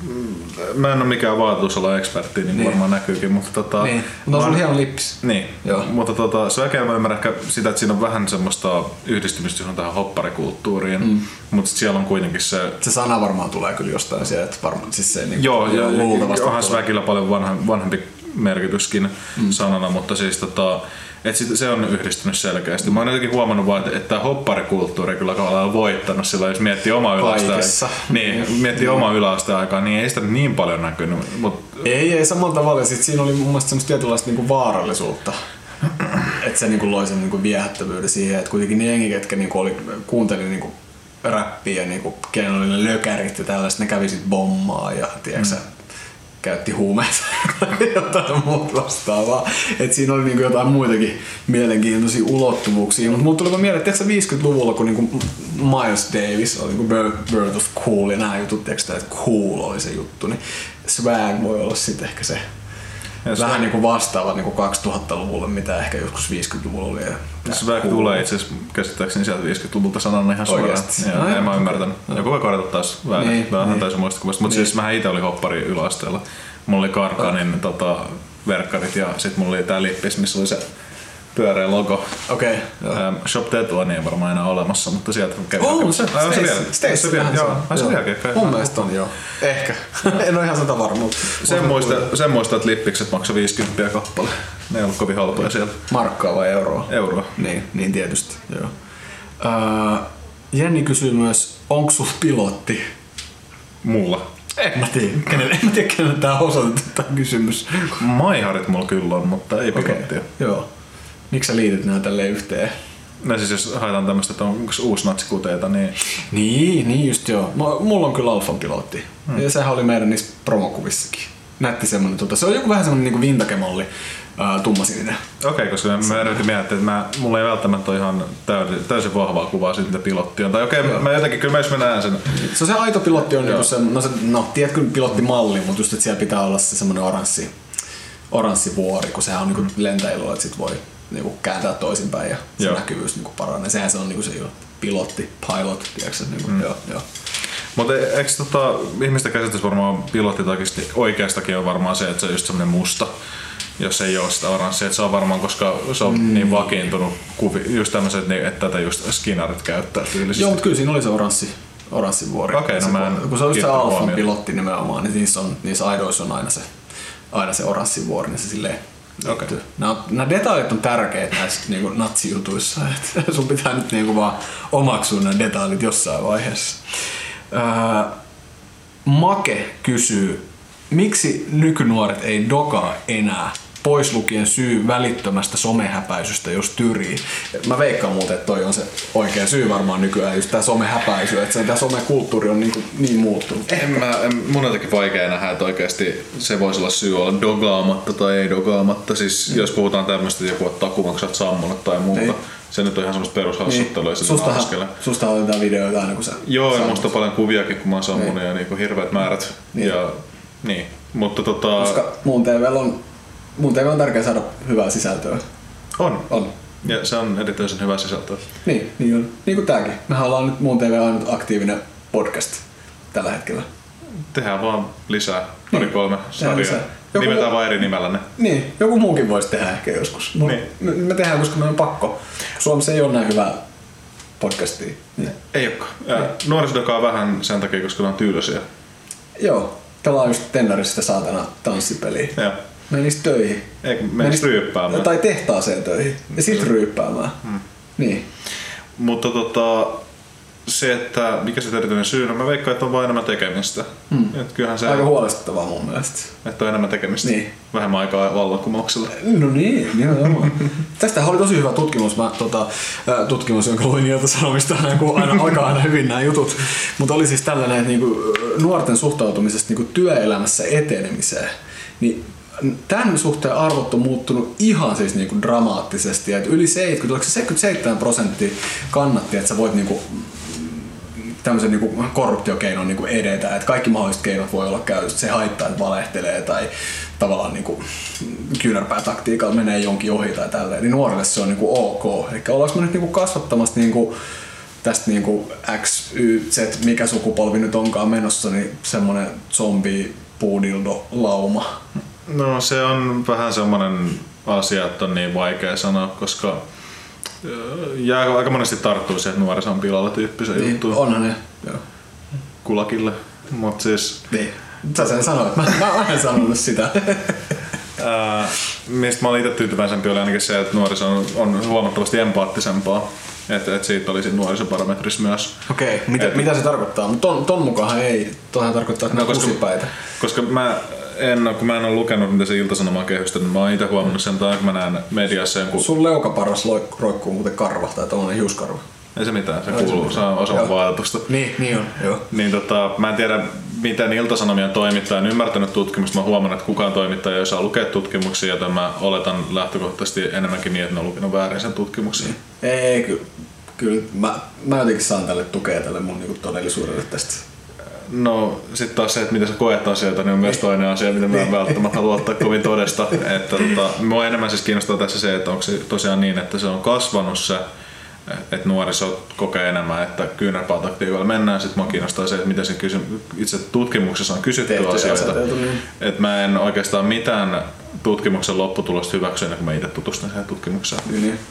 mä en ole mikään vaatetusalan-ekspertti, niin, niin varmaan näkyykin, mutta tota... Niin, mutta on sulla hieno lippis. Niin, joo. Mutta tota, swageilla mä ymmärrän ehkä sitä, että siinä on vähän semmoista yhdistymistä johon tähän hopparikulttuuriin, mm. mutta siellä on kuitenkin se... Se sana varmaan tulee kyllä jostain sieltä, että varmaan siis se niin joo, ja onhan swagilla paljon vanha, vanhempi merkityskin mm. sanana, mutta siis tota... Et sit se on yhdistynyt selkeästi. Mä oon jotenkin huomannut vaan, että tämä hopparikulttuuri kyllä on voittanut sillä, jos miettii omaa yläasteen, niin, miettii mm. omaa yläasteen aikaa, niin ei sitä niin paljon näkynyt. Mut... Ei, ei samalla tavalla. Sitten siinä oli mun mielestä semmoista tietynlaista niinku vaarallisuutta. Että se niinku loi sen niinku viehättävyyden siihen, että kuitenkin ne jengi, ketkä niinku oli, kuunteli niinku räppiä, niinku, kenen oli ne lökärit ja tällaista, ne kävi sit bommaa ja tiiäksä, mm. käytti huumeita tai jotain muuta vastaavaa. Et siinä oli niinku jotain muitakin mielenkiintoisia ulottuvuuksia. Mutta mulle tuli vaan mieleen, että viisikymmentäluvulla, kun niinku Miles Davis oli niinku Birth of Cool ja nämä jutut, että cool oli se juttu, niin swag voi olla sitten ehkä se vähän niinku vastaavat niinku kaksituhattaluvulle, mitä ehkä joskus viisikymmentäluvulla oli. Swag tulee itse asiassa käsittääkseni sieltä viisikymmentäluvulta sanana ihan suoraan. Ja, en mä ymmärtänyt. Joku voi korjata taas väärin. Niin, vähän niin. täysin muistikuvasta. Mutta niin. Siis mähän itse olin hoppari yläasteella. Mulla oli Karkanin oh. tota, verkkarit ja sit mulla oli tää lippis, missä oli se pyöreä logo. Okei. Okay, um, Shop Tattoo ei varmaan enää olemassa, mutta sieltä kävi. Oh, se, ai, se vielä. Stacy vielä. Joo, ai, se vielä. Mun mielestä on joo. Ehkä. En ole ihan sata varma. Sen muista, sen muista, että lippikset maksoi viisikymmentä kappale. Ne ei ollut kovin halpoja siellä. Markkaa vai euroa? Euroa. Niin, niin tietysti. Joo. Uh, Jenni kysyy myös, onko sulla pilotti? Mulla. En mä tiedä. Kenelle, en mä tiedä, kenelle tää on osoitettu tää kysymys. Maiharit mulla kyllä on, mutta ei pilottia. Okay. Joo. Miksi sä liitit nää tälleen yhteen? No siis jos haetaan tämmöstä, että on uusi natsikuteita, niin... Niin, niin just joo. Mulla on kyllä Alfan pilotti. Hmm. Ja sehän oli meidän niissä promokuvissakin. Nätti semmonen, tota, se on joku vähän semmonen niinku vintage-malli, ää, tummasininen. Okei, okay, koska mä yritin miettiä, että mä, mulla ei välttämättä ole ihan täysin, täysin vahvaa kuvaa siitä, mitä pilotti on. Tai okei, okay, mä jotenkin, kyllä mä jos mä näen sen. Se on se aito pilotti on niinku se, no se, no tiedät kyllä pilottimalli, mutta just että siellä pitää olla se semmonen oranssi, oranssi vuori, kun sehän on niinku lentäilyllä, että sit voi niinku kääntää toisinpäin ja se joo. näkyvyys niinku paranee. Sehän se on niinku se jo pilotti, pilot, tiedätkö niinku, mm. joo, joo. Mutta eikö tota, ihmistä käsitys varmaan pilottitakisti oikeastakin on varmaan se, että se on just semmonen musta, jos ei ole sitä oranssia. Että se on varmaan, koska se on mm. niin vakiintunut kuvi, just tämmöiset, että tätä just skinnarit käyttää tyylisesti. Joo, mutta kyllä siinä oli se oranssi, oranssi vuori. Okei, okay, no mä en kun se on just se Alfan pilotti nimenomaan, niin niissä, on, niissä aidoissa on aina se, aina se oranssi vuori, niin se silleen okay. Nämä, nämä detaljit on tärkeitä näissä niin natsijutuissa, että sun pitää nyt niin kuin vaan omaksua nämä detaljit jossain vaiheessa. Ää, Make kysyy, miksi nykynuoret ei dokaa enää, pois lukien syy välittömästä somehäpäisystä, jos tyrii. Mä veikkaan muuten, että toi on se oikea syy varmaan nykyään, just tää somehäpäisy, että tämä somekulttuuri on niin, kuin niin muuttunut. En mä, en, mun on jotenkin vaikea nähdä, että oikeasti se voisi olla syy olla dogaamatta tai ei dogaamatta. Siis mm. jos puhutaan tämmöistä, että joku ottaa kuvan, kun sä oot sammunut tai muuta. Niin. Se nyt on ihan semmoista perushassuttelua. Niin. Sustahan, sustahan otetaan videoita aina kun sä... Joo, ja musta on paljon kuviakin, kun mä oon sammunut niin. ja niinku hirveät määrät. Niin. Ja, niin. Mutta tota... Koska muun T V:llä on, muun T V on tärkeää saada hyvää sisältöä. On. On. Ja se on erityisen hyvää sisältöä. Niin, niin on. Niin kuin tääkin. Mehän ollaan nyt muun T V ainut aktiivinen podcast tällä hetkellä. Tehdään vaan lisää. Pari niin. kolme sarjaa. Joku nimetään vaan eri nimellä ne. Niin, joku muukin voisi tehdä ehkä joskus. Niin. Me, me tehdään, koska meillä on pakko. Suomessa ei ole näin hyvää podcastia. Niin. Ei olekaan. Niin. Nuorisodokaa vähän sen takia, koska ne on tyylisiä. Joo. Pelaa just Tendarissa sitä saatana tanssipeliä. Joo. Menis töihin. Eikö menis ryyppäämään? Tai tehtaaseen töihin. Ja sit ryyppäämään. Hmm. Niin. Mutta tota... Se, että mikä se erityinen syy, no mä veikkaan, että on vaan enemmän tekemistä. Hmm. Kyllähän se aika huolestuttavaa mun mielestä. Että on enemmän tekemistä. Niin. Vähemmän aikaa vallankumouksella. No niin, nimenomaan. Tästä oli tosi hyvä tutkimus, mä, tota, tutkimus jonka luin Ilta-Sanomista, kun aina alkaa aina hyvin nämä jutut. Mutta oli siis tällainen, että niinku, nuorten suhtautumisesta niinku, työelämässä etenemiseen. Niin tämän suhteen arvot on muuttunut ihan siis niinku dramaattisesti. Et yli seitsemänkymmentä, seitsemänkymmentäseitsemän prosenttia kannatti, että sä voit niinku, tämmöisen niinku korruptiokeinon niinku edetä, että kaikki mahdolliset keinot voi olla käytössä. Se haittaa, että valehtelee tai tavallaan niinku kyynärpäätaktiikalla menee jonkin ohi tai tälleen. Niin nuorille se on niinku ok. Eli ollaanko me nyt niinku kasvattamassa niinku tästä niinku X, Y, Z, mikä sukupolvi nyt onkaan menossa, niin semmonen zombi puudildo lauma. No se on vähän semmoinen asia, että on niin vaikea sanoa, koska jää aika monesti tarttuu siihen, että nuoriso on pilalla tyyppisen niin, juttuun. Onhan ne, joo. Kulakille, mut siis... Niin, sä sen sanoit, mä, mä en sanonut sitä. Ää, mistä mä olin itse tyytyväisempi oli ainakin se, että nuoriso on, on huomattavasti empaattisempaa. Että et siitä oli nuorisoparametrissa myös. Okei, okay, mitä, mitä se tarkoittaa? Mutta ton, ton mukaan ei, toihan tarkoittaa, että no, ne on kusipäitä. Koska mä en, kun mä en ole lukenut mitä se Ilta-Sanomaa kehystä, niin mä oon itse huomannut sen, että kun mä näen mediassa jonkun... Sun leukaparas roikkuu muuten karva tai tommonen hiuskarva. Ei se mitään, se kuuluu, se on osa vaatetusta. Niin, niin on, joo. Niin tota, mä en tiedä, miten Ilta-Sanomien toimittaja on ymmärtänyt tutkimusta. Mä huomannut, että kukaan toimittaja ei osaa lukea tutkimuksia, joten mä oletan lähtökohtaisesti enemmänkin niin, että ne on lukenut väärin sen tutkimuksen. Ei, kyllä. Kyllä, mä, mä jotenkin saan tälle tukea tälle mun niinku todellisuudelle tästä. No sit taas se, että miten sä koet asioita, niin on myös toinen asia, mitä mä en välttämättä luottaa kovin todesta. Että tota, mua enemmän siis kiinnostaa tässä se, että onko se tosiaan niin, että se on kasvanut se, että nuoriso kokee enemmän, että kyynärpäätaktiikalla mennään. Sitten mua kiinnostaa se, että miten se kysy- itse tutkimuksessa on kysytty tehty asioita. Niin. Että mä en oikeastaan mitään tutkimuksen lopputulosta hyväksy ennen kuin mä itse tutustun siihen tutkimukseen. Niin.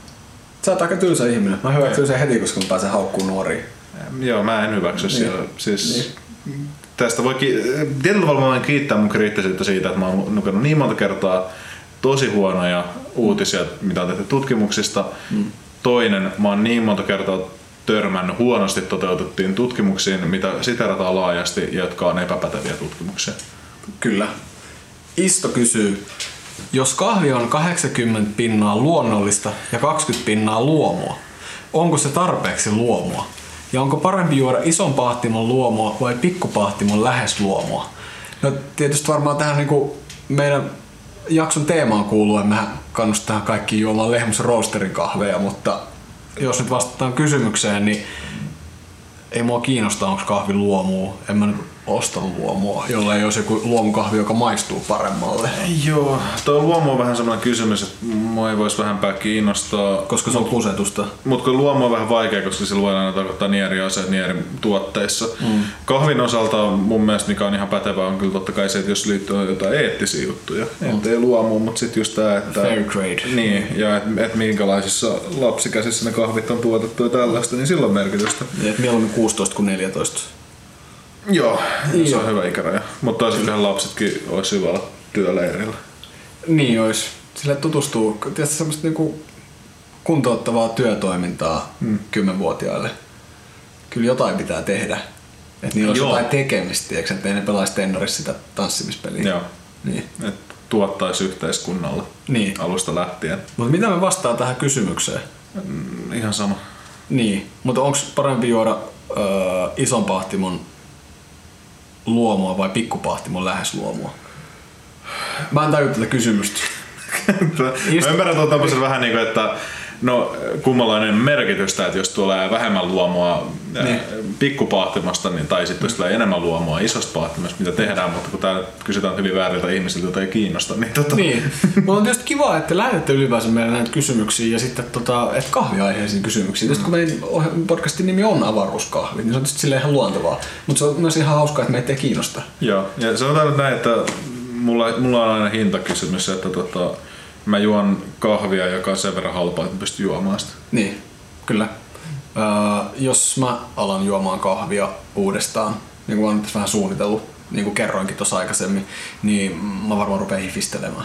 Sä oot aika tylsä ihminen. Mä hyväksyn sen heti, koska mä pääsen haukkuun nuoriin. Joo, mä en hyväksy niin. Siellä. Siis niin. Tästä voi ki- tietyllä tavalla mä voin kiittää mun kriittisyyttä siitä, että mä oon lukenut niin monta kertaa tosi huonoja uutisia, mitä on tehty tutkimuksista. Mm. Toinen, mä oon niin monta kertaa törmännyt huonosti toteutettuihin tutkimuksiin, mitä siterataan laajasti ja jotka on epäpäteviä tutkimuksia. Kyllä. Isto kysyy, jos kahvi on kahdeksankymmentä pinnaa luonnollista ja kaksikymmentä pinnaa luomua, onko se tarpeeksi luomua? Ja onko parempi juoda ison pahtimon luomua vai pikkupahtimon lähes luomua? No tietysti varmaan tähän niin kuin meidän jakson teemaan kuuluen mehän kannustetaan kaikki juomaan Lehmus Roasterin kahveja, mutta jos nyt vastataan kysymykseen, niin ei mua kiinnosta, onko kahvi luomua. En mä nyt osta luomua, jolla ei olisi joku luomukahvi, joka maistuu paremmalle. Joo, tuo luomu on vähän sellainen kysymys, että mua ei voisi vähempää kiinnostaa. Koska se on kusetusta. Mutta kun luomu on vähän vaikea, koska sillä voidaan aina tarkoittaa nieriaseet nieri-tuotteissa. Mm. Kahvin osalta mun mielestä, mikä on ihan pätevää, on kyllä totta kai se, että jos liittyy jotain eettisiä juttuja. Mm. Että ei luomuun, mutta sitten just tää, että... Fair trade. Niin, ja että et minkälaisissa lapsikäsissä ne kahvit on tuotettu ja tällaista, niin sillä on merkitystä. Ja että mieluummin kuusitoista kuin neljätoista. Joo, se on hyvä ikäraja. Mutta taas lapsetkin olisi hyvällä työleirillä. Niin olisi. Sille tutustuu. Tiedätkö semmoista niinku kuntouttavaa työtoimintaa hmm. kymmenvuotiaille. Kyllä jotain pitää tehdä. Että niillä olisi jotain tekemistä, tiedätkö, ettei ne pelaisi Tennorissa sitä tanssimispeliä. Joo. Niin. Että tuottaisi yhteiskunnalle niin. Alusta lähtien. Mutta mitä me vastaan tähän kysymykseen? Mm, ihan sama. Niin, mutta onko parempi juoda öö, ison pahtimon luomua vai pikkupahtimon lähes luomua? Mä en tajua tätä kysymystä. Mä ymmärrän tuon tämmöisen vähän niin kuin, että no kummalainen merkitystä, että jos tulee vähemmän luomua niin. Pikkupahtimasta niin, tai sitten jos tulee enemmän luomua isosta pahtimasta, mitä tehdään, mutta kun täällä kysytään hyvin vääriltä ihmisiltä, joita ei kiinnosta. Niin, tota... niin. Mutta on tietysti kiva, että lähetätte ylipäänsä meille näitä kysymyksiä ja sitten tota, että kahviaiheisiin kysymyksiin. Tietysti kun meidän podcastin nimi on avaruuskahvi, niin se on tietysti silleen ihan luontevaa. Mutta se on myös ihan hauskaa, että meitä ei kiinnosta. Joo, ja sanotaan nyt näin, että mulla, mulla on aina hintakysymys, että tota, mä juon kahvia, joka on sen verran halpaa, että pystyn juomaan sitä. Niin, kyllä. Öö, jos mä alan juomaan kahvia uudestaan, niin kuin mä oon tässä vähän suunnitellut, niin kuin kerroinkin tuossa aikaisemmin, niin mä varmaan rupean hifistelemään.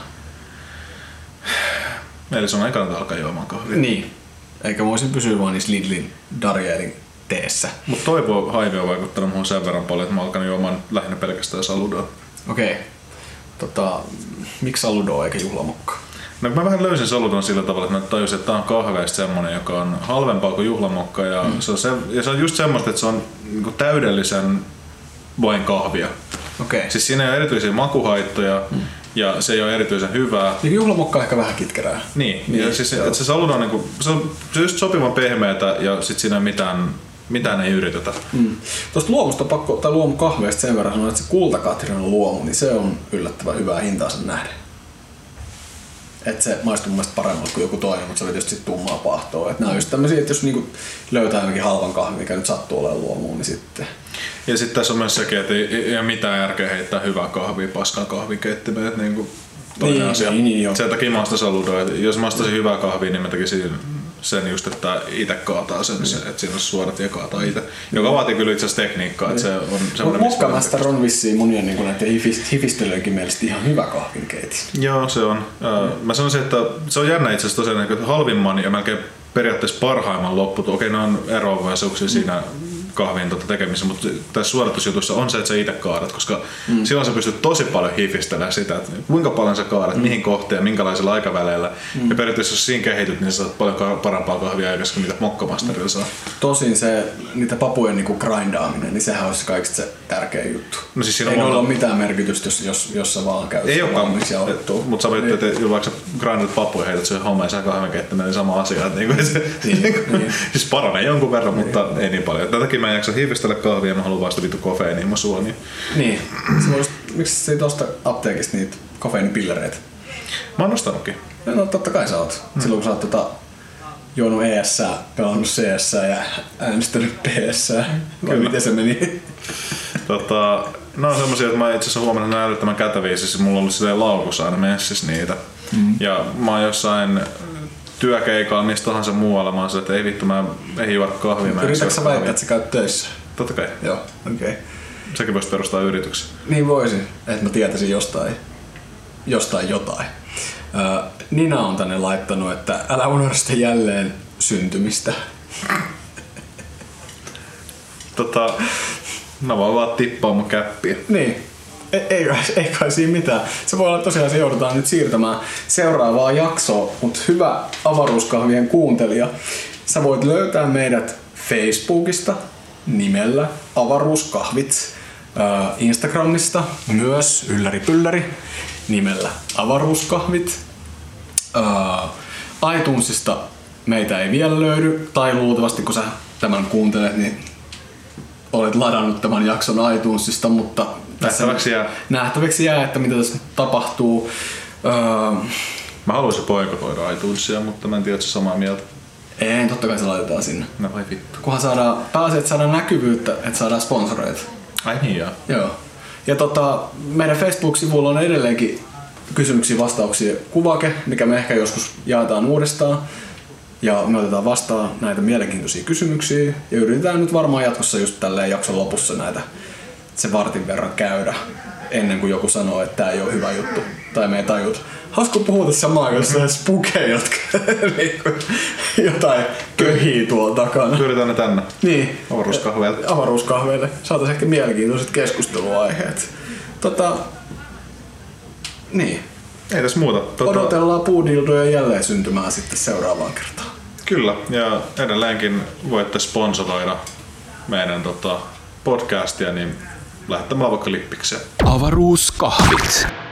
Eli sun ei kannata alkaa juomaan kahvia. Niin. Eikä mä voisin pysyä vaan niissä Lidlin Darjeelin teessä. Mut toivo haivi on vaikuttanut muun sen verran paljon, että mä oon alkanut juomaan lähinnä pelkästään saludoa. Okei. Okay. Tota, miksi saludoa eikä juhlamokkaa? No mä vähän löysin saludon sillä tavalla, että mä tajusin, että tää on kahveista semmonen, joka on halvempaa kuin juhlamokka ja, mm. se, on se, ja se on just semmoista, että se on niinku täydellisen vain kahvia. Okei. Okay. Siis siinä ei ole erityisiä makuhaittoja mm. ja se ei ole erityisen hyvää. Niin juhlamokka on ehkä vähän kitkerää. Niin, niin ja siis että se saludon niinku, se on just sopivan pehmeätä ja sit siinä ei mitään mitään ei yritetä. Mm. Tuosta luomusta pakko, tai luomukahveista sen verran sanoa, että se kultakatrinan luomu, niin se on yllättävän hyvää hintaansa nähden. Et se maistuu mun mielestä paremmalta kuin joku toinen, mutta se oli tietysti tummaa pahtoa. Et nää on just tämmösiä, että jos niinku löytää jonkin halvan kahvin, mikä nyt sattuu olemaan luomuun, niin sitten... Ja sitten tässä on myös sekin, että ei ole mitään järkeä heittää hyvää kahvia paskan kahvikeittimeen. Niinku toinen niin, asia. Niin, niin, sen takia mä ostan saludoa. Jos mä ostaisin hyvää kahvia, niin mä tekisin sen just, että itse kaataa sen, mm. se, että siinä on suorat ja kaataa itse. Joka vaatii kyllä itse asiassa tekniikkaa. Että se on semmoinen, Mokkamäster on vissiin monien niin näiden hifistelyjenkin mielestä ihan hyvä kahvinkeitin. Joo, se on. Mm. Mä sanoisin, että se on jännä itse asiassa tosiaan, että halvimman ja melkein periaatteessa parhaimman lopputu. Okei, ne on eroavaisuuksia mm. siinä kahvin tota tekemisessä, mutta tässä suoritusjutussa on se, että sä itse kaadat, koska mm. silloin sä pystyt tosi paljon hifistelemään sitä, että kuinka paljon sä kaadat, mm. mihin kohteen, minkälaisilla aikaväleillä. Mm. Ja periaatteessa jos siinä kehityt, niin sä saat paljon parempaa kahvia aikaisemmin kuin mitä Mokkamasterilla saa. Tosin se, niitä papujen niinku grindaaminen, niin sehän olisi kaikista se tärkeä juttu. No siis ei monta... ole mitään merkitystä, jos, jos, jos sä vaan käyt sitä valmiiksi jauhettua. Mutta sä voit, niin. että vaikka sä grindat papuja ja heität sen hommeen kahvin keittämään, niin sama asia. Että niin, se, niin, niin. Siis paranee jonkun verran, niin. mutta ei niin paljon. Tätäkin mä en jaksa hivistellä kahvia, mä haluan vasta vittu kofeiiniin mun suoniin. Niin. Sä voisit, miksi sä et osta apteekista niitä kofeiinipillereitä? Mä oon ostanutkin. No totta kai sä oot. Hmm. Silloin kun sä oot tota, juonut E S, pelannut C S ja äänestänyt P S. Vai miten se meni? Tota, no on semmosia, että mä itse asiassa huomannut nää älyttömän käteviä, siis mulla on ollut silleen laukussa aina messissä niitä. Mm. Ja mä oon jossain työkeikalla, mistä tahansa muualla, mä oon se, että ei vittu, mä ei juoda kahvia. Yritätkö sä väittää, että sä käyt töissä? Totta kai. Joo, okei. Okay. Säkin voisit perustaa yrityksen. Niin voisin, että mä tietäisin jostain, jostain jotain. Öö, Nina on tänne laittanut, että älä unohda sitä jälleen syntymistä. Tota, mä voin vaan tippaa mun käppiä. Niin. Ei, ei, ei kai siinä mitään. Se voi olla tosiaan, se joudutaan nyt siirtämään seuraavaa jaksoa, mutta hyvä avaruuskahvien kuuntelija, sä voit löytää meidät Facebookista nimellä Avaruuskahvit, Instagramista myös Ylläri Pylläri nimellä Avaruuskahvit, iTunesista meitä ei vielä löydy, tai luultavasti kun sä tämän kuuntelet, niin olet ladannut tämän jakson iTunesista, mutta nähtäväksi jää. Nähtäväksi jää, että mitä tässä tapahtuu. Öö, mä haluaisin boikotoida iTunesia, mutta mä en tiedä, että se samaa mieltä. Ei, totta kai se laitetaan sinne. No vai vittu. Kunhan saadaan, pääsee, että saadaan näkyvyyttä, että saadaan sponsoreita. Ai niin joo. Joo. Ja tota, meidän Facebook-sivulla on edelleenkin kysymyksiä vastauksia kuvake, mikä me ehkä joskus jaetaan uudestaan. Ja me otetaan vastaan näitä mielenkiintoisia kysymyksiä. Ja yritetään nyt varmaan jatkossa just tälleen jakson lopussa näitä se vartin verran käydä ennen kuin joku sanoo, että tää ei ole hyvä juttu. Tai me ei tajuta. Hauska puhuta samaan kuin jossain spukeja, jotka jotain köhii tuolla takana. Pyydetään ne tänne. Niin. Avaruuskahveille. Avaruuskahveille. Saataisiin ehkä mielenkiintoiset keskusteluaiheet. Tota... Niin. Ei tässä muuta. Tota... Odotellaan puudildoja jälleen syntymään sitten seuraavaan kertaan. Kyllä. Ja edelleenkin voitte sponsoroida meidän tota, podcastia, niin lähettämällä vaikka lippikseen. Avaruuskahvit.